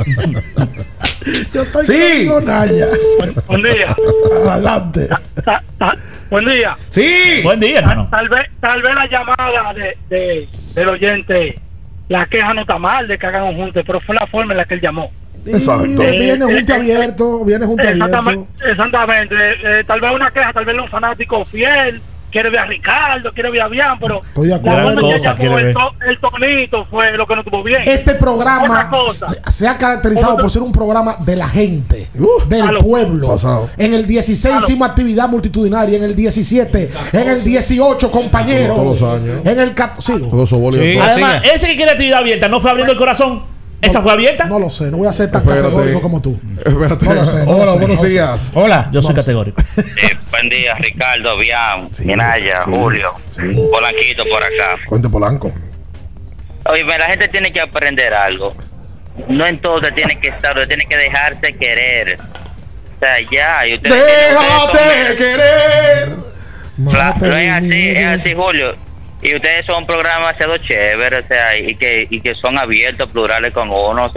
Yo estoy sí. con Naya. Buen, buen día. Adelante. Ta, ta, buen día. Sí. Buen día, hermano. Tal, tal vez, tal vez la llamada de, de, del oyente, la queja no está mal de que hagan un junte, pero fue la forma en la que él llamó. Exacto. Eh, viene junte eh, abierto, viene junte exactamente, abierto. Exactamente. Eh, tal vez una queja, tal vez un fanático fiel quiere ver a Ricardo, quiere ver a Bian, pero estoy de acuerdo. Cosa, el, to, el tonito fue lo que no estuvo bien. Este programa se, se ha caracterizado Otra. por ser un programa de la gente, uh, del pueblo. Pasado. En el dieciséis Halo. hicimos actividad multitudinaria, en el diecisiete, en el dieciocho, compañeros. Todos los años. En el sí. Sí, además, sí. ese que quiere actividad abierta no fue abriendo el corazón. ¿Esa no, fue abierta? No lo sé, no voy a ser tan Espérate. categórico como tú. Espérate. No lo sé, no Hola, lo sé, buenos no días. Sé. Hola. Yo soy no categórico. Eh, buen día, Ricardo, Bian, sí, Minaya, sí, Julio, sí. Polanquito por acá. Cuente Polanco. Oye, la gente tiene que aprender algo. No en todo se tiene que estar, se tiene que dejarse querer. O sea, ya. Y ustedes ¡déjate tienen, querer! Claro, es así, es así, Julio. Y ustedes son un programa demasiado chévere, o sea, y que, y que son abiertos, plurales con uno, o sea,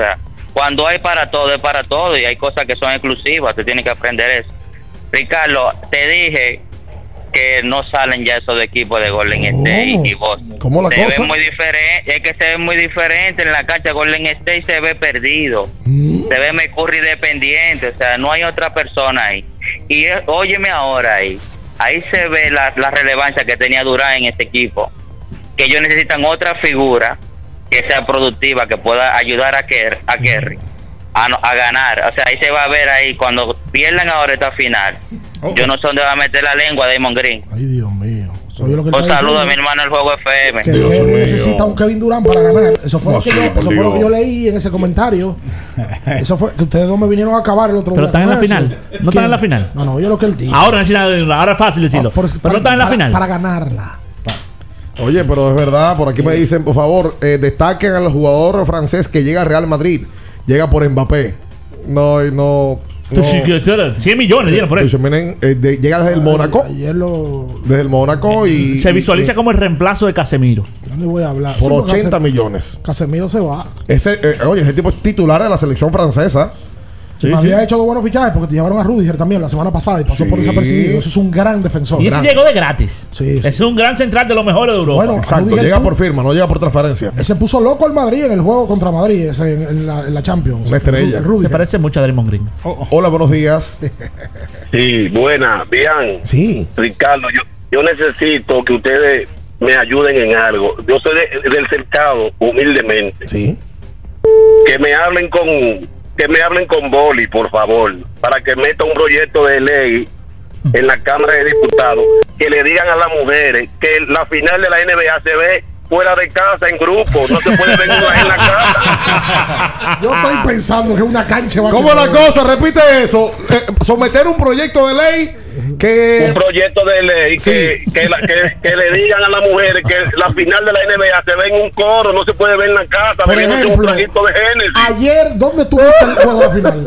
Cuando hay para todo, es para todo, y hay cosas que son exclusivas, tú tienes que aprender eso. Ricardo, te dije que no salen ya esos de equipos de Golden State y Boston. ¿Cómo la se cosa? Ve muy diferente, es que se ve muy diferente en la cancha. Golden State se ve perdido, mm. se ve McCurry dependiente, o sea, no hay otra persona ahí. Y es, óyeme ahora ahí, ahí se ve la, la relevancia que tenía Durán en este equipo, que ellos necesitan otra figura que sea productiva, que pueda ayudar a Kerry, a, Kerry a, a ganar. O sea, ahí se va a ver ahí cuando pierdan ahora esta final. Oh. Yo no sé dónde va a meter la lengua Damon Green. Ay, Dios mío. Un saludo a mi hermano del Juego F M. Que Dios Kerry necesita un Kevin Durant para ganar. Eso fue, no, lo, que yo, eso fue lo que yo leí en ese comentario. Eso fue que ustedes dos me vinieron a acabar el otro Pero día. Pero están en la final. ¿No ¿Quién? Están en la final? No, no, yo lo que él dijo. Ahora, ahora es fácil decirlo. Oh, por, pero para, no están en la para, final. Para ganarla. Oye, pero es verdad, por aquí me dicen, por favor, eh, destaquen al jugador francés que llega al Real Madrid. Llega por Mbappé. No, no. no. cien millones dieron por eso. Eh, de, llega desde el Mónaco. Lo... Desde el Mónaco y. Se visualiza y, como el reemplazo de Casemiro. No le voy a hablar. Por sí, ochenta Casem... millones. Casemiro se va. Ese, eh, oye, ese tipo es titular de la selección francesa. Sí, me sí. había hecho dos buenos fichajes porque te llevaron a Rudiger también la semana pasada y pasó sí. por desapercibido. Eso es un gran defensor. Y ese grande. llegó de gratis. Sí, sí. Ese es un gran central de los mejores de Europa. Bueno, exacto. Rudiger llega por firma, no llega por transferencia. Ese puso loco al Madrid en el juego contra Madrid ese, en, en, la, en la Champions. Una estrella. Rudiger. Se parece mucho a Draymond Green. Oh, oh. Hola, buenos días. Sí, buena, bien. Sí. Ricardo, yo, yo necesito que ustedes me ayuden en algo. Yo soy de, del cercado, humildemente. Sí. Que me hablen con... que me hablen con Boli, por favor, para que meta un proyecto de ley en la Cámara de Diputados, que le digan a las mujeres que la final de la N B A se ve fuera de casa, en grupo, no se puede ver en la casa. Yo estoy pensando que una cancha va a... ¿Cómo la cosa? Repite eso. Eh, someter un proyecto de ley que... Un proyecto de ley sí. que, que, la, que, que le digan a las mujeres que la final de la N B A se ve en un coro, no se puede ver en la casa, bebiendo un traguito de Genesis. Ayer, ¿dónde tuviste el juego de la final?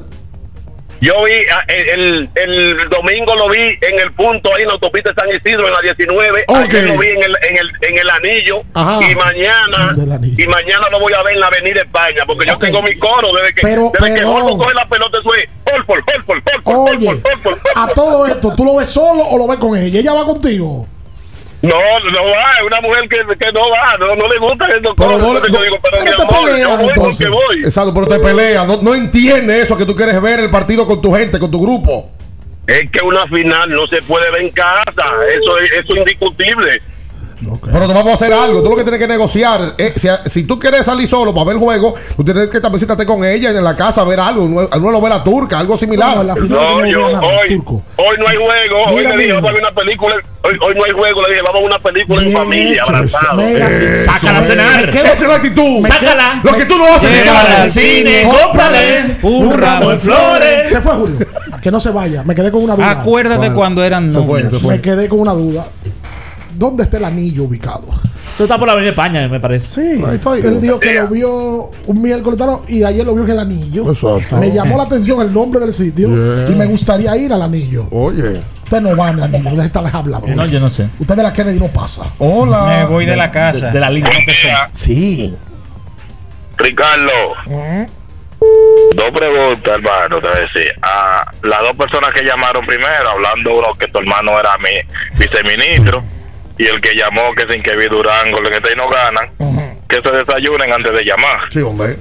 Yo vi, el, el, el domingo lo vi en el punto ahí en la autopista San Isidro, en la diecinueve. Okay. Ayer lo vi en el, en el, en el anillo. Ajá. Y mañana y mañana lo voy a ver en la Avenida España, porque okay. yo tengo mi coro desde que, pero, desde pero, que Holford coge la pelota. Eso es Holford, Holford, Holford, Oye, Holford, Holford. A todo esto, ¿tú lo ves solo o lo ves con ella? ¿Ella va contigo? No, no va, es una mujer que, que no va, no, no le gusta el doctor. Pero, no, no, no, digo, pero, pero te amor, pelea, yo voy entonces. porque voy. Exacto, pero te pelea, no, no entiende eso que tú quieres ver el partido con tu gente, con tu grupo. Es que una final no se puede ver en casa, eso es, eso es indiscutible. Okay. Pero te vamos a hacer algo. Tú lo que tienes que negociar eh, si, si tú quieres salir solo para ver el juego, tú tienes que también sentarte con ella en la casa a ver algo, una novela turca, algo similar. No, no yo, no hoy, hoy no hay juego. Mira, hoy le dije, vamos a ver una película. Hoy, hoy no hay juego. Le dije, vamos a ver una película en familia, abrazado. Eh, sácala a cenar. Esa es la actitud. Sácala. Lo que tú no haces. Llévala al cine, cómprale un ramo de flores. Se fue, Julio. Que no se vaya. Me quedé con una duda. Acuérdate bueno, cuando eran novios. Me quedé con una duda. ¿Dónde está el anillo ubicado? Eso está por la Avenida España, me parece. Sí, él dijo que lo vio un miércoles y ayer lo vio en el anillo. Exacto. Me llamó la atención el nombre del sitio yeah. y me gustaría ir al anillo. Oye. Usted no va al anillo, deje estarles hablando. No, yo no sé. Usted de la Kennedy no pasa. Hola. Me voy de la casa. De, de la línea. Sí. Ricardo. ¿Eh? Dos preguntas, hermano, te voy a decir. A las dos personas que llamaron primero, hablando uno que tu hermano era mi viceministro. Y el que llamó que sin que vi Durango, Golden State no ganan, uh-huh. que se desayunen antes de llamar. Sí, hombre.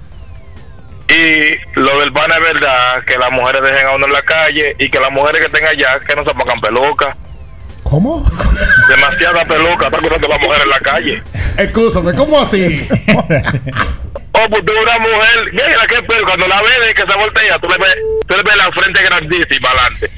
Y lo del pan es verdad, que las mujeres dejen a uno en la calle y que las mujeres que tengan allá, que no se pongan pelucas. ¿Cómo? Demasiada peluca, está curando las mujeres en la calle. Escúchame, ¿cómo así? Oh, pues tú una mujer, mira qué pedo, cuando la ves de que se voltea, tú le ves, tú le ves la frente grandísima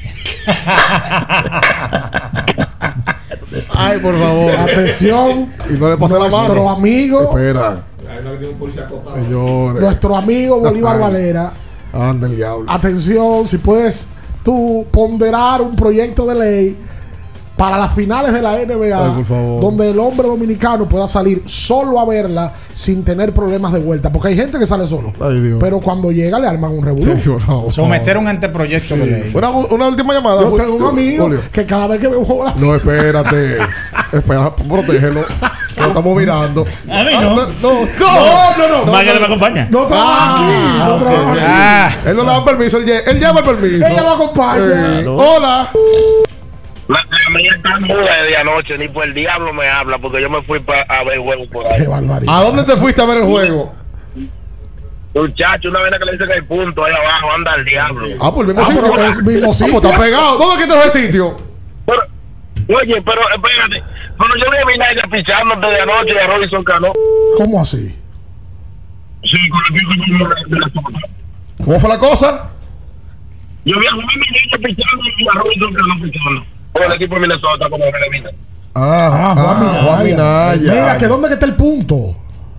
adelante. Ay, por favor. Atención. Y no le pase la mano. Nuestro amigo. Espera. Nuestro amigo Bolívar Valera. Anda el diablo. Atención, si puedes tú ponderar un proyecto de ley para las finales de la N B A, Ay, por favor. donde el hombre dominicano pueda salir solo a verla sin tener problemas de vuelta. Porque hay gente que sale solo. Ay, Dios. Pero cuando llega le arman un revolú. Sí, por favor. Someter un anteproyecto de ley. Una, una última llamada. Yo tengo un amigo Julio. que cada vez que veo un juego de la No, espérate. Espera, protégelo. Que lo estamos mirando. A mí Ah, no. no, no, No, no, no. Vaya, me acompaña. No trabaja aquí. Ah, No ok, trabaja ok. aquí. Ah, Él no le da permiso, él, lle- él lleva el permiso. Ella lo acompaña. Eh, Claro. Hola. La, la mía está muda de anoche, ni por el diablo me habla, porque yo me fui pa- a ver juego por Qué ahí. barbaridad. ¿A dónde te fuiste a ver el juego? Muchacho, una vez que le dicen que hay punto ahí abajo, anda al diablo. Ah, por el mismo Ah, sitio. pero el mismo Ah, sitio. pues está pegado. ¿Dónde es que está ese sitio? Pero, oye, pero espérate, pero yo vi a Minaya pichándote de anoche y a Robinson Cano. ¿Cómo así? Sí, con el equipo de Minnesota. ¿Cómo fue la cosa? Yo vi a Juan Minaya pichando y a Robinson Cano pichando. Con el equipo de Minnesota, como de Minnesota. Ah, Ah, Juan Minaya. Juan Minaya. Mira, que dónde que está el punto.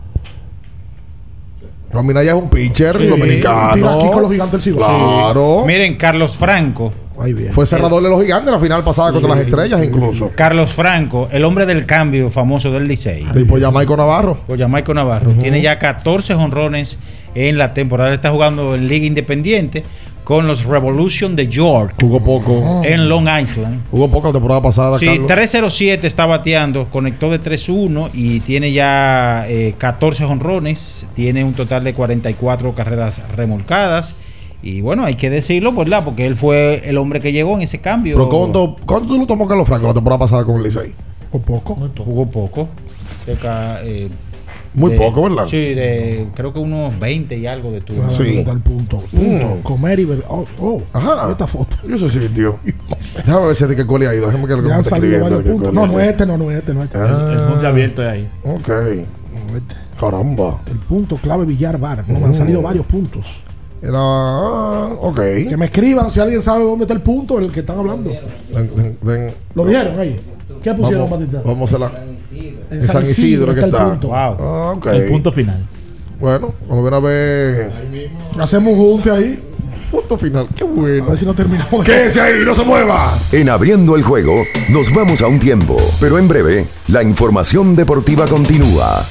Juan Minaya es un pitcher Sí. dominicano. Tira aquí con los gigantes del Cibao. Claro. miren, Carlos Franco. Ahí bien. Fue cerrador de los gigantes en la final pasada contra las estrellas, incluso. Carlos Franco, el hombre del cambio famoso del Licey. Y por Jamaico Navarro. Por Jamaico Navarro. Tiene ya catorce jonrones en la temporada. Está jugando en Liga Independiente con los Revolution de York Jugó poco. en Long Island. Jugó poco la temporada pasada, Sí, Carlos. tres cero siete está bateando, conectó de tres uno y tiene ya eh, catorce jonrones, tiene un total de cuarenta y cuatro carreras remolcadas. Y bueno, hay que decirlo, ¿verdad? Porque él fue el hombre que llegó en ese cambio. Pero ¿cuánto, ¿cuánto tú lo tomó Carlos Franco la temporada pasada con el Licey? ¿O poco? Jugó poco. Cerca, eh, Muy de- poco, ¿verdad? Sí, de, creo que unos veinte y algo de tu. Ah, Sí. está el punto. Punto. Mm. Comer y beber. Oh, oh. Ajá. Esta foto. Yo sé sitio. Déjame ver si es de qué cole ha ido. Déjame que lo Ya han salido varios puntos. No, no es es. este, no, no es este, no es este. Ah. El punto abierto es ahí. Ok. No es este. Caramba. El punto clave Villar Bar. No, me Mm. han salido varios puntos. Era. ah, ok. Que me escriban si alguien sabe dónde está el punto en el que están hablando. Ven, ven, ven. ¿Lo vieron ahí? ¿Qué pusieron, Vamos, Batista? vamos a la. En En San Isidro que el está. punto. Wow. Ah, ok. El punto final. Bueno, cuando viene a ver. Hacemos un junte ahí. Punto final. Qué A bueno. ver si no terminamos. Quédese ahí, no se mueva. En Abriendo el Juego nos vamos a un tiempo, pero en breve la información deportiva continúa.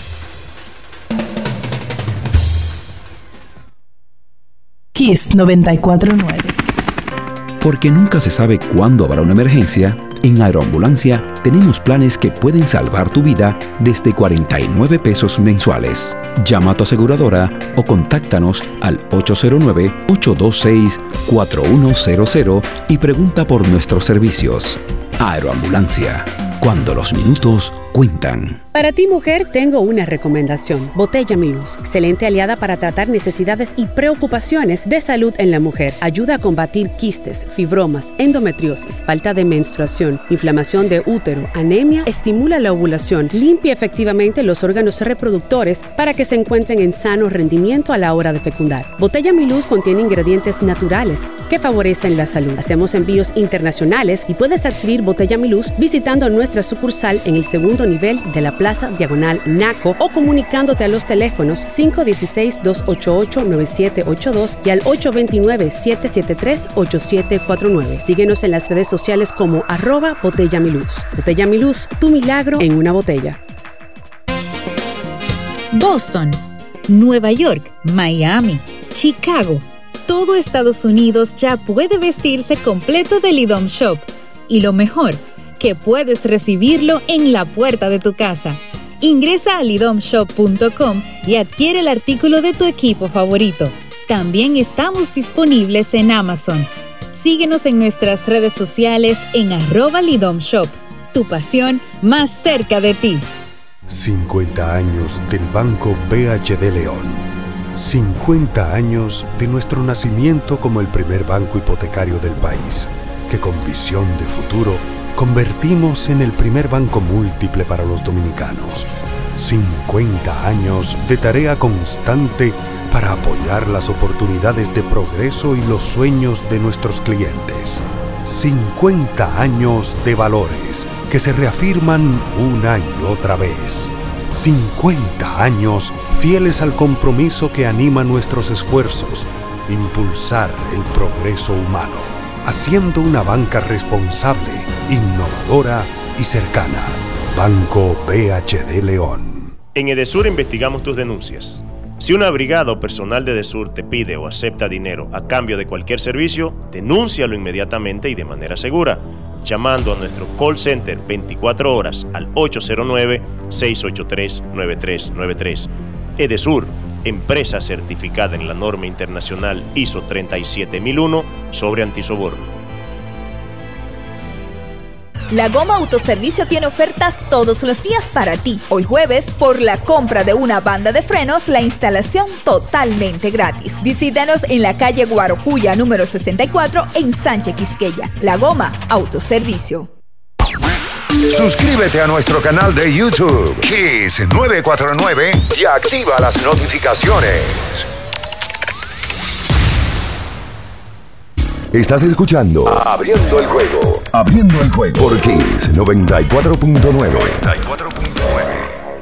Kiss noventa y cuatro nueve. Porque nunca se sabe cuándo habrá una emergencia, en Aeroambulancia tenemos planes que pueden salvar tu vida desde cuarenta y nueve pesos mensuales. Llama a tu aseguradora o contáctanos al ocho cero nueve, ocho dos seis, cuatro uno cero cero y pregunta por nuestros servicios. Aeroambulancia, cuando los minutos cuentan. Para ti, mujer, tengo una recomendación. Botella Mi Luz. Excelente aliada para tratar necesidades y preocupaciones de salud en la mujer. Ayuda a combatir quistes, fibromas, endometriosis, falta de menstruación, inflamación de útero, anemia, estimula la ovulación, limpia efectivamente los órganos reproductores para que se encuentren en sano rendimiento a la hora de fecundar. Botella Mi Luz contiene ingredientes naturales que favorecen la salud. Hacemos envíos internacionales y puedes adquirir Botella Mi Luz visitando nuestra sucursal en el segundo nivel de la Plaza Diagonal Naco o comunicándote a los teléfonos cinco uno seis, dos ocho ocho, nueve siete ocho dos y al ocho dos nueve, siete siete tres, ocho siete cuatro nueve. Síguenos en las redes sociales como arroba Botella Mi Luz. Botella Mi Luz, tu milagro en una botella. Boston, Nueva York, Miami, Chicago. Todo Estados Unidos ya puede vestirse completo del IDOM Shop. Y lo mejor, que puedes recibirlo en la puerta de tu casa. Ingresa a lidom shop punto com y adquiere el artículo de tu equipo favorito. También estamos disponibles en Amazon. Síguenos en nuestras redes sociales en arroba Lidom Shop. Tu pasión más cerca de ti. cincuenta años del Banco B H D León. cincuenta años de nuestro nacimiento como el primer banco hipotecario del país, que con visión de futuro convertimos en el primer banco múltiple para los dominicanos. cincuenta años de tarea constante para apoyar las oportunidades de progreso y los sueños de nuestros clientes. cincuenta años de valores que se reafirman una y otra vez. cincuenta años fieles al compromiso que anima nuestros esfuerzos, impulsar el progreso humano. haciendo una banca responsable, innovadora y cercana. Banco B H D León. En Edesur investigamos tus denuncias. Si una brigada o personal de Edesur te pide o acepta dinero a cambio de cualquier servicio, denúncialo inmediatamente y de manera segura, llamando a nuestro call center veinticuatro horas al ocho cero nueve, seis ocho tres, nueve tres nueve tres. Edesur, empresa certificada en la norma internacional I S O treinta y siete mil uno sobre antisoborno. La Goma Autoservicio tiene ofertas todos los días para ti. Hoy jueves, por la compra de una banda de frenos, la instalación totalmente gratis. Visítanos en la calle Guarocuya número sesenta y cuatro en Sánchez Quisqueya. La Goma Autoservicio. Suscríbete a nuestro canal de YouTube, Kiss nueve cuatro nueve, y activa las notificaciones. Estás escuchando Abriendo el Juego. Abriendo el Juego por Kiss noventa y cuatro punto nueve. noventa y cuatro punto nueve.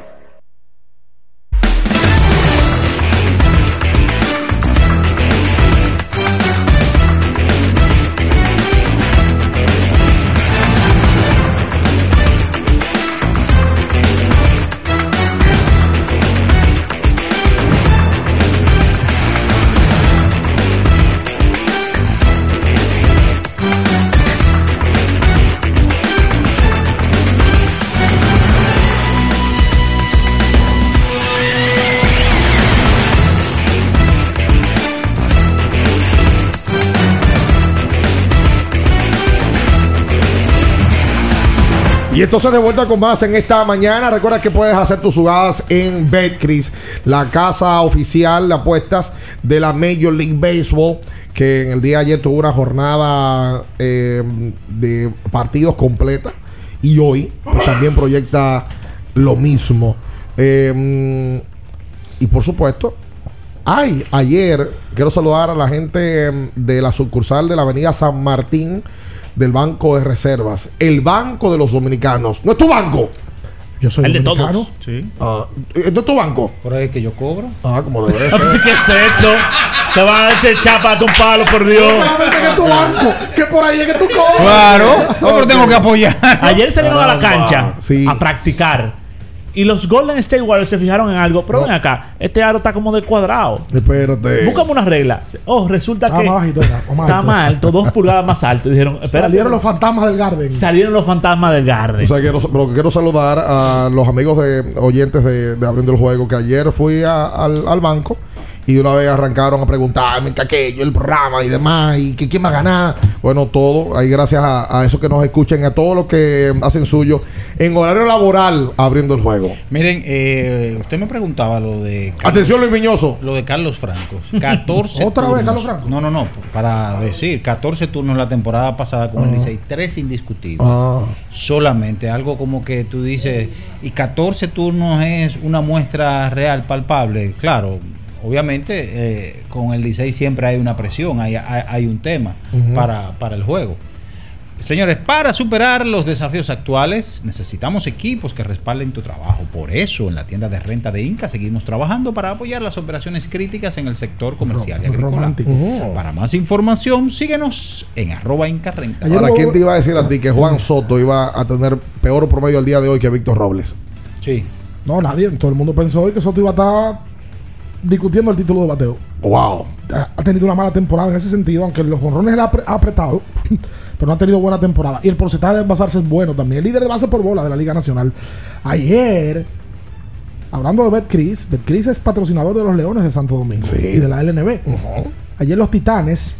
Y entonces de vuelta con más en esta mañana. Recuerda que puedes hacer tus jugadas en Betcris, la casa oficial de apuestas de la Major League Baseball, que en el día de ayer tuvo una jornada eh, de partidos completa, y hoy pues, también proyecta lo mismo. Eh, y por supuesto, ay, ayer quiero saludar a la gente de la sucursal de la avenida San Martín del Banco de Reservas, el banco de los dominicanos. ¿No es tu banco? Yo soy el de dominicano. todos. Sí. Ah, ¿no es tu banco? Por ahí que yo cobro. Ah, como debe ser. ¿Qué es esto? Te van a echar chapa a un palo, por Dios. No solamente que es tu banco, que por ahí es que tú cobras. Claro, no, pero tengo que apoyar. Ayer salieron a la cancha Sí. a practicar. Y los Golden State Warriors se fijaron en algo. Pero No. ven acá, este aro está como de cuadrado. Espérate. Búscame una regla. Oh, resulta Está que más bajito, está más está alto. más alto, dos pulgadas más alto. Y dijeron, espérate. Salieron los fantasmas del Garden. Salieron los fantasmas del Garden. O sea, quiero, pero quiero saludar a los amigos de oyentes de, de Abriendo el Juego, que ayer fui a- al, al banco y de una vez arrancaron a preguntarme que aquello, el programa y demás, y que quién va a ganar. Bueno, todo, ahí gracias a, a esos que nos escuchan, a todos los que hacen suyo en horario laboral Abriendo el Juego. Miren, eh, usted me preguntaba lo de Carlos, Atención, Luis Viñoso. lo de Carlos Franco. catorce ¿Otra vez turnos. Carlos Franco? No, no, no. Para decir, catorce turnos la temporada pasada con el Licey, tres indiscutibles. Ah. Solamente algo como que tú dices, y catorce turnos es una muestra real, palpable. Claro, obviamente eh, con el Licey siempre hay una presión, hay, hay, hay un tema Ujú. para, para el juego. Señores, para superar los desafíos actuales necesitamos equipos que respalden tu trabajo. Por eso en la tienda de renta de Inca seguimos trabajando para apoyar las operaciones críticas en el sector comercial y Ro- agrícola. romántico. Oh. Para más información, síguenos en arroba Inca Renta. Ayer Ahora, hubo- ¿quién te iba a decir a ti que Juan Soto iba a tener peor promedio el día de hoy que Víctor Robles? Sí. No, nadie. Todo el mundo pensó hoy que Soto iba a estar discutiendo el título de bateo. Wow. Ha ha tenido una mala temporada en ese sentido, aunque los jonrones le ha apre- ha apretado, pero no ha tenido buena temporada. Y el porcentaje de envasarse es bueno también. El líder de base por bola de la Liga Nacional. Ayer, hablando de Betcris, Betcris es patrocinador de los Leones de Santo Domingo Sí. y de la L N B. Ayer los Titanes,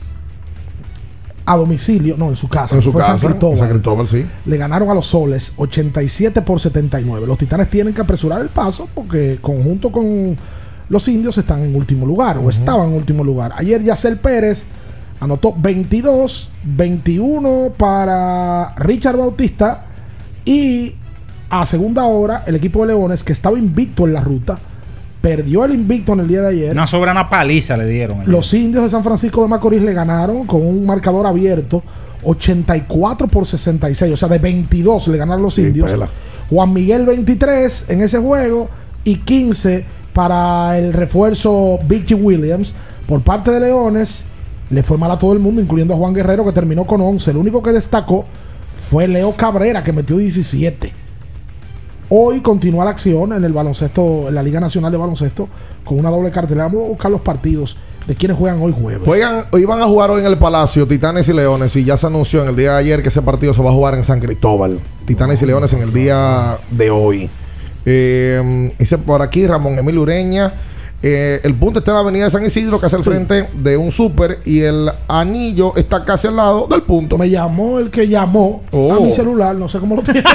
a domicilio, no, en su casa, En su fue casa, San Cristóbal, San Cristóbal, sí. le ganaron a los Soles ochenta y siete por setenta y nueve. Los Titanes tienen que apresurar el paso porque conjunto con los Indios están en último lugar o estaban en último lugar. Ayer Yacel Pérez anotó veintidós, veintiuno para Richard Bautista, y a segunda hora el equipo de Leones, que estaba invicto en la ruta, perdió el invicto en el día de ayer. Una soberana paliza le dieron. ayer. Los Indios de San Francisco de Macorís le ganaron con un marcador abierto ochenta y cuatro por sesenta y seis. O sea, de veintidós le ganaron los Sí, Indios. pela. Juan Miguel veintitrés en ese juego y quince para el refuerzo Vichy Williams. Por parte de Leones, le fue mal a todo el mundo, incluyendo a Juan Guerrero, que terminó con once. El único que destacó fue Leo Cabrera, que metió diecisiete. Hoy continúa la acción en el baloncesto, en la Liga Nacional de Baloncesto, con una doble cartelera. Vamos a buscar los partidos de quienes juegan hoy jueves. Juegan, hoy van a jugar hoy en el Palacio Titanes y Leones, y ya se anunció en el día de ayer que ese partido se va a jugar en San Cristóbal. Titanes y Leones en el día de hoy. Eh, dice por aquí Ramón Emilio Ureña. Eh, el punto está en la avenida de San Isidro, que es el frente de un súper, y el anillo está casi al lado del punto. Me llamó el que llamó oh. a mi celular, no sé cómo lo tiene.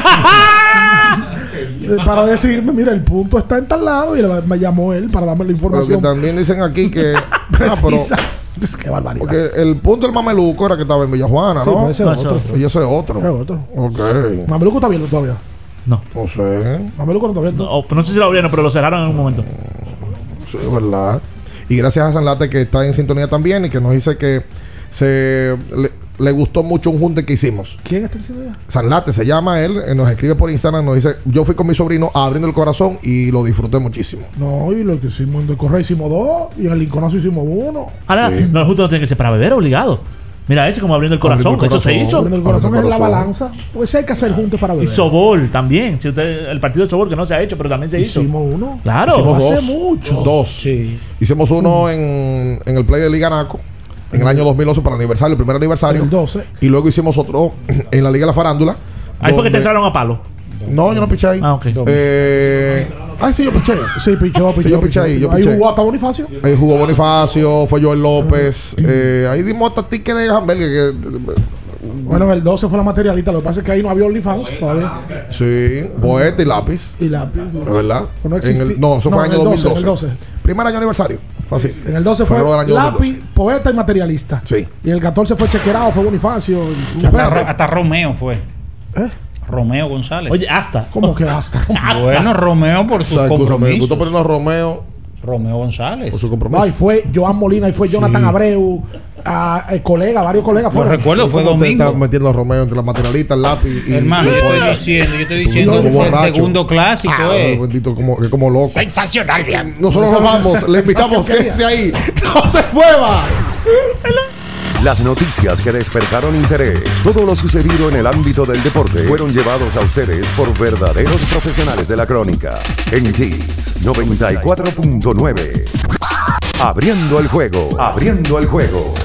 Para decirme, mira, el punto está en tal lado, y me llamó él para darme la información. Pero que también dicen aquí que precisa. Ah, pero, qué barbaridad. Porque el punto del Mameluco era que estaba en Villajuana, sí, ¿no? Ese es otro. Y ese es otro. Es otro. Ok. Mameluco está abierto todavía. No. No sé. Mameluco no está abierto. No, no sé si lo abrieron, pero lo cerraron en un momento. Sí, verdad. Y gracias a Sanlate, que está en sintonía también y que nos dice que se le, le gustó mucho un junte que hicimos. ¿Quién está en sintonía? Sanlate se llama él, eh, nos escribe por Instagram, nos dice, yo fui con mi sobrino abriendo el corazón y lo disfruté muchísimo. No, y lo que hicimos en el Correo hicimos dos, y en el Lincolnazo hicimos uno. Ahora, Sí. no, justo no tiene que ser para beber, obligado. Mira ese como abriendo el corazón, Abriendo el eso se corazón. hizo. Abriendo el corazón Abriendo es el la corazón. balanza. Pues hay que hacer juntos para Y beber. Sobol también. Si usted, el partido de Sobol que no se ha hecho, pero también se hizo. Hicimos uno. Claro. Hicimos hace dos. mucho. Dos. Sí. Hicimos uno en, en el play de Liga Naco en el año dos mil once para el aniversario, el primer aniversario. El doce. Y luego hicimos otro en la Liga de la Farándula. Ahí fue que te donde- entraron a palo. No, yo no piché ahí. Ah, ok. Eh, ah, sí, yo piché. Sí, pichó, pichó. Sí, yo piché ahí, yo Ahí piché. jugó hasta Bonifacio. Ahí jugó Bonifacio, fue Joel López. eh, ahí dimos hasta ticket de hamburger. Que, Bueno, el doce fue la materialista. Lo que pasa es que ahí no había OnlyFans todavía. sí, poeta y lápiz. Y la. ¿Es verdad? Pues no En existía. el- no, eso No, fue en el en año el doce, dos mil doce. en el doce. Primer año aniversario. Fue así. En el doce fue Febrero del año lápiz, dos mil doce. poeta y materialista. Sí. Y en el catorce fue chequerado, fue Bonifacio. y- Hasta, Ro- hasta Romeo fue. ¿Eh? Romeo González. Oye, hasta. ¿Cómo que hasta? Bueno, Romeo por O sus sea, escúchame, tú compromisos. estás poniendo a Romeo Romeo González. por su No, compromiso. y fue Joan Molina, y fue Jonathan Abreu, a, el colega, varios colegas Lo fueron. recuerdo, fue ¿Cómo te domingo. estás metiendo a Romeo entre la materialista, el lápiz y Hermano, yo y el estoy poeta? diciendo, yo estoy Tú diciendo como que fue el borracho. segundo clásico, Ah, eh. bendito, como, que como loco. Sensacional, bien. Nosotros nos vamos, le invitamos que quédese ahí. ¡No se mueva! Las noticias que despertaron interés, todo lo sucedido en el ámbito del deporte, fueron llevados a ustedes por verdaderos profesionales de la crónica. En Kiss noventa y cuatro punto nueve. Abriendo el juego, abriendo el juego.